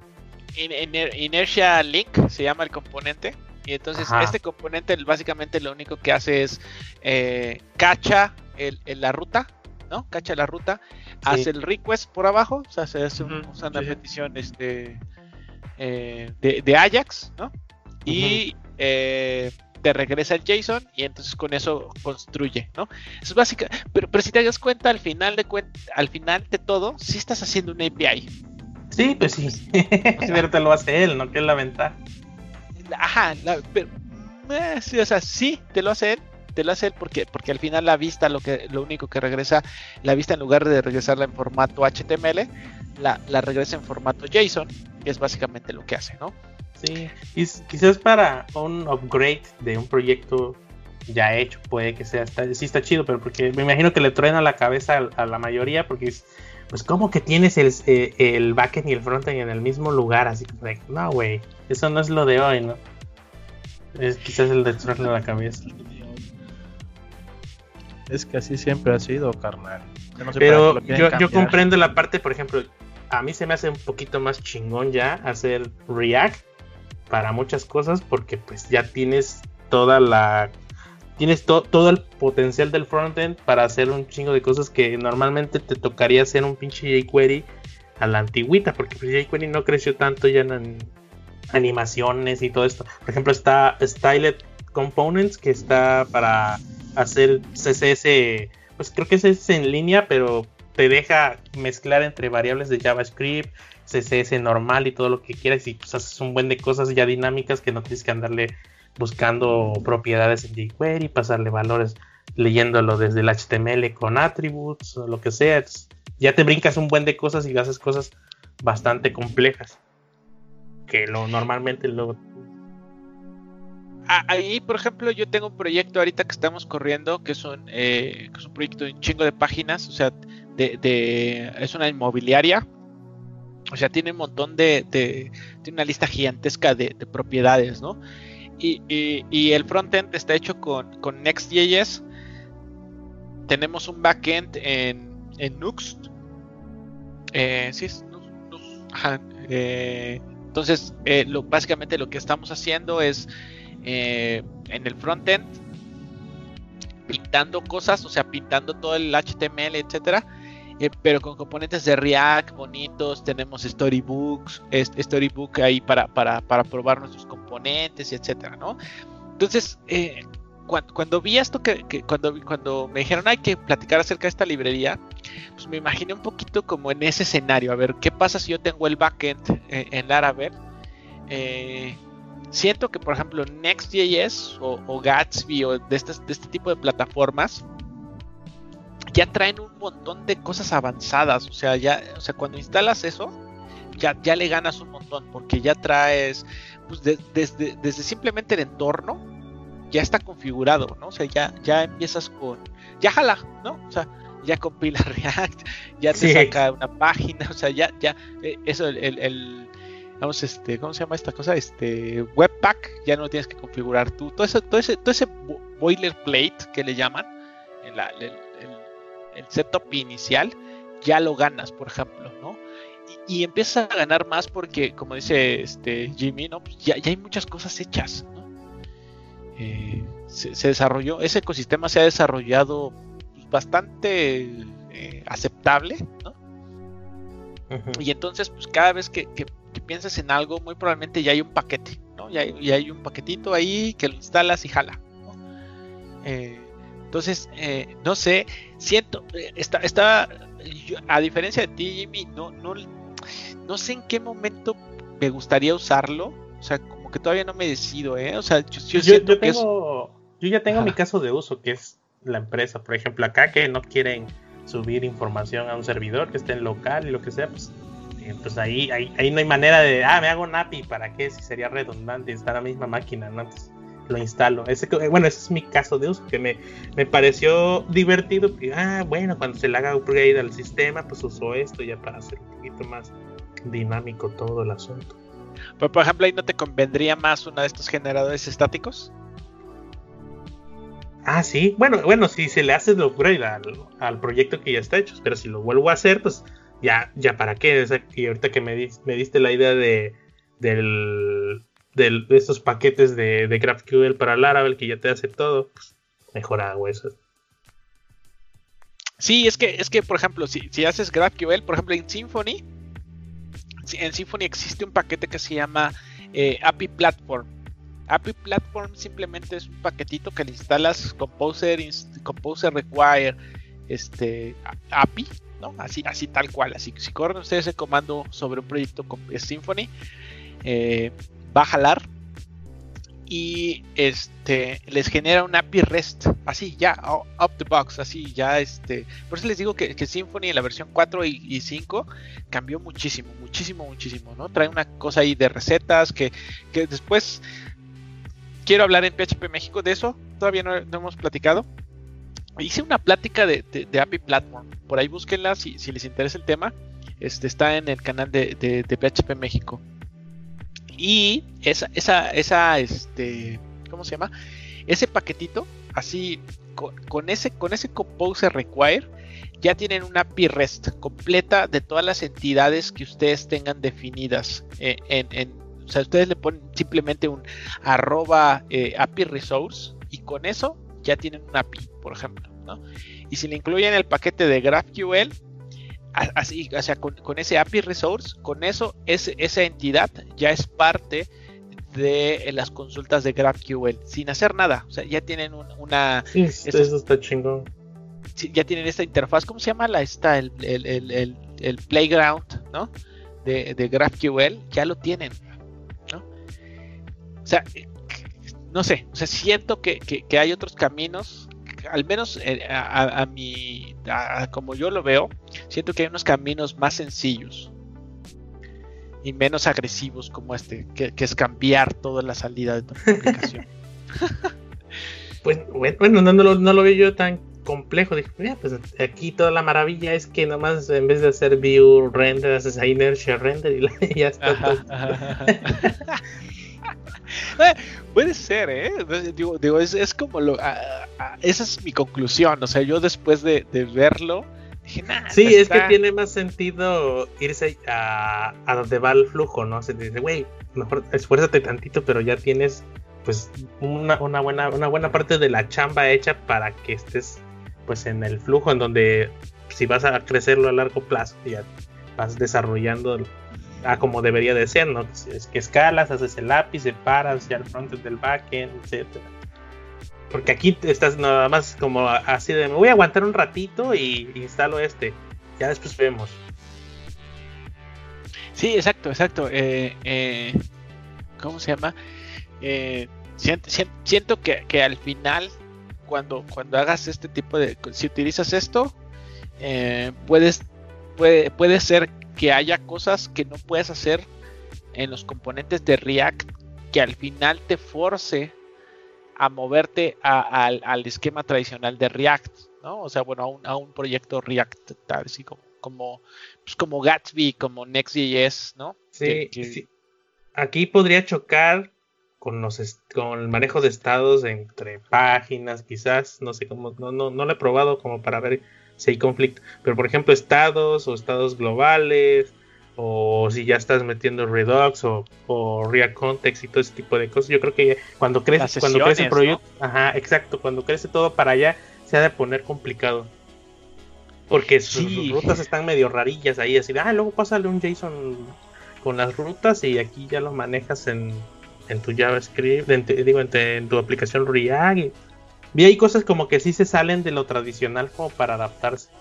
Iner- Inertia Link se llama el componente. Y entonces Ajá. este componente básicamente lo único que hace es eh, cacha el, el, la ruta, ¿no? Cacha la ruta, sí. hace el request por abajo, o sea, se hace un, uh-huh. una sí. petición este, eh, de, de Ajax, ¿no? Uh-huh. Y eh, te regresa el JSON y entonces con eso construye, ¿no? Eso es básica, pero, pero si te das cuenta, al final de cuenta, al final de todo, sí estás haciendo un A P I. Sí, pues sí, pero te lo hace él, ¿no? Que es la ventaja. Ajá, la, pero, eh, sí, o sea, sí, te lo hace él, te lo hace él porque, porque al final la vista, lo que, lo único que regresa, la vista en lugar de regresarla en formato H T M L, la, la regresa en formato JSON, que es básicamente lo que hace, ¿no? Sí, y quizás para un upgrade de un proyecto ya hecho, puede que sea, está, sí está chido, pero porque me imagino que le truena la cabeza a, a la mayoría, porque es, pues como que tienes el, eh, el backend y el frontend en el mismo lugar, así que no, güey, eso no es lo de hoy, ¿no? Es quizás el de truena la cabeza. Es que así siempre ha sido, carnal. Yo no sé pero yo, yo comprendo la parte, por ejemplo, a mí se me hace un poquito más chingón ya hacer React para muchas cosas, porque pues ya tienes toda la... Tienes to- todo el potencial del frontend para hacer un chingo de cosas que normalmente te tocaría hacer un pinche jQuery a la antigüita, porque pues jQuery no creció tanto ya en, en animaciones y todo esto. Por ejemplo, está Styled Components, que está para hacer C S S, pues creo que es C S S en línea, pero te deja mezclar entre variables de JavaScript, C S S normal y todo lo que quieras, y pues haces un buen de cosas ya dinámicas que no tienes que andarle buscando propiedades en jQuery, pasarle valores leyéndolo desde el H T M L con attributes o lo que sea. Ya te brincas un buen de cosas y haces cosas bastante complejas que lo normalmente luego... Ahí, por ejemplo, yo tengo un proyecto ahorita que estamos corriendo que es un, eh, que es un proyecto de un chingo de páginas, o sea, de, de es una inmobiliaria, o sea, tiene un montón de, de tiene una lista gigantesca de, de propiedades, ¿no? Y, y, y el frontend está hecho con, con Next.js. Tenemos un backend en, en Nuxt. Eh, sí, es Nuxt. Nuxt ajá, eh, entonces, eh, lo, básicamente lo que estamos haciendo es eh, en el frontend pintando cosas, o sea, pintando todo el H T M L, etcétera. Eh, pero con componentes de React bonitos, tenemos Storybooks, Storybook ahí para, para, para probar nuestros componentes, y etcétera, ¿no? Entonces, eh, cuando, cuando vi esto, que, que cuando, cuando me dijeron hay que platicar acerca de esta librería, pues me imaginé un poquito como en ese escenario, a ver, ¿qué pasa si yo tengo el backend eh, en Laravel? Eh, siento que, por ejemplo, Next.js o, o Gatsby o de, estas, de este tipo de plataformas ya traen un montón de cosas avanzadas, o sea, ya, o sea, cuando instalas eso, ya, ya le ganas un montón, porque ya traes, pues, de, desde, desde simplemente el entorno, ya está configurado, ¿no? O sea, ya, ya empiezas con, ya jala, ¿no? O sea, ya compila React, ya te sí. saca una página, o sea, ya, ya, eh, eso, el, el, el, vamos, este, ¿cómo se llama esta cosa? Este, Webpack, ya no tienes que configurar tú, todo eso, todo ese, todo ese boilerplate que le llaman, en la, el, el el setup inicial, ya lo ganas, por ejemplo, ¿no? Y, y empiezas a ganar más porque, como dice este Jimmy, ¿no? Pues ya, ya hay muchas cosas hechas, ¿no? Eh, se, se desarrolló, ese ecosistema se ha desarrollado pues, bastante eh, aceptable, ¿no? Uh-huh. Y entonces, pues cada vez que, que, que piensas en algo, muy probablemente ya hay un paquete, ¿no? Ya, ya hay un paquetito ahí que lo instalas y jala, ¿no? Eh, Entonces, eh, no sé, siento, eh, está, está yo, a diferencia de ti, Jimmy, no, no, no sé en qué momento me gustaría usarlo, o sea, como que todavía no me decido, ¿eh? O sea, yo, yo, yo, siento yo, que tengo, es... yo ya tengo Ajá. mi caso de uso, que es la empresa, por ejemplo, acá que no quieren subir información a un servidor que esté en local y lo que sea, pues, eh, pues ahí, ahí, ahí no hay manera de, ah, me hago un A P I, ¿para qué? Si sería redundante, está en la misma máquina, ¿no? Entonces, lo instalo. Ese, bueno, ese es mi caso de uso, que me, me pareció divertido. Ah, bueno, cuando se le haga upgrade al sistema, pues uso esto ya para hacer un poquito más dinámico todo el asunto. Pero, por ejemplo, ¿ahí no te convendría más uno de estos generadores estáticos? Ah, sí. Bueno, bueno, si se le hace el upgrade al, al proyecto que ya está hecho, pero si lo vuelvo a hacer, pues ya, ya para qué. O sea, y ahorita que me, di, me diste la idea de del, del de estos paquetes de, de GraphQL para Laravel que ya te hace todo, pues mejora eso. Sí, es que, es que por ejemplo, si, si haces GraphQL, por ejemplo en Symfony, en Symfony existe un paquete que se llama eh, A P I Platform. A P I Platform simplemente es un paquetito que le instalas Composer, Composer Require, este, A P I, ¿no? Así, así tal cual. Así que si corren ustedes ese comando sobre un proyecto con Symfony, eh, va a jalar y este les genera un A P I REST, así ya, up the box, así ya, este, por eso les digo que, que Symfony en la versión cuatro y, y cinco cambió muchísimo, muchísimo, muchísimo, ¿no? Trae una cosa ahí de recetas que, que después quiero hablar en P H P México de eso, todavía no, no hemos platicado. Hice una plática de, de, de A P I Platform, por ahí búsquenla si, si les interesa el tema, este, está en el canal de, de, de P H P México. Y esa, esa, esa, este, ¿cómo se llama? Ese paquetito, así, con, con ese, con ese Composer Require, ya tienen una A P I REST completa de todas las entidades que ustedes tengan definidas. Eh, en, en, o sea, ustedes le ponen simplemente un arroba eh, A P I Resource y con eso ya tienen una A P I, por ejemplo, ¿no? Y si le incluyen el paquete de GraphQL, así, o sea, con, con ese A P I Resource, con eso, ese, esa entidad ya es parte de las consultas de GraphQL, sin hacer nada. O sea, ya tienen un, una... Sí, esta, eso está chingón. Ya tienen esta interfaz, ¿cómo se llama? La, esta, el, el, el, el, el playground, ¿no? De, de GraphQL, ya lo tienen, ¿no? O sea, no sé, o sea, siento que, que, que hay otros caminos, al menos a, a, a mi, a, como yo lo veo, siento que hay unos caminos más sencillos y menos agresivos como este, que, que es cambiar toda la salida de tu aplicación. Pues bueno, no, no, lo, no lo veo yo tan complejo. Dije, mira, pues aquí toda la maravilla es que nomás en vez de hacer view render, haces inertia render y, la, y ya está. Ajá, todo. Ajá, ajá. Puede ser, ¿eh? Digo, digo es, es como lo. A, a, esa es mi conclusión. O sea, yo después de, de verlo, dije, nah. Sí, es está... que tiene más sentido irse a, a donde va el flujo, ¿no? Se dice, güey, mejor esfuérzate tantito, pero ya tienes, pues, una, una, buena, una buena parte de la chamba hecha para que estés, pues, en el flujo, en donde si vas a crecerlo a largo plazo, ya vas desarrollando a como debería de ser, ¿no? Es que escalas, haces el lápiz, separas ya el frontend del backend, etcétera. Porque aquí estás nada más como así de, me voy a aguantar un ratito y instalo este, ya después vemos. Sí, exacto, exacto. Eh, eh, ¿Cómo se llama? Eh, siento, siento que, que al final, cuando, cuando hagas este tipo de, si utilizas esto, eh, puedes, puede, puede ser que haya cosas que no puedes hacer en los componentes de React que al final te force a moverte a, a, al esquema tradicional de React, ¿no? O sea, bueno, a un, a un proyecto React, tal, así como, como, pues como Gatsby, como Next.js, ¿no? Sí, que, que... sí. Aquí podría chocar con los est- con el manejo de estados entre páginas, quizás, no sé cómo, no, no, no lo he probado como para ver si hay conflicto, pero por ejemplo estados o estados globales, o si ya estás metiendo Redux o, o React Context y todo ese tipo de cosas, yo creo que cuando crece, sesiones, cuando crece el proyecto, ¿no? Ajá, exacto, cuando crece todo para allá, se ha de poner complicado. Porque sus, sí. sus rutas están medio rarillas ahí, así, ah, luego pásale un JSON con las rutas y aquí ya lo manejas en, en tu JavaScript, en, digo, en, en tu aplicación React. Y, y hay cosas como que sí se salen de lo tradicional como para adaptarse.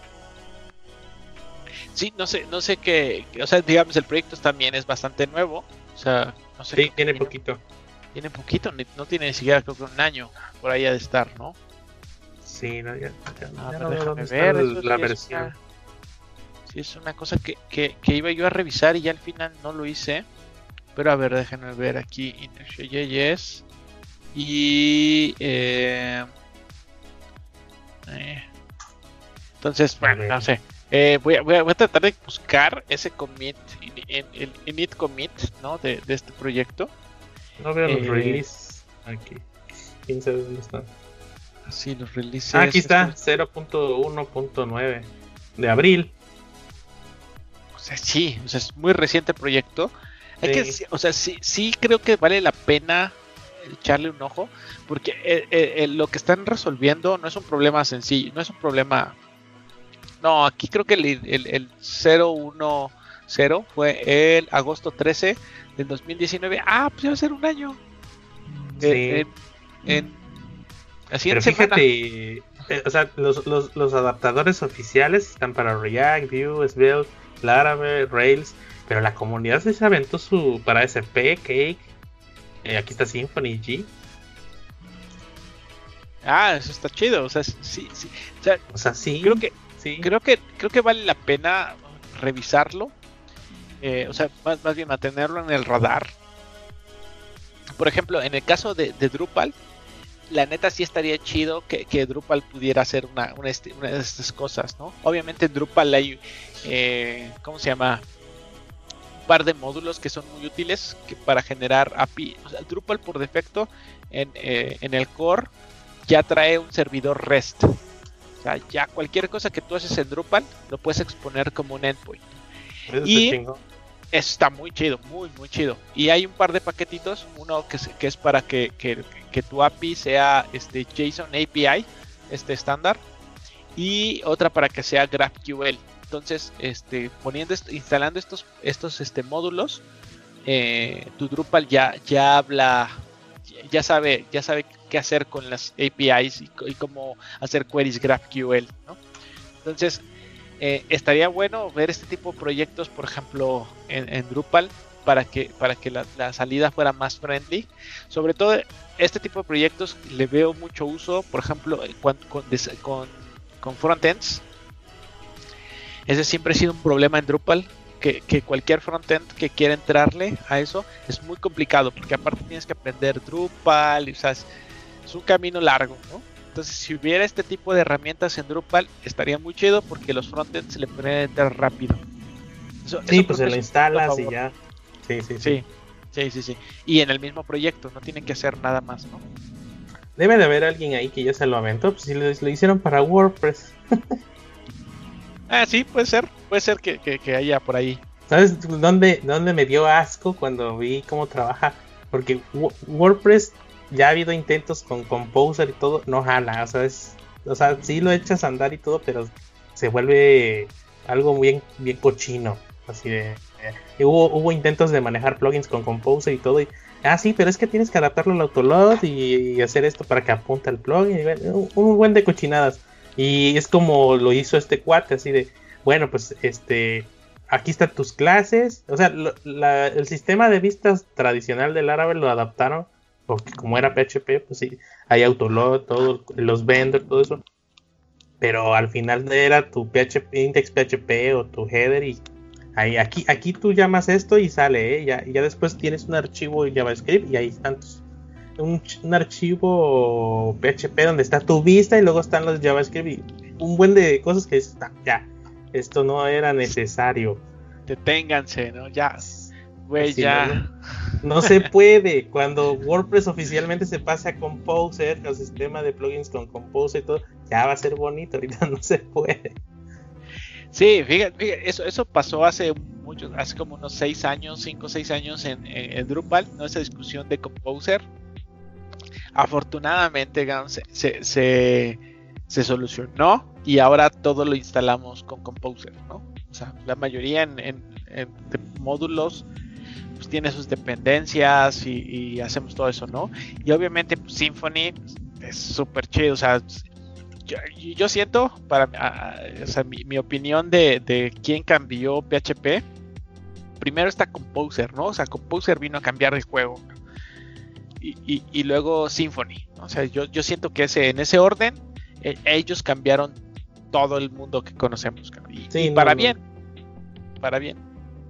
Sí, no sé, no sé qué, o sea, digamos, el proyecto también es bastante nuevo, o sea, no sé. Sí, tiene poquito. Tiene poquito, no tiene ni siquiera creo que un año por ahí ha de estar, ¿no? Sí, no, ya, ya, ah, ya no, no déjame ver, el, la sí versión. Es una, sí, es una cosa que, que, que iba yo a revisar y ya al final no lo hice, pero a ver, déjenme ver aquí, Inertia.js y... Eh, eh, entonces, bueno, no sé. Eh, voy, a, voy, a, voy a tratar de buscar ese commit, el, el init commit, ¿no? De, de este proyecto. No veo los eh, releases aquí. ¿Quién sabe dónde están? Sí, los releases. Ah, aquí está, cero punto uno punto nueve de abril. O sea, sí, o sea, es muy reciente el proyecto. Es que, sí, o sea, sí, sí creo que vale la pena echarle un ojo, porque eh, eh, lo que están resolviendo no es un problema sencillo, no es un problema. No, aquí creo que el, el, el cero uno cero fue el agosto trece del dos mil diecinueve. Ah, pues ya va a ser un año. Sí. En, en, en Pero fíjate, eh, o sea, los, los, los adaptadores oficiales están para React, Vue, Svelte, Laravel, Rails, pero la comunidad se aventó su para A S P, Cake, eh, aquí está Symfony G. Ah, eso está chido, o sea, sí, sí, o sea, o sea, sí, creo que, sí. creo que, creo que vale la pena revisarlo, eh, o sea, más, más bien mantenerlo en el radar. Por ejemplo, en el caso de, de Drupal, la neta sí estaría chido que, que Drupal pudiera hacer una, una, una de estas cosas, ¿no? Obviamente en Drupal hay, eh, ¿cómo se llama? Un par de módulos que son muy útiles que para generar A P I. O sea, Drupal por defecto en, eh, en el core ya trae un servidor REST. O sea, ya cualquier cosa que tú haces en Drupal lo puedes exponer como un endpoint. Eso y chingo. Está muy chido, muy muy chido. Y hay un par de paquetitos, uno que, que es para que, que, que tu A P I sea este JSON A P I, este estándar, y otra para que sea GraphQL. Entonces, este, poniendo, instalando estos, estos este, módulos, eh, tu Drupal ya, ya habla, ya sabe, ya sabe qué hacer con las A P Is y, y cómo hacer queries GraphQL, ¿no? Entonces, Eh, estaría bueno ver este tipo de proyectos, por ejemplo, en, en Drupal, para que, para que la, la salida fuera más friendly. Sobre todo, este tipo de proyectos le veo mucho uso, por ejemplo, con, con, con, con frontends. Ese siempre ha sido un problema en Drupal, que, que cualquier frontend que quiera entrarle a eso es muy complicado, porque aparte tienes que aprender Drupal, y, o sea, es, es un camino largo, ¿no? Entonces, si hubiera este tipo de herramientas en Drupal, estaría muy chido porque los frontends se le pueden entrar rápido. Eso, sí, eso pues se lo instalas y ya. Sí sí, sí, sí, sí, sí, sí. Y en el mismo proyecto, no tienen que hacer nada más, ¿no? Debe de haber alguien ahí que ya se lo aventó, pues si lo, lo hicieron para WordPress. Ah, sí, puede ser, puede ser que, que, que haya por ahí. ¿Sabes dónde, dónde me dio asco cuando vi cómo trabaja? Porque WordPress ya ha habido intentos con Composer y todo, no jala, o sea, es, o sea, sí lo echas a andar y todo, pero se vuelve algo bien, bien cochino, así de, eh, hubo, hubo intentos de manejar plugins con Composer y todo, y, ah sí, pero es que tienes que adaptarlo al autoload y, y hacer esto para que apunte al plugin, y, un, un buen de cochinadas, y es como lo hizo este cuate, así de, bueno, pues, este, aquí están tus clases, o sea, lo, la, el sistema de vistas tradicional de Laravel lo adaptaron, porque como era P H P, pues sí, hay autoload, todo, los vendors, todo eso. Pero al final era tu P H P, index P H P o tu header y ahí, aquí, aquí tú llamas esto y sale, ¿eh? Ya, y ya después tienes un archivo JavaScript y ahí están tus, un, un archivo P H P donde está tu vista y luego están los JavaScript y un buen de cosas que está, ya, esto no era necesario. Deténganse, ¿no? Ya. Güey, ya. No, no se puede. Cuando WordPress oficialmente se pase a Composer, el sistema de plugins con Composer y todo, ya va a ser bonito. Ahorita no se puede. Sí, fíjate, fíjate eso, eso pasó hace muchos, hace como unos seis años, cinco o seis años en, en, en Drupal, ¿no? Esa discusión de Composer. Afortunadamente, se, se, se, se solucionó y ahora todo lo instalamos con Composer, ¿no? O sea, la mayoría en, en, en módulos pues tiene sus dependencias y, y hacemos todo eso, ¿no? Y obviamente pues, Symfony pues, es súper chido, o sea, yo, yo siento, para uh, o sea, mi, mi opinión de, de quién cambió P H P, primero está Composer, ¿no? O sea, Composer vino a cambiar el juego y, y, y luego Symfony, ¿no? O sea, yo, yo siento que ese, en ese orden eh, ellos cambiaron todo el mundo que conocemos, y, sí, y para no, bien, no. para bien.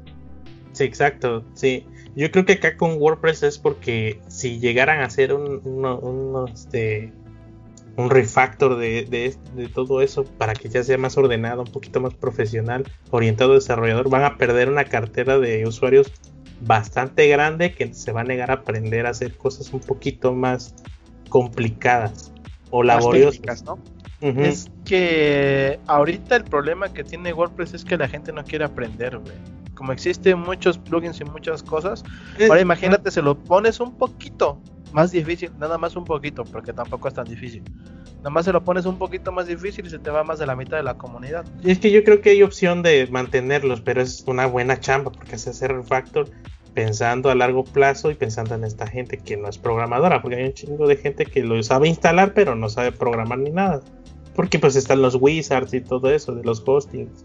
Sí, exacto, sí. Yo creo que acá con WordPress es porque si llegaran a hacer un, uno, uno, este, un refactor de, de, de todo eso para que ya sea más ordenado, un poquito más profesional, orientado al desarrollador, van a perder una cartera de usuarios bastante grande que se va a negar a aprender a hacer cosas un poquito más complicadas o laboriosas, ¿no? Uh-huh. Es que ahorita el problema que tiene WordPress es que la gente no quiere aprender, güey. como existen muchos plugins y muchas cosas, ahora imagínate, se lo pones un poquito más difícil, nada más un poquito, porque tampoco es tan difícil. Nada más se lo pones un poquito más difícil y se te va más de la mitad de la comunidad. Y es que yo creo que hay opción de mantenerlos, pero es una buena chamba porque se hace refactor pensando a largo plazo y pensando en esta gente que no es programadora, porque hay un chingo de gente que lo sabe instalar pero no sabe programar ni nada, porque pues están los wizards y todo eso de los hostings.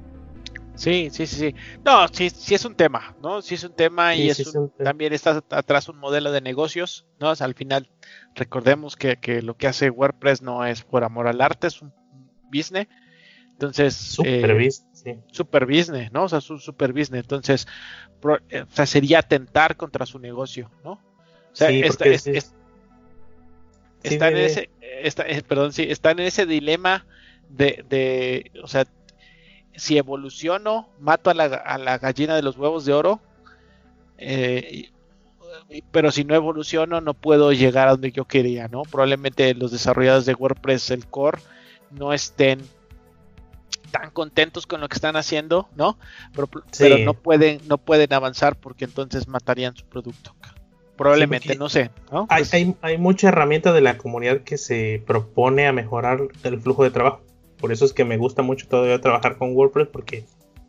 Sí, sí, sí, sí. No, sí, sí es un tema, ¿no? Sí es un tema y sí, es sí un, un también está atrás un modelo de negocios, ¿no? O sea, al final recordemos que, que lo que hace WordPress no es por amor al arte, es un business. Entonces, super, eh, business, sí. super business, ¿no? O sea, es un super business. Entonces, pro, eh, o sea, sería atentar contra su negocio, ¿no? O sea, sí, esta, es, es, sí, está en ese, está, eh, perdón, sí, está en ese dilema de, de, o sea, si evoluciono, mato a la, a la gallina de los huevos de oro, eh, pero si no evoluciono, no puedo llegar a donde yo quería, ¿no? Probablemente los desarrolladores de WordPress, el core, no estén tan contentos con lo que están haciendo, ¿no? Pero, sí. pero no pueden no pueden avanzar porque entonces matarían su producto. Probablemente, sí, no sé, ¿no? Hay, Pues, hay, hay mucha herramienta de la comunidad que se propone a mejorar el flujo de trabajo. Por eso es que me gusta mucho todavía trabajar con WordPress, porque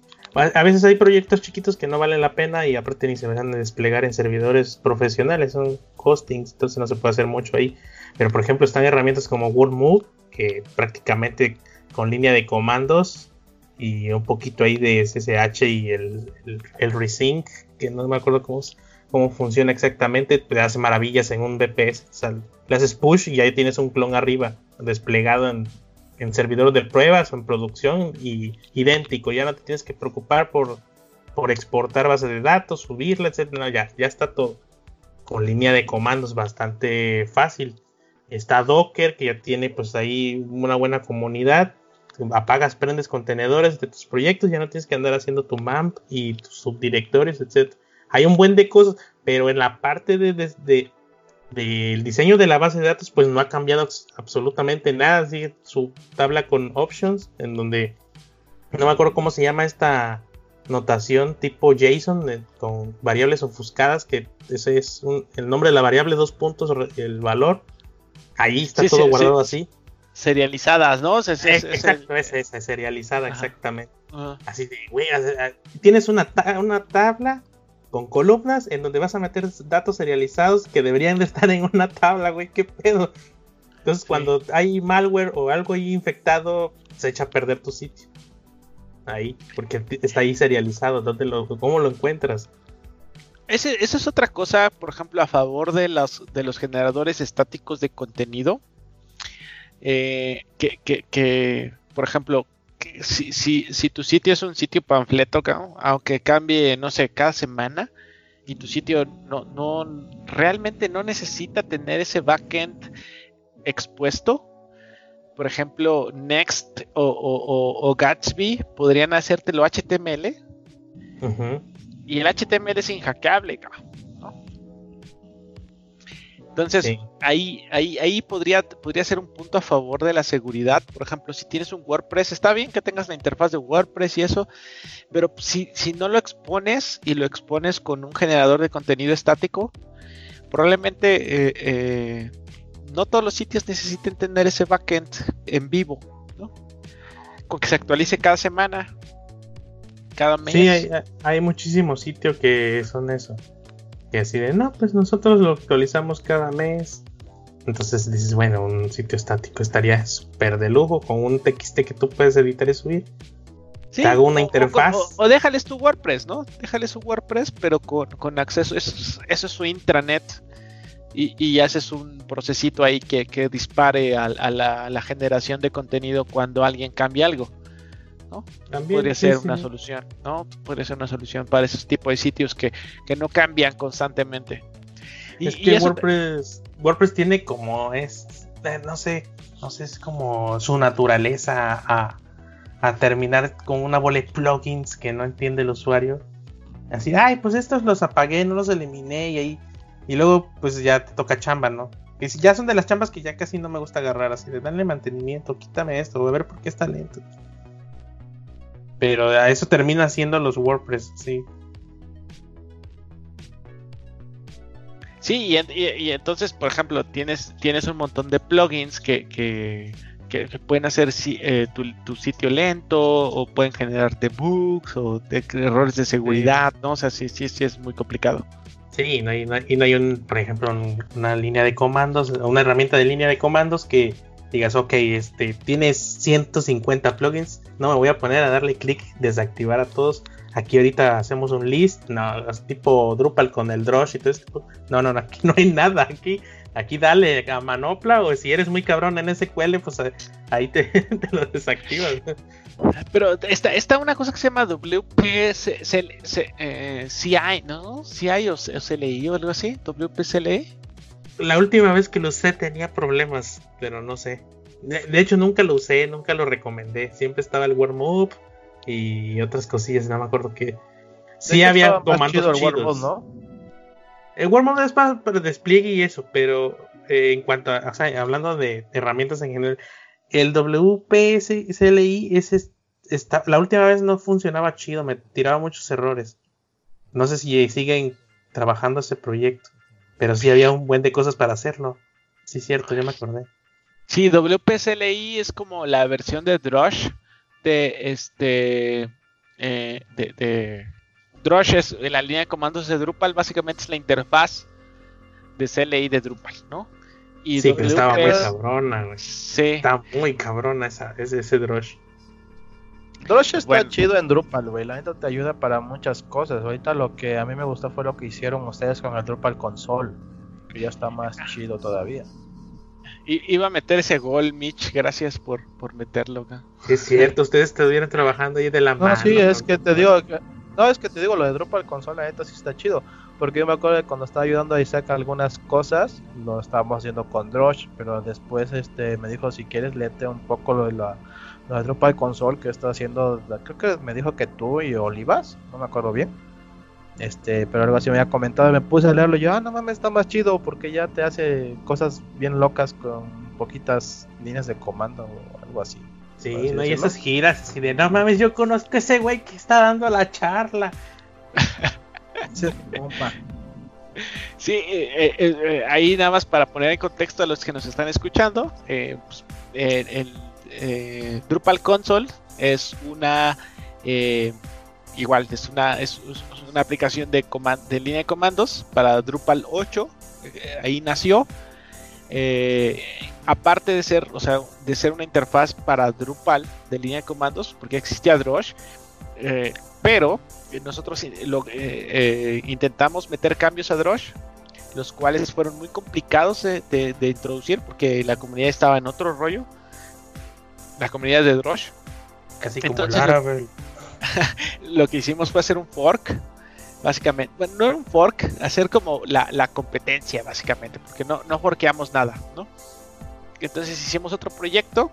a veces hay proyectos chiquitos que no valen la pena y aparte ni se van a desplegar en servidores profesionales, son hostings, entonces no se puede hacer mucho ahí. Pero por ejemplo están herramientas como WordMove, que prácticamente con línea de comandos y un poquito ahí de S S H y el, el, el resync, que no me acuerdo cómo, cómo funciona exactamente, te hace maravillas en un V P S. O sea, le haces push y ahí tienes un clon arriba, desplegado en, en servidor de pruebas o en producción y idéntico. Ya no te tienes que preocupar por, por exportar base de datos, subirla, etcétera. No, ya, ya está todo con línea de comandos bastante fácil. Está Docker, que ya tiene pues ahí una buena comunidad. Apagas, prendes contenedores de tus proyectos, ya no tienes que andar haciendo tu M A M P y tus subdirectorios, etcétera. Hay un buen de cosas, pero en la parte de, de, de del diseño de la base de datos pues no ha cambiado absolutamente nada. Sigue su tabla con options, en donde no me acuerdo cómo se llama esta notación tipo JSON de, con variables ofuscadas, que ese es un, el nombre de la variable, dos puntos, el valor. Ahí está sí, todo sí, guardado sí. así. Serializadas, ¿no? Es, es, es, es exacto, el... es esa, serializada, ajá, exactamente. Ajá. Así de, güey, tienes una, ta- una tabla con columnas en donde vas a meter datos serializados que deberían de estar en una tabla, güey, qué pedo. Entonces, sí, cuando hay malware o algo ahí infectado, se echa a perder tu sitio. Ahí, porque está ahí serializado. ¿Dónde lo, ¿Cómo lo encuentras? Ese, eso es otra cosa, por ejemplo, a favor de los, de los generadores estáticos de contenido. Eh, que, que, que, por ejemplo, que si, si, si tu sitio es un sitio panfleto, ¿no? Aunque cambie, no sé, cada semana, y tu sitio no, no realmente no necesita tener ese backend expuesto. Por ejemplo, Next o, o, o, o Gatsby podrían hacértelo H T M L. Uh-huh. Y el H T M L es inhackeable, ¿no? Entonces, sí, ahí, ahí, ahí podría, podría ser un punto a favor de la seguridad. Por ejemplo, si tienes un WordPress, está bien que tengas la interfaz de WordPress y eso, pero si, si no lo expones y lo expones con un generador de contenido estático, probablemente eh, eh, no todos los sitios necesiten tener ese backend en vivo, ¿no? Con que se actualice cada semana, cada mes. Sí, hay, hay muchísimos sitios que son eso. Que así de, no, pues nosotros lo actualizamos cada mes. Entonces dices, bueno, un sitio estático estaría súper de lujo con un T X T que tú puedes editar y subir. Sí, te hago una o, interfaz. O, o, o déjales tu WordPress, ¿no? Déjales su WordPress, pero con, con acceso. Eso, eso es su intranet. Y, y haces un procesito ahí que, que dispare a, a, la, a la generación de contenido cuando alguien cambia algo, ¿no? También podría sí, ser sí. una solución, ¿no? Podría ser una solución para esos tipos de sitios que, que no cambian constantemente. Y, es que y eso... WordPress, WordPress tiene como es, no sé, no sé, es como su naturaleza a, a terminar con una bola de plugins que no entiende el usuario. Así, ay, pues estos los apagué, no los eliminé y ahí, y luego pues ya te toca chamba, ¿no? Que ya son de las chambas que ya casi no me gusta agarrar, así de darle mantenimiento, quítame esto, a ver por qué está lento. Pero a eso termina siendo los WordPress, sí. Sí, y, y, y entonces, por ejemplo, tienes tienes un montón de plugins que, que, que, que pueden hacer si, eh, tu, tu sitio lento, o pueden generarte bugs o de, errores de seguridad, sí. ¿no? O sea, sí, sí, sí es muy complicado. Sí, no hay, no hay, y no hay, un, por ejemplo, un, una línea de comandos, una herramienta de línea de comandos que digas, ok, este, tienes ciento cincuenta plugins, no me voy a poner a darle clic, desactivar a todos. Aquí ahorita hacemos un list, no, es tipo Drupal con el Drush y todo esto. No, no, no, aquí no hay nada, aquí, aquí dale a manopla, o si eres muy cabrón en S Q L, pues ahí te, te lo desactivas. Pero está, está una cosa que se llama W P C I, ¿no? C I o C L I o algo así, W P C L I. La última vez que lo usé tenía problemas, pero no sé. De, de hecho nunca lo usé, nunca lo recomendé. Siempre estaba el warm-up y otras cosillas, no me acuerdo que... Sí había comandos chido chidos. El warm-up, ¿no? El warm-up es para, para despliegue y eso, pero eh, en cuanto a... O sea, hablando de herramientas en general, el W P C L I es, es, está, la última vez no funcionaba chido, me tiraba muchos errores. No sé si siguen trabajando ese proyecto, pero sí había un buen de cosas para hacerlo. Sí, cierto, ya me acordé. Sí, W P C L I es como la versión de Drush de este eh, de, de Drush es la línea de comandos de Drupal, básicamente es la interfaz de C L I de Drupal, ¿no? Y sí, W P que estaba muy cabrona, güey. Sí. Está muy cabrona esa, ese, ese Drush. Drush está bueno. chido en Drupal, güey. La neta te ayuda para muchas cosas. Ahorita lo que a mí me gustó fue lo que hicieron ustedes con el Drupal Console, que ya está más chido todavía. I- iba a meter ese gol, Mitch. Gracias por, por meterlo acá. Sí, es cierto, ustedes estuvieron trabajando ahí de la no, mano. No, sí, es que te digo. Que, no, es que te digo, lo de Drupal Console, la neta sí está chido. Porque yo me acuerdo de cuando estaba ayudando a Isaac algunas cosas, lo estábamos haciendo con Drush, pero después este me dijo, si quieres, léete un poco lo de la, lo de Drupal Console que está haciendo, creo que me dijo que tú y Olivas, no me acuerdo bien, este pero algo así me había comentado, y me puse a leerlo, y yo, ah, no mames, está más chido, porque ya te hace cosas bien locas con poquitas líneas de comando o algo así. Sí, así no hay esas giras así de, no mames, yo conozco a ese güey que está dando la charla. Sí, eh, eh, eh, ahí nada más para poner en contexto a los que nos están escuchando, eh, pues, eh, el eh, Drupal Console es una eh, igual es una es, es una aplicación de coman- de línea de comandos para Drupal ocho, eh, ahí nació. Eh, aparte de ser, o sea, de ser una interfaz para Drupal de línea de comandos, porque existía Drush, eh, pero nosotros lo, eh, eh, intentamos meter cambios a Drush, los cuales fueron muy complicados de, de, de introducir porque la comunidad estaba en otro rollo, la comunidad de Drush. Casi como el árabe. Lo, lo que hicimos fue hacer un fork, básicamente. Bueno, no era un fork, hacer como la, la competencia, básicamente, porque no, no forkeamos nada, ¿no? Entonces hicimos otro proyecto.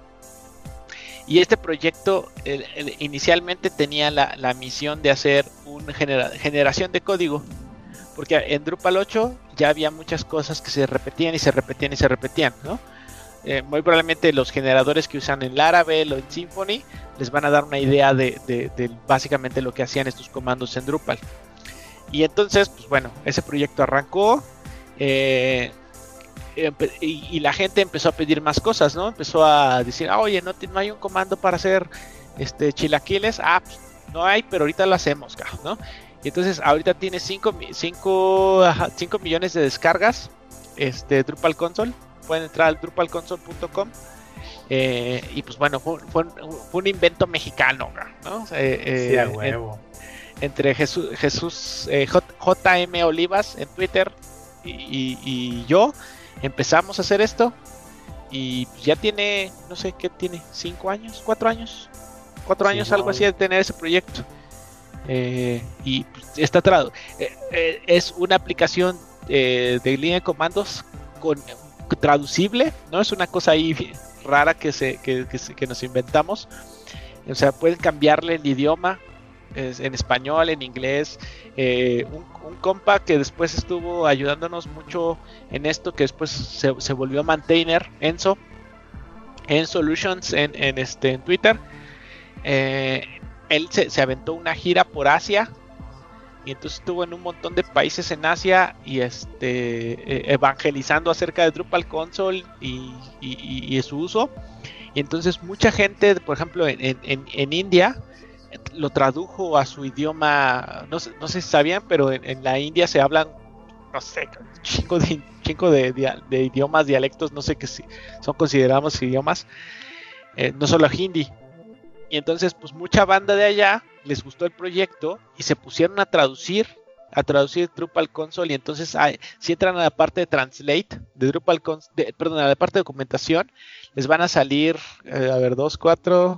Y este proyecto el, el, inicialmente tenía la, la misión de hacer una genera, generación de código, porque en Drupal ocho ya había muchas cosas que se repetían y se repetían y se repetían, ¿no? Eh, muy probablemente los generadores que usan en Laravel o en Symfony les van a dar una idea de, de, de básicamente lo que hacían estos comandos en Drupal. Y entonces, pues bueno, ese proyecto arrancó. Eh, Y, y la gente empezó a pedir más cosas, ¿no? Empezó a decir, ah, oye, no, no hay un comando para hacer este chilaquiles. Ah, pues, no hay, pero ahorita lo hacemos, ¿no? Y entonces ahorita tiene cinco millones de descargas este Drupal Console. Pueden entrar al drupal console punto com. Eh, y pues bueno, fue, fue, un, fue un invento mexicano, ¿no? Eh, sí, a huevo. En, entre Jesús, Jesús eh, J, J M Olivas en Twitter y, y, y yo empezamos a hacer esto y ya tiene, no sé qué tiene, cinco años, cuatro años, cuatro sí, años, no. algo así de tener ese proyecto. Eh, y pues, está trado. Eh, eh, es una aplicación eh, de línea de comandos con traducible, no es una cosa ahí rara que se que, que, que nos inventamos. O sea, pueden cambiarle el idioma. En español, en inglés, eh, un, un compa que después estuvo ayudándonos mucho en esto, que después se, se volvió maintainer, Enzo, en Solutions en, en, este, en Twitter, eh, él se, se aventó una gira por Asia y entonces estuvo en un montón de países en Asia y este evangelizando acerca de Drupal Console y, y, y, y su uso. Y entonces mucha gente, por ejemplo, en, en, en India lo tradujo a su idioma, no sé, no sé si sabían, pero en, en la India se hablan, no sé, chingo de chingo de, de, de idiomas, dialectos, no sé qué si son considerados idiomas, eh, no solo hindi. Y entonces, pues mucha banda de allá les gustó el proyecto y se pusieron a traducir, a traducir Drupal Console. Y entonces, ay, si entran a la parte de Translate de Drupal Console, perdón, a la parte de documentación, les van a salir, eh, a ver, dos, cuatro,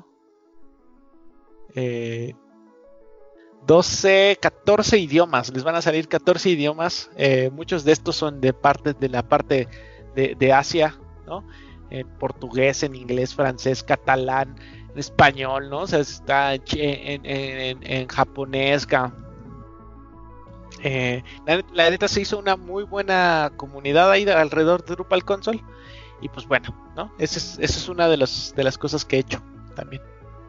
eh, doce, catorce idiomas. Les van a salir catorce idiomas. Eh, muchos de estos son de parte de la parte de, de Asia, ¿no? En portugués, en inglés, francés, catalán, en español, ¿no? O sea, está en, en, en, en japonés. Eh, la, la neta se hizo una muy buena comunidad ahí alrededor de Drupal Console. Y pues bueno, ¿no? Esa es, esa es una de, los, de las cosas que he hecho también.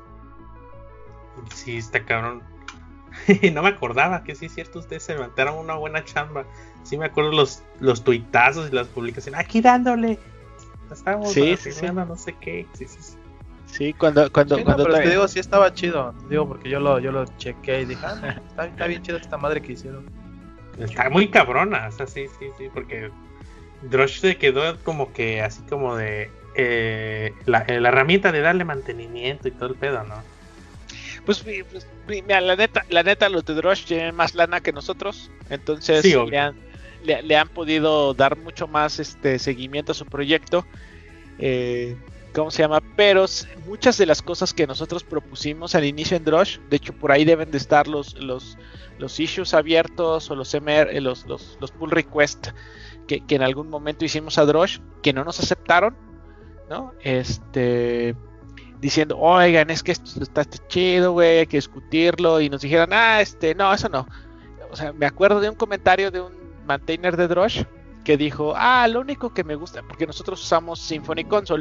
Sí, está cabrón. No me acordaba que sí es cierto, ustedes se levantaron una buena chamba. Sí me acuerdo los, los tuitazos y las publicaciones. Aquí dándole. Estamos sí, sí, sí. no sé qué. Sí, sí, sí. Sí, cuando cuando sí, no, cuando pero te digo, sí estaba chido. Te digo porque yo lo yo lo chequé y dije, ah, no, está, está bien chido esta madre que hicieron. Está muy cabrona, o sea, sí, sí, sí, porque Drush se quedó como que así como de eh, la, la herramienta de darle mantenimiento y todo el pedo, ¿no? Pues, pues mira, la neta, la neta los de Drush tienen más lana que nosotros, entonces sí, le, han, le, le han podido dar mucho más este seguimiento a su proyecto. Eh, ¿Cómo se llama? Pero muchas de las cosas que nosotros propusimos al inicio en Drush, de hecho por ahí deben de estar los los, los issues abiertos o los M R, los, los, los pull requests que, que en algún momento hicimos a Drush, que no nos aceptaron, ¿no? Este, diciendo, oigan, es que esto está, está chido, güey, hay que discutirlo, y nos dijeron, ah, este, no, eso no. O sea, me acuerdo de un comentario de un maintainer de Drush que dijo, ah, lo único que me gusta, porque nosotros usamos Symfony Console,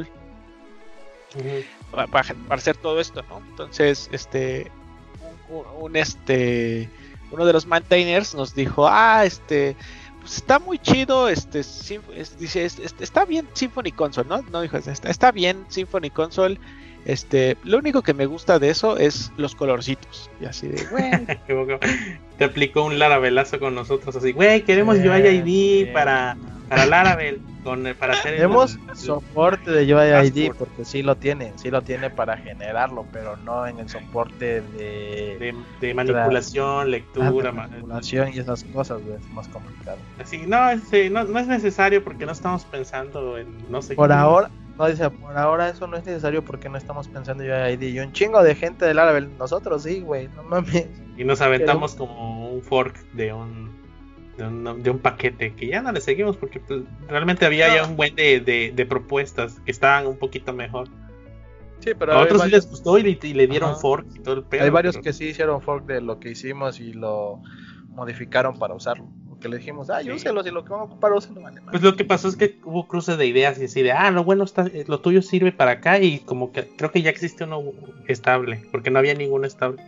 Uh-huh. Para, para hacer todo esto, ¿no? Entonces, este, un, un este, uno de los maintainers nos dijo, ah, este, pues está muy chido, este, sim, es, dice, es, es, está bien Symfony Console, ¿no? No dijo, está, está bien Symfony Console, este, lo único que me gusta de eso es los colorcitos, y así de, güey. Te aplicó un Laravelazo con nosotros, así, güey, queremos U I I D para, para Laravel. Con, para hacer tenemos el, soporte de U I I D porque sí lo tiene, sí lo tiene para generarlo, pero no en el soporte de de, de manipulación, tra- lectura, manipulación y esas cosas, güey, es más complicado. Así, no, sí, no, no es necesario porque no estamos pensando en no sé por qué. ahora, no dice, por ahora eso no es necesario porque no estamos pensando en U I I D y un chingo de gente de Laravel, nosotros sí, güey, no mames. Y nos aventamos pero... como un fork de un De un, de un paquete que ya no le seguimos porque pues, realmente había no. ya un buen de, de, de propuestas que estaban un poquito mejor. Sí, pero a otros varios... sí les gustó y, y le dieron Ajá. fork y todo el pedo. Hay varios pero... que sí hicieron fork de lo que hicimos y lo modificaron para usarlo. Porque le dijimos, ah, sí. úselo, si lo que vamos a ocupar, úselo, vale más. Pues lo que pasó es que hubo cruce de ideas y así de, ah, lo bueno está, lo tuyo sirve para acá y como que creo que ya existe uno estable, porque no había ninguno estable.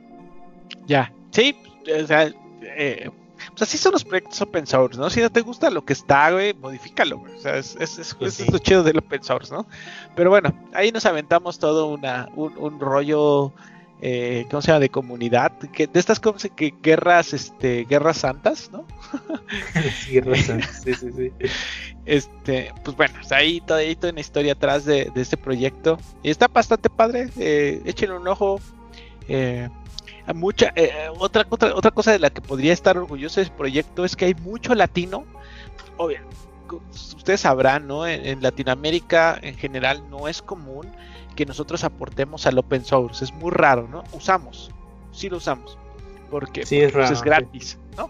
Ya, sí, o sea, eh, pues así son los proyectos open source, ¿no? Si no te gusta lo que está, güey, modifícalo, güey. O sea, es, es, es, pues sí. es lo chido del open source, ¿no? Pero bueno, ahí nos aventamos todo una, un, un rollo, eh, ¿cómo se llama? De comunidad, que, de estas cosas que guerras, este, guerras santas, ¿no? Guerras santas, sí, sí, sí. Este, pues bueno, o sea, ahí toda, ahí toda una historia atrás de, de este proyecto. Y está bastante padre, eh, échenle un ojo, eh, mucha eh, otra, otra otra cosa de la que podría estar orgulloso de este proyecto es que hay mucho latino. Obvio, ustedes sabrán, ¿no? En, en Latinoamérica en general no es común que nosotros aportemos al open source, es muy raro, ¿no? Usamos, sí lo usamos, porque, sí, porque es, raro, pues es gratis, sí. ¿no?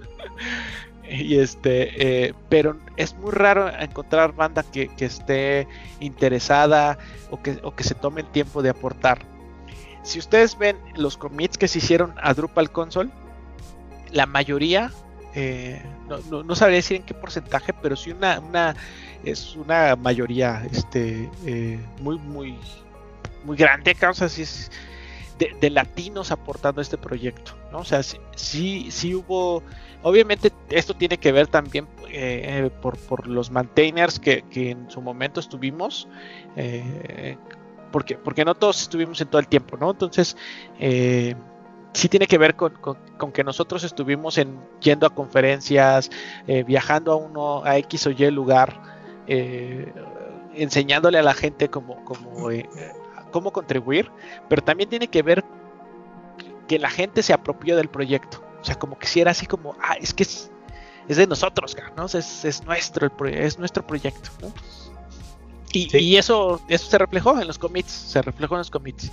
Y este, eh, pero es muy raro encontrar banda que, que esté interesada o que, o que se tome el tiempo de aportar. Si ustedes ven los commits que se hicieron a Drupal Console, la mayoría, eh, no, no, no sabría decir en qué porcentaje, pero sí una, una es una mayoría este, eh, muy, muy, muy grande, causa, si es de, de latinos aportando a este proyecto, ¿no? O sea, sí, sí, sí hubo, obviamente esto tiene que ver también eh, por, por los maintainers que, que en su momento estuvimos, eh, porque, porque no todos estuvimos en todo el tiempo, ¿no? Entonces, eh, sí tiene que ver con, con, con que nosotros estuvimos en, yendo a conferencias, eh, viajando a uno, a X o Y lugar, eh, enseñándole a la gente cómo, cómo, eh, cómo contribuir, pero también tiene que ver que la gente se apropió del proyecto, o sea, como que si era así como, ah, es que es, es de nosotros, ¿no? Es, es nuestro el proye- es nuestro proyecto, ¿no? Y, sí. y eso, eso se reflejó en los commits, se reflejó en los commits.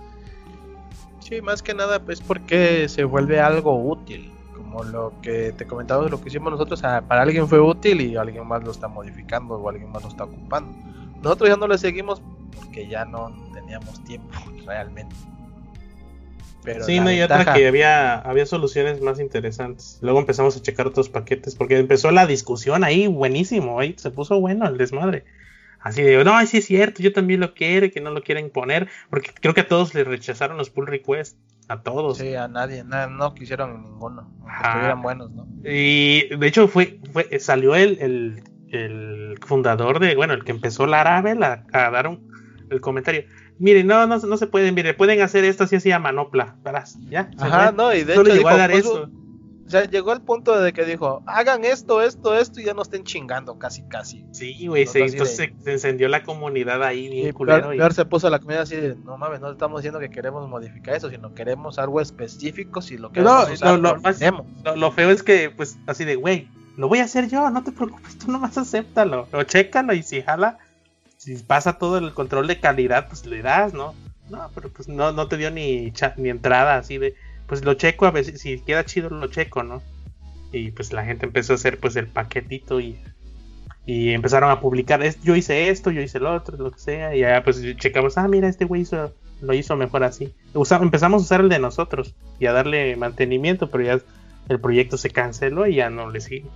Sí, más que nada es porque se vuelve algo útil, como lo que te comentaba, lo que hicimos nosotros, para alguien fue útil y alguien más lo está modificando o alguien más lo está ocupando. Nosotros ya no le seguimos porque ya no teníamos tiempo realmente. Pero sí, no, y ventaja... otra que había, había soluciones más interesantes. Luego empezamos a checar otros paquetes porque empezó la discusión ahí, buenísimo, ahí se puso bueno el desmadre. Así de, no, sí es cierto, yo también lo quiero, que no lo quieren poner, porque creo que a todos les rechazaron los pull requests, a todos. Sí, a nadie, na, no quisieron ninguno, aunque estuvieran buenos, ¿no? Y de hecho fue, fue salió el, el, el fundador de, bueno, el que empezó Laravel a, a dar un, el comentario. Miren, no, no, no se pueden, miren, pueden hacer esto así así a manopla, verás, ya. Ajá, no, y de hecho llegó a dar pues, eso. O sea, llegó al punto de que dijo, hagan esto, esto, esto, y ya no estén chingando, casi, casi. Sí, güey, sí, entonces de... se encendió la comunidad ahí bien culero. Y peor se puso la comunidad así de, no mames, no estamos diciendo que queremos modificar eso, sino queremos algo específico, si lo queremos no, usar, no, lo, más, lo, lo feo es que, pues, así de, güey, lo voy a hacer yo, no te preocupes, tú nomás acéptalo, o chécalo, y si jala, si pasa todo el control de calidad, pues le das, ¿no? No, pero pues no, no te dio ni, chat, ni entrada, así de, pues lo checo, a ver si, si queda chido lo checo, ¿no? Y pues la gente empezó a hacer pues el paquetito y, y empezaron a publicar, yo hice esto, yo hice lo otro, lo que sea, y ya pues checamos, ah, mira, este güey hizo, lo hizo mejor así. Usa, empezamos a usar el de nosotros y a darle mantenimiento, pero ya el proyecto se canceló y ya no le sigue.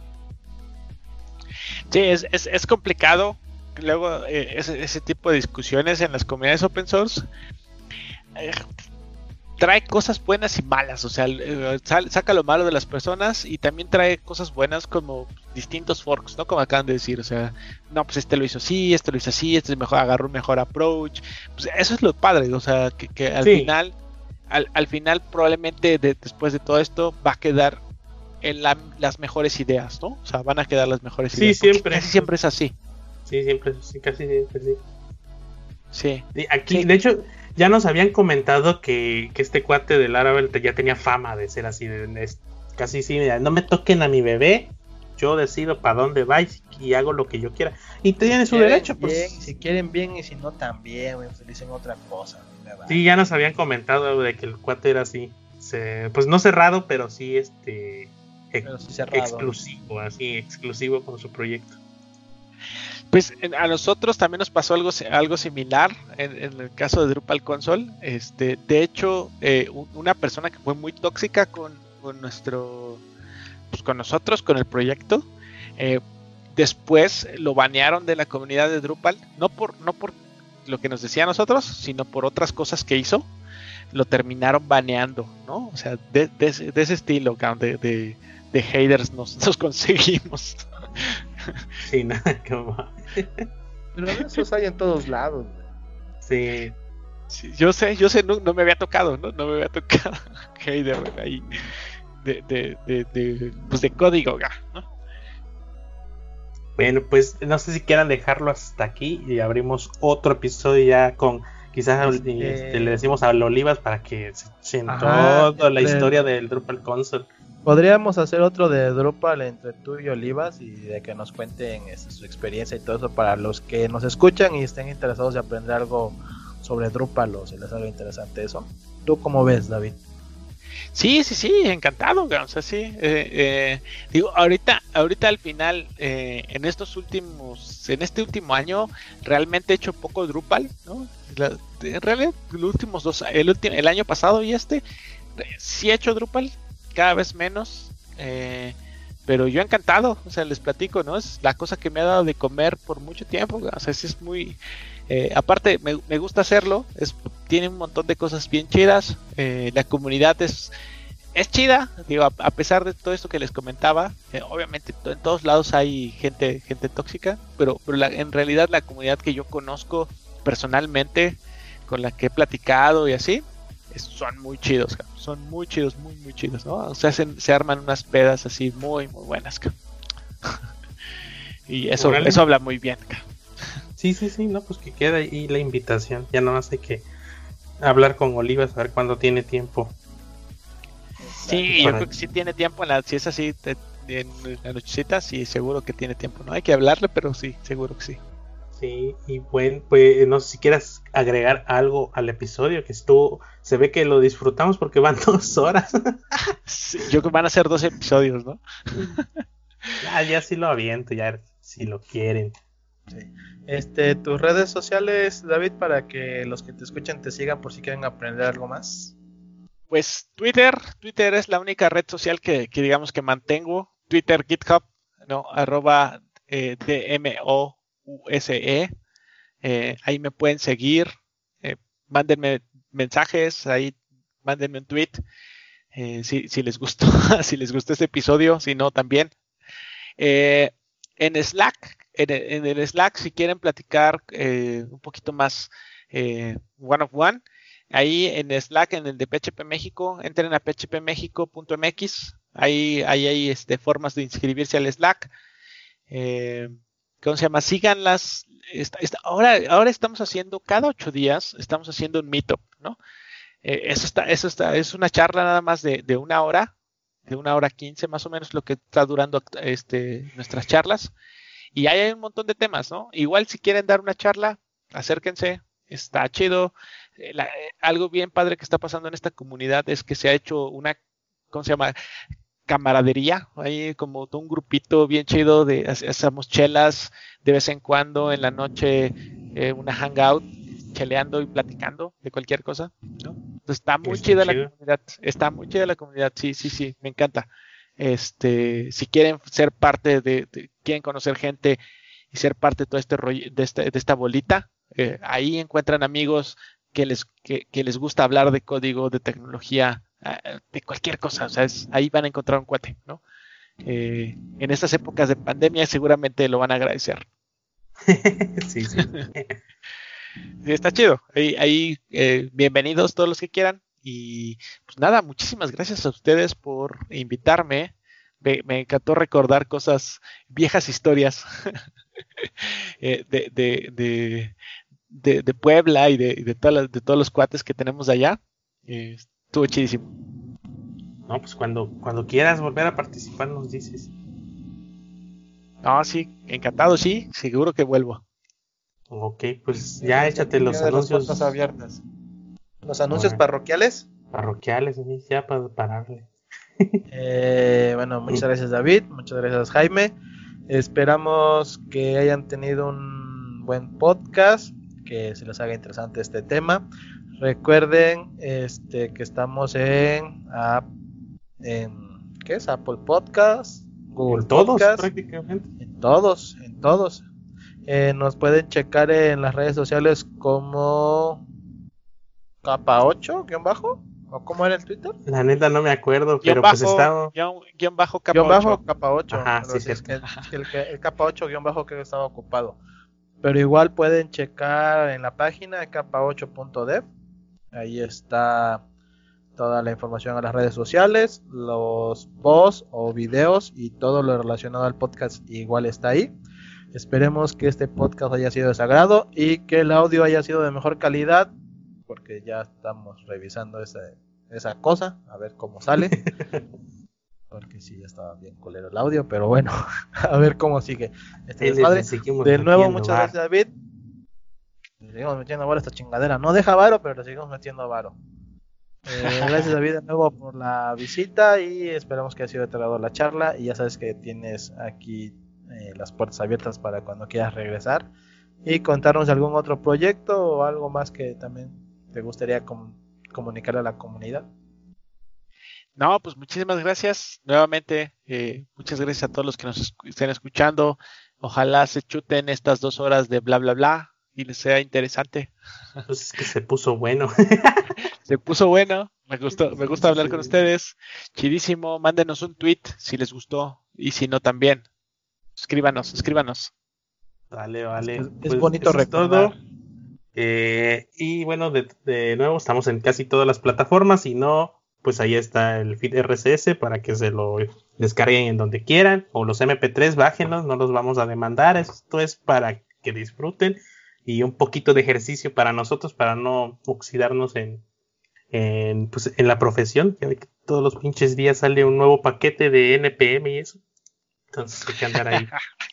Sí, es, es, es complicado. Luego eh, ese, ese tipo de discusiones en las comunidades open source eh, trae cosas buenas y malas, o sea, eh, sal, saca lo malo de las personas y también trae cosas buenas como distintos forks, ¿no? Como acaban de decir, o sea, no, pues este lo hizo así, este lo hizo así, este mejor, agarró un mejor approach, pues eso es lo padre, o sea, que, que al sí. final, al, al final probablemente de, después de todo esto va a quedar en la, las mejores ideas, ¿no? O sea, van a quedar las mejores sí, ideas. Siempre. Casi siempre es así. Sí, siempre, sí, casi siempre, sí. Sí. Y aquí, sí. de hecho, ya nos habían comentado que, que este cuate del Laravel ya tenía fama de ser así, de, de, casi sí, mira, no me toquen a mi bebé, yo decido para dónde va y, y hago lo que yo quiera. Y tiene su derecho, pues. Bien, si quieren bien y si no también, pues dicen otra cosa. ¿Verdad? Sí, ya nos habían comentado de que el cuate era así, se, pues no cerrado, pero sí este pero sí cerrado. exclusivo, así, exclusivo con su proyecto. Pues a nosotros también nos pasó algo, algo similar en, en el caso de Drupal Console. Este, de hecho, eh, una persona que fue muy tóxica con, con nuestro, pues con nosotros, con el proyecto, eh, después lo banearon de la comunidad de Drupal, no por, no por lo que nos decía a nosotros, sino por otras cosas que hizo. Lo terminaron baneando, ¿no? O sea, de, de, de ese estilo, de, de, de haters nos, nos conseguimos. Sí, nada, como... Pero esos hay en todos lados. Sí. Sí, yo sé, yo sé, no, no me había tocado, ¿no? No me había tocado hater ahí de, de, de, de, pues de código, ¿no? Bueno, pues no sé si quieran dejarlo hasta aquí y abrimos otro episodio ya con... Quizás este... este, le decimos a Olivas para que se echen toda la de... historia del Drupal Console. Podríamos hacer otro de Drupal entre tú y Olivas y de que nos cuenten este, su experiencia y todo eso para los que nos escuchan y estén interesados de aprender algo sobre Drupal o si les haga interesante eso. ¿Tú cómo ves, David? Sí, sí, sí, encantado, o sea, sí. Eh, eh, digo, ahorita, ahorita al final, eh, en estos últimos, en este último año, realmente he hecho poco Drupal, ¿no? La, en realidad, los últimos dos, el último, el año pasado y este, sí he hecho Drupal. Cada vez menos, eh, pero yo encantado, o sea, les platico, ¿no? Es la cosa que me ha dado de comer por mucho tiempo, o sea, sí es muy... Eh, aparte, me, me gusta hacerlo, es, tiene un montón de cosas bien chidas, eh, la comunidad es... Es chida, digo, a, a pesar de todo esto que les comentaba, eh, obviamente to- en todos lados hay gente gente tóxica, pero, pero la, en realidad la comunidad que yo conozco personalmente, con la que he platicado y así, es- son muy chidos, cabrón, son muy chidos, muy muy chidos, ¿no? O sea, se, se arman unas pedas así muy muy buenas, cabrón. Y eso Órale. eso habla muy bien, cabrón. Sí, sí, sí, no, pues que queda ahí la invitación. Ya nada más hay que hablar con Olivas a ver cuándo tiene tiempo. Sí, yo Para- creo que sí tiene tiempo, en la, si es así te- en la nochecita, sí, seguro que tiene tiempo, ¿no? Hay que hablarle, pero sí, seguro que sí. Sí, y bueno, pues no sé si quieras agregar algo al episodio que estuvo, se ve que lo disfrutamos porque van dos horas. Sí, yo creo que van a ser dos episodios, ¿no? Ya, ya sí lo aviento, ya si lo quieren. Sí. Este, tus redes sociales, David, para que los que te escuchan te sigan por si quieren aprender algo más. Pues Twitter, Twitter es la única red social que, que digamos que mantengo. Twitter, GitHub, ¿no? Arroba eh, D M O U S E. Eh, ahí me pueden seguir. Eh, mándenme mensajes, ahí mándenme un tweet. Eh, si, si les gustó, si les gustó este episodio, si no, también. Eh, en Slack, en, el- en el Slack, si quieren platicar eh, un poquito más eh, one of one, ahí en Slack, en el de P H P México, entren a p h p mexico punto m x, ahí, ahí hay este, formas de inscribirse al Slack. Eh, ¿Cómo se llama? Síganlas. Esta- esta- ahora, ahora estamos haciendo, cada ocho días, estamos haciendo un meetup, ¿no? Eh, eso está, eso está, es una charla nada más de, de una hora, de una hora quince más o menos lo que está durando este, nuestras charlas. Y ahí hay un montón de temas, ¿no? Igual si quieren dar una charla, acérquense, está chido. Eh, la- eh, algo bien padre que está pasando en esta comunidad es que se ha hecho una, ¿cómo se llama? Camaradería, ahí como todo un grupito bien chido de hace- hacemos chelas de vez en cuando en la noche, eh, una hangout, cheleando y platicando de cualquier cosa, ¿no? Entonces, está muy Está chida la chido. comunidad, está muy chida la comunidad, sí, sí, sí, me encanta. Este, si quieren ser parte de, de- quieren conocer gente y ser parte de todo este rollo, de, este- de esta bolita, eh, ahí encuentran amigos que les, que, que les gusta hablar de código, de tecnología, ah, de cualquier cosa, o sea, es- ahí van a encontrar un cuate, ¿no? Eh, en estas épocas de pandemia seguramente lo van a agradecer. Sí, sí. Sí, está chido. Ahí, ahí eh, bienvenidos todos los que quieran. Y pues nada, muchísimas gracias a ustedes por invitarme. Me, me encantó recordar cosas, viejas historias eh, de, de, de, de, de Puebla y de, y de, todas las- de todos los cuates que tenemos de allá. Eh, estuvo chidísimo. No, pues cuando, cuando quieras volver a participar nos dices. No, sí, encantado, sí, seguro que vuelvo. Ok, pues ya échate los Tiene las anuncios puertas abiertas. Los anuncios Ahora. parroquiales. parroquiales, así, ya para pararle. Eh, bueno, muchas gracias David, muchas gracias Jaime. Esperamos que hayan tenido un buen podcast, que se les haga interesante este tema. Recuerden este, que estamos en, App- en ¿qué es? Apple Podcast, Google En todos, Podcast, prácticamente. en todos, en todos. Eh, nos pueden checar en las redes sociales como capa ocho guión bajo, o cómo era el Twitter. La neta no me acuerdo, Guión pero pues bajo, está. guión, guión bajo capa Guión bajo ocho. capa ocho. Ajá, pero sí, sí, es que, cierto. es que el, que- el capa ocho guión bajo creo que estaba ocupado. Pero igual pueden checar en la página capa ocho punto dev. Ahí está toda la información a las redes sociales, los posts o videos y todo lo relacionado al podcast igual está ahí. Esperemos que este podcast haya sido de su agrado y que el audio haya sido de mejor calidad, porque ya estamos revisando esa, esa cosa, a ver cómo sale. Porque sí, ya estaba bien culero el audio, pero bueno, a ver cómo sigue este Ahí le- desmadre. le seguimos De nuevo, metiendo muchas bar. gracias David. Le seguimos metiendo varo a esta chingadera. No deja varo, pero le seguimos metiendo varo. Eh, gracias David de nuevo por la visita y esperamos que haya sido de tu agrado la charla. Y ya sabes que tienes aquí eh, las puertas abiertas para cuando quieras regresar y contarnos de algún otro proyecto o algo más que también te gustaría com- comunicarle a la comunidad. No, pues muchísimas gracias nuevamente. Eh, muchas gracias a todos los que nos escu- estén escuchando. Ojalá se chuten estas dos horas de bla, bla, bla y les sea interesante. Pues es que se puso bueno. Se puso bueno. Me gustó, me gusta hablar Sí. con ustedes. Chidísimo. Mándenos un tweet si les gustó y si no también. Escríbanos, escríbanos. Vale, vale. Es, es Pues bonito eso es recordar. todo. Eh, y bueno, de, de nuevo estamos en casi todas las plataformas. Si no, pues ahí está el feed R S S para que se lo descarguen en donde quieran. O los M P tres, bájenlos, no los vamos a demandar. Esto es para que disfruten. Y un poquito de ejercicio para nosotros, para no oxidarnos en, en, pues, en la profesión. Ya ve que todos los pinches días sale un nuevo paquete de N P M y eso. Entonces hay que andar ahí.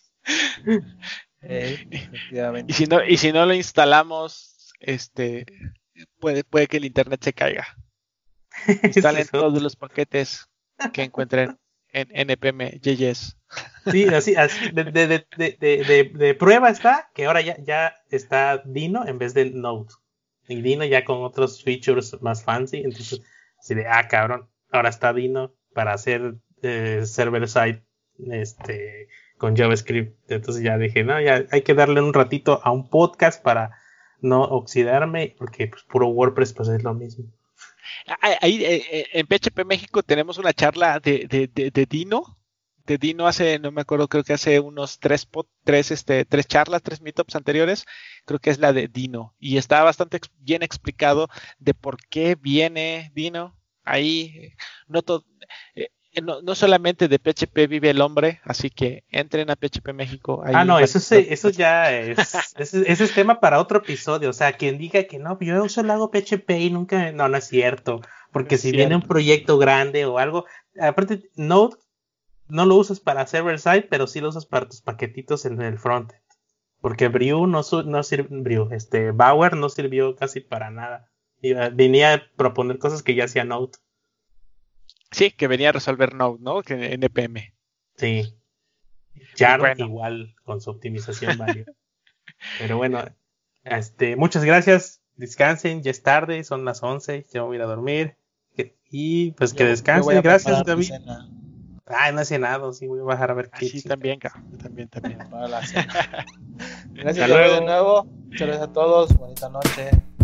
Eh, Y efectivamente. si no, y si no lo instalamos, este puede, puede que el internet se caiga. Instalen Eso. todos los paquetes que encuentren en N P M J S. Sí, así, así de, de, de, de, de, de prueba está que ahora ya, ya está Dino en vez de Node. Y Dino ya con otros features más fancy. Entonces, así de, ah, cabrón, ahora está Dino para hacer eh, server-side este, con JavaScript. Entonces ya dije, no, ya hay que darle un ratito a un podcast para no oxidarme, porque pues puro WordPress pues es lo mismo. Ahí eh, en P H P México tenemos una charla de, de, de, de Dino. De Dino hace, no me acuerdo, creo que hace unos tres, pod, tres, este, tres charlas, tres meetups anteriores. Creo que es la de Dino. Y está bastante ex, bien explicado de por qué viene Dino. Ahí no, to, eh, no, no solamente de P H P vive el hombre, así que entren a P H P México. Ahí ah, no, eso, es, eso ya es, ese, ese es tema para otro episodio. O sea, quien diga que no, yo solo hago P H P y nunca, no, no es cierto. Porque es si cierto. viene un proyecto grande o algo, aparte, Node no lo usas para server-side, pero sí lo usas para tus paquetitos en el frontend. Porque Brew no, no sirvió, este, Bower no sirvió casi para nada. Iba, venía a proponer cosas que ya hacía Node. Sí, que venía a resolver Node, ¿no? Que N P M. Sí. Yarn Bueno. igual con su optimización valió. Pero bueno, este, muchas gracias. Descansen, ya es tarde, son las once, ya voy a ir a dormir. Y pues Yo- que yo voy descansen, a gracias preparar mi David. cena Ay, no he cenado, sí, voy a bajar a ver qué Sí, chingada. también, cabrón. También, también. para la cena. Gracias Hasta David, luego. de nuevo. Muchas gracias a todos. Bonita noche.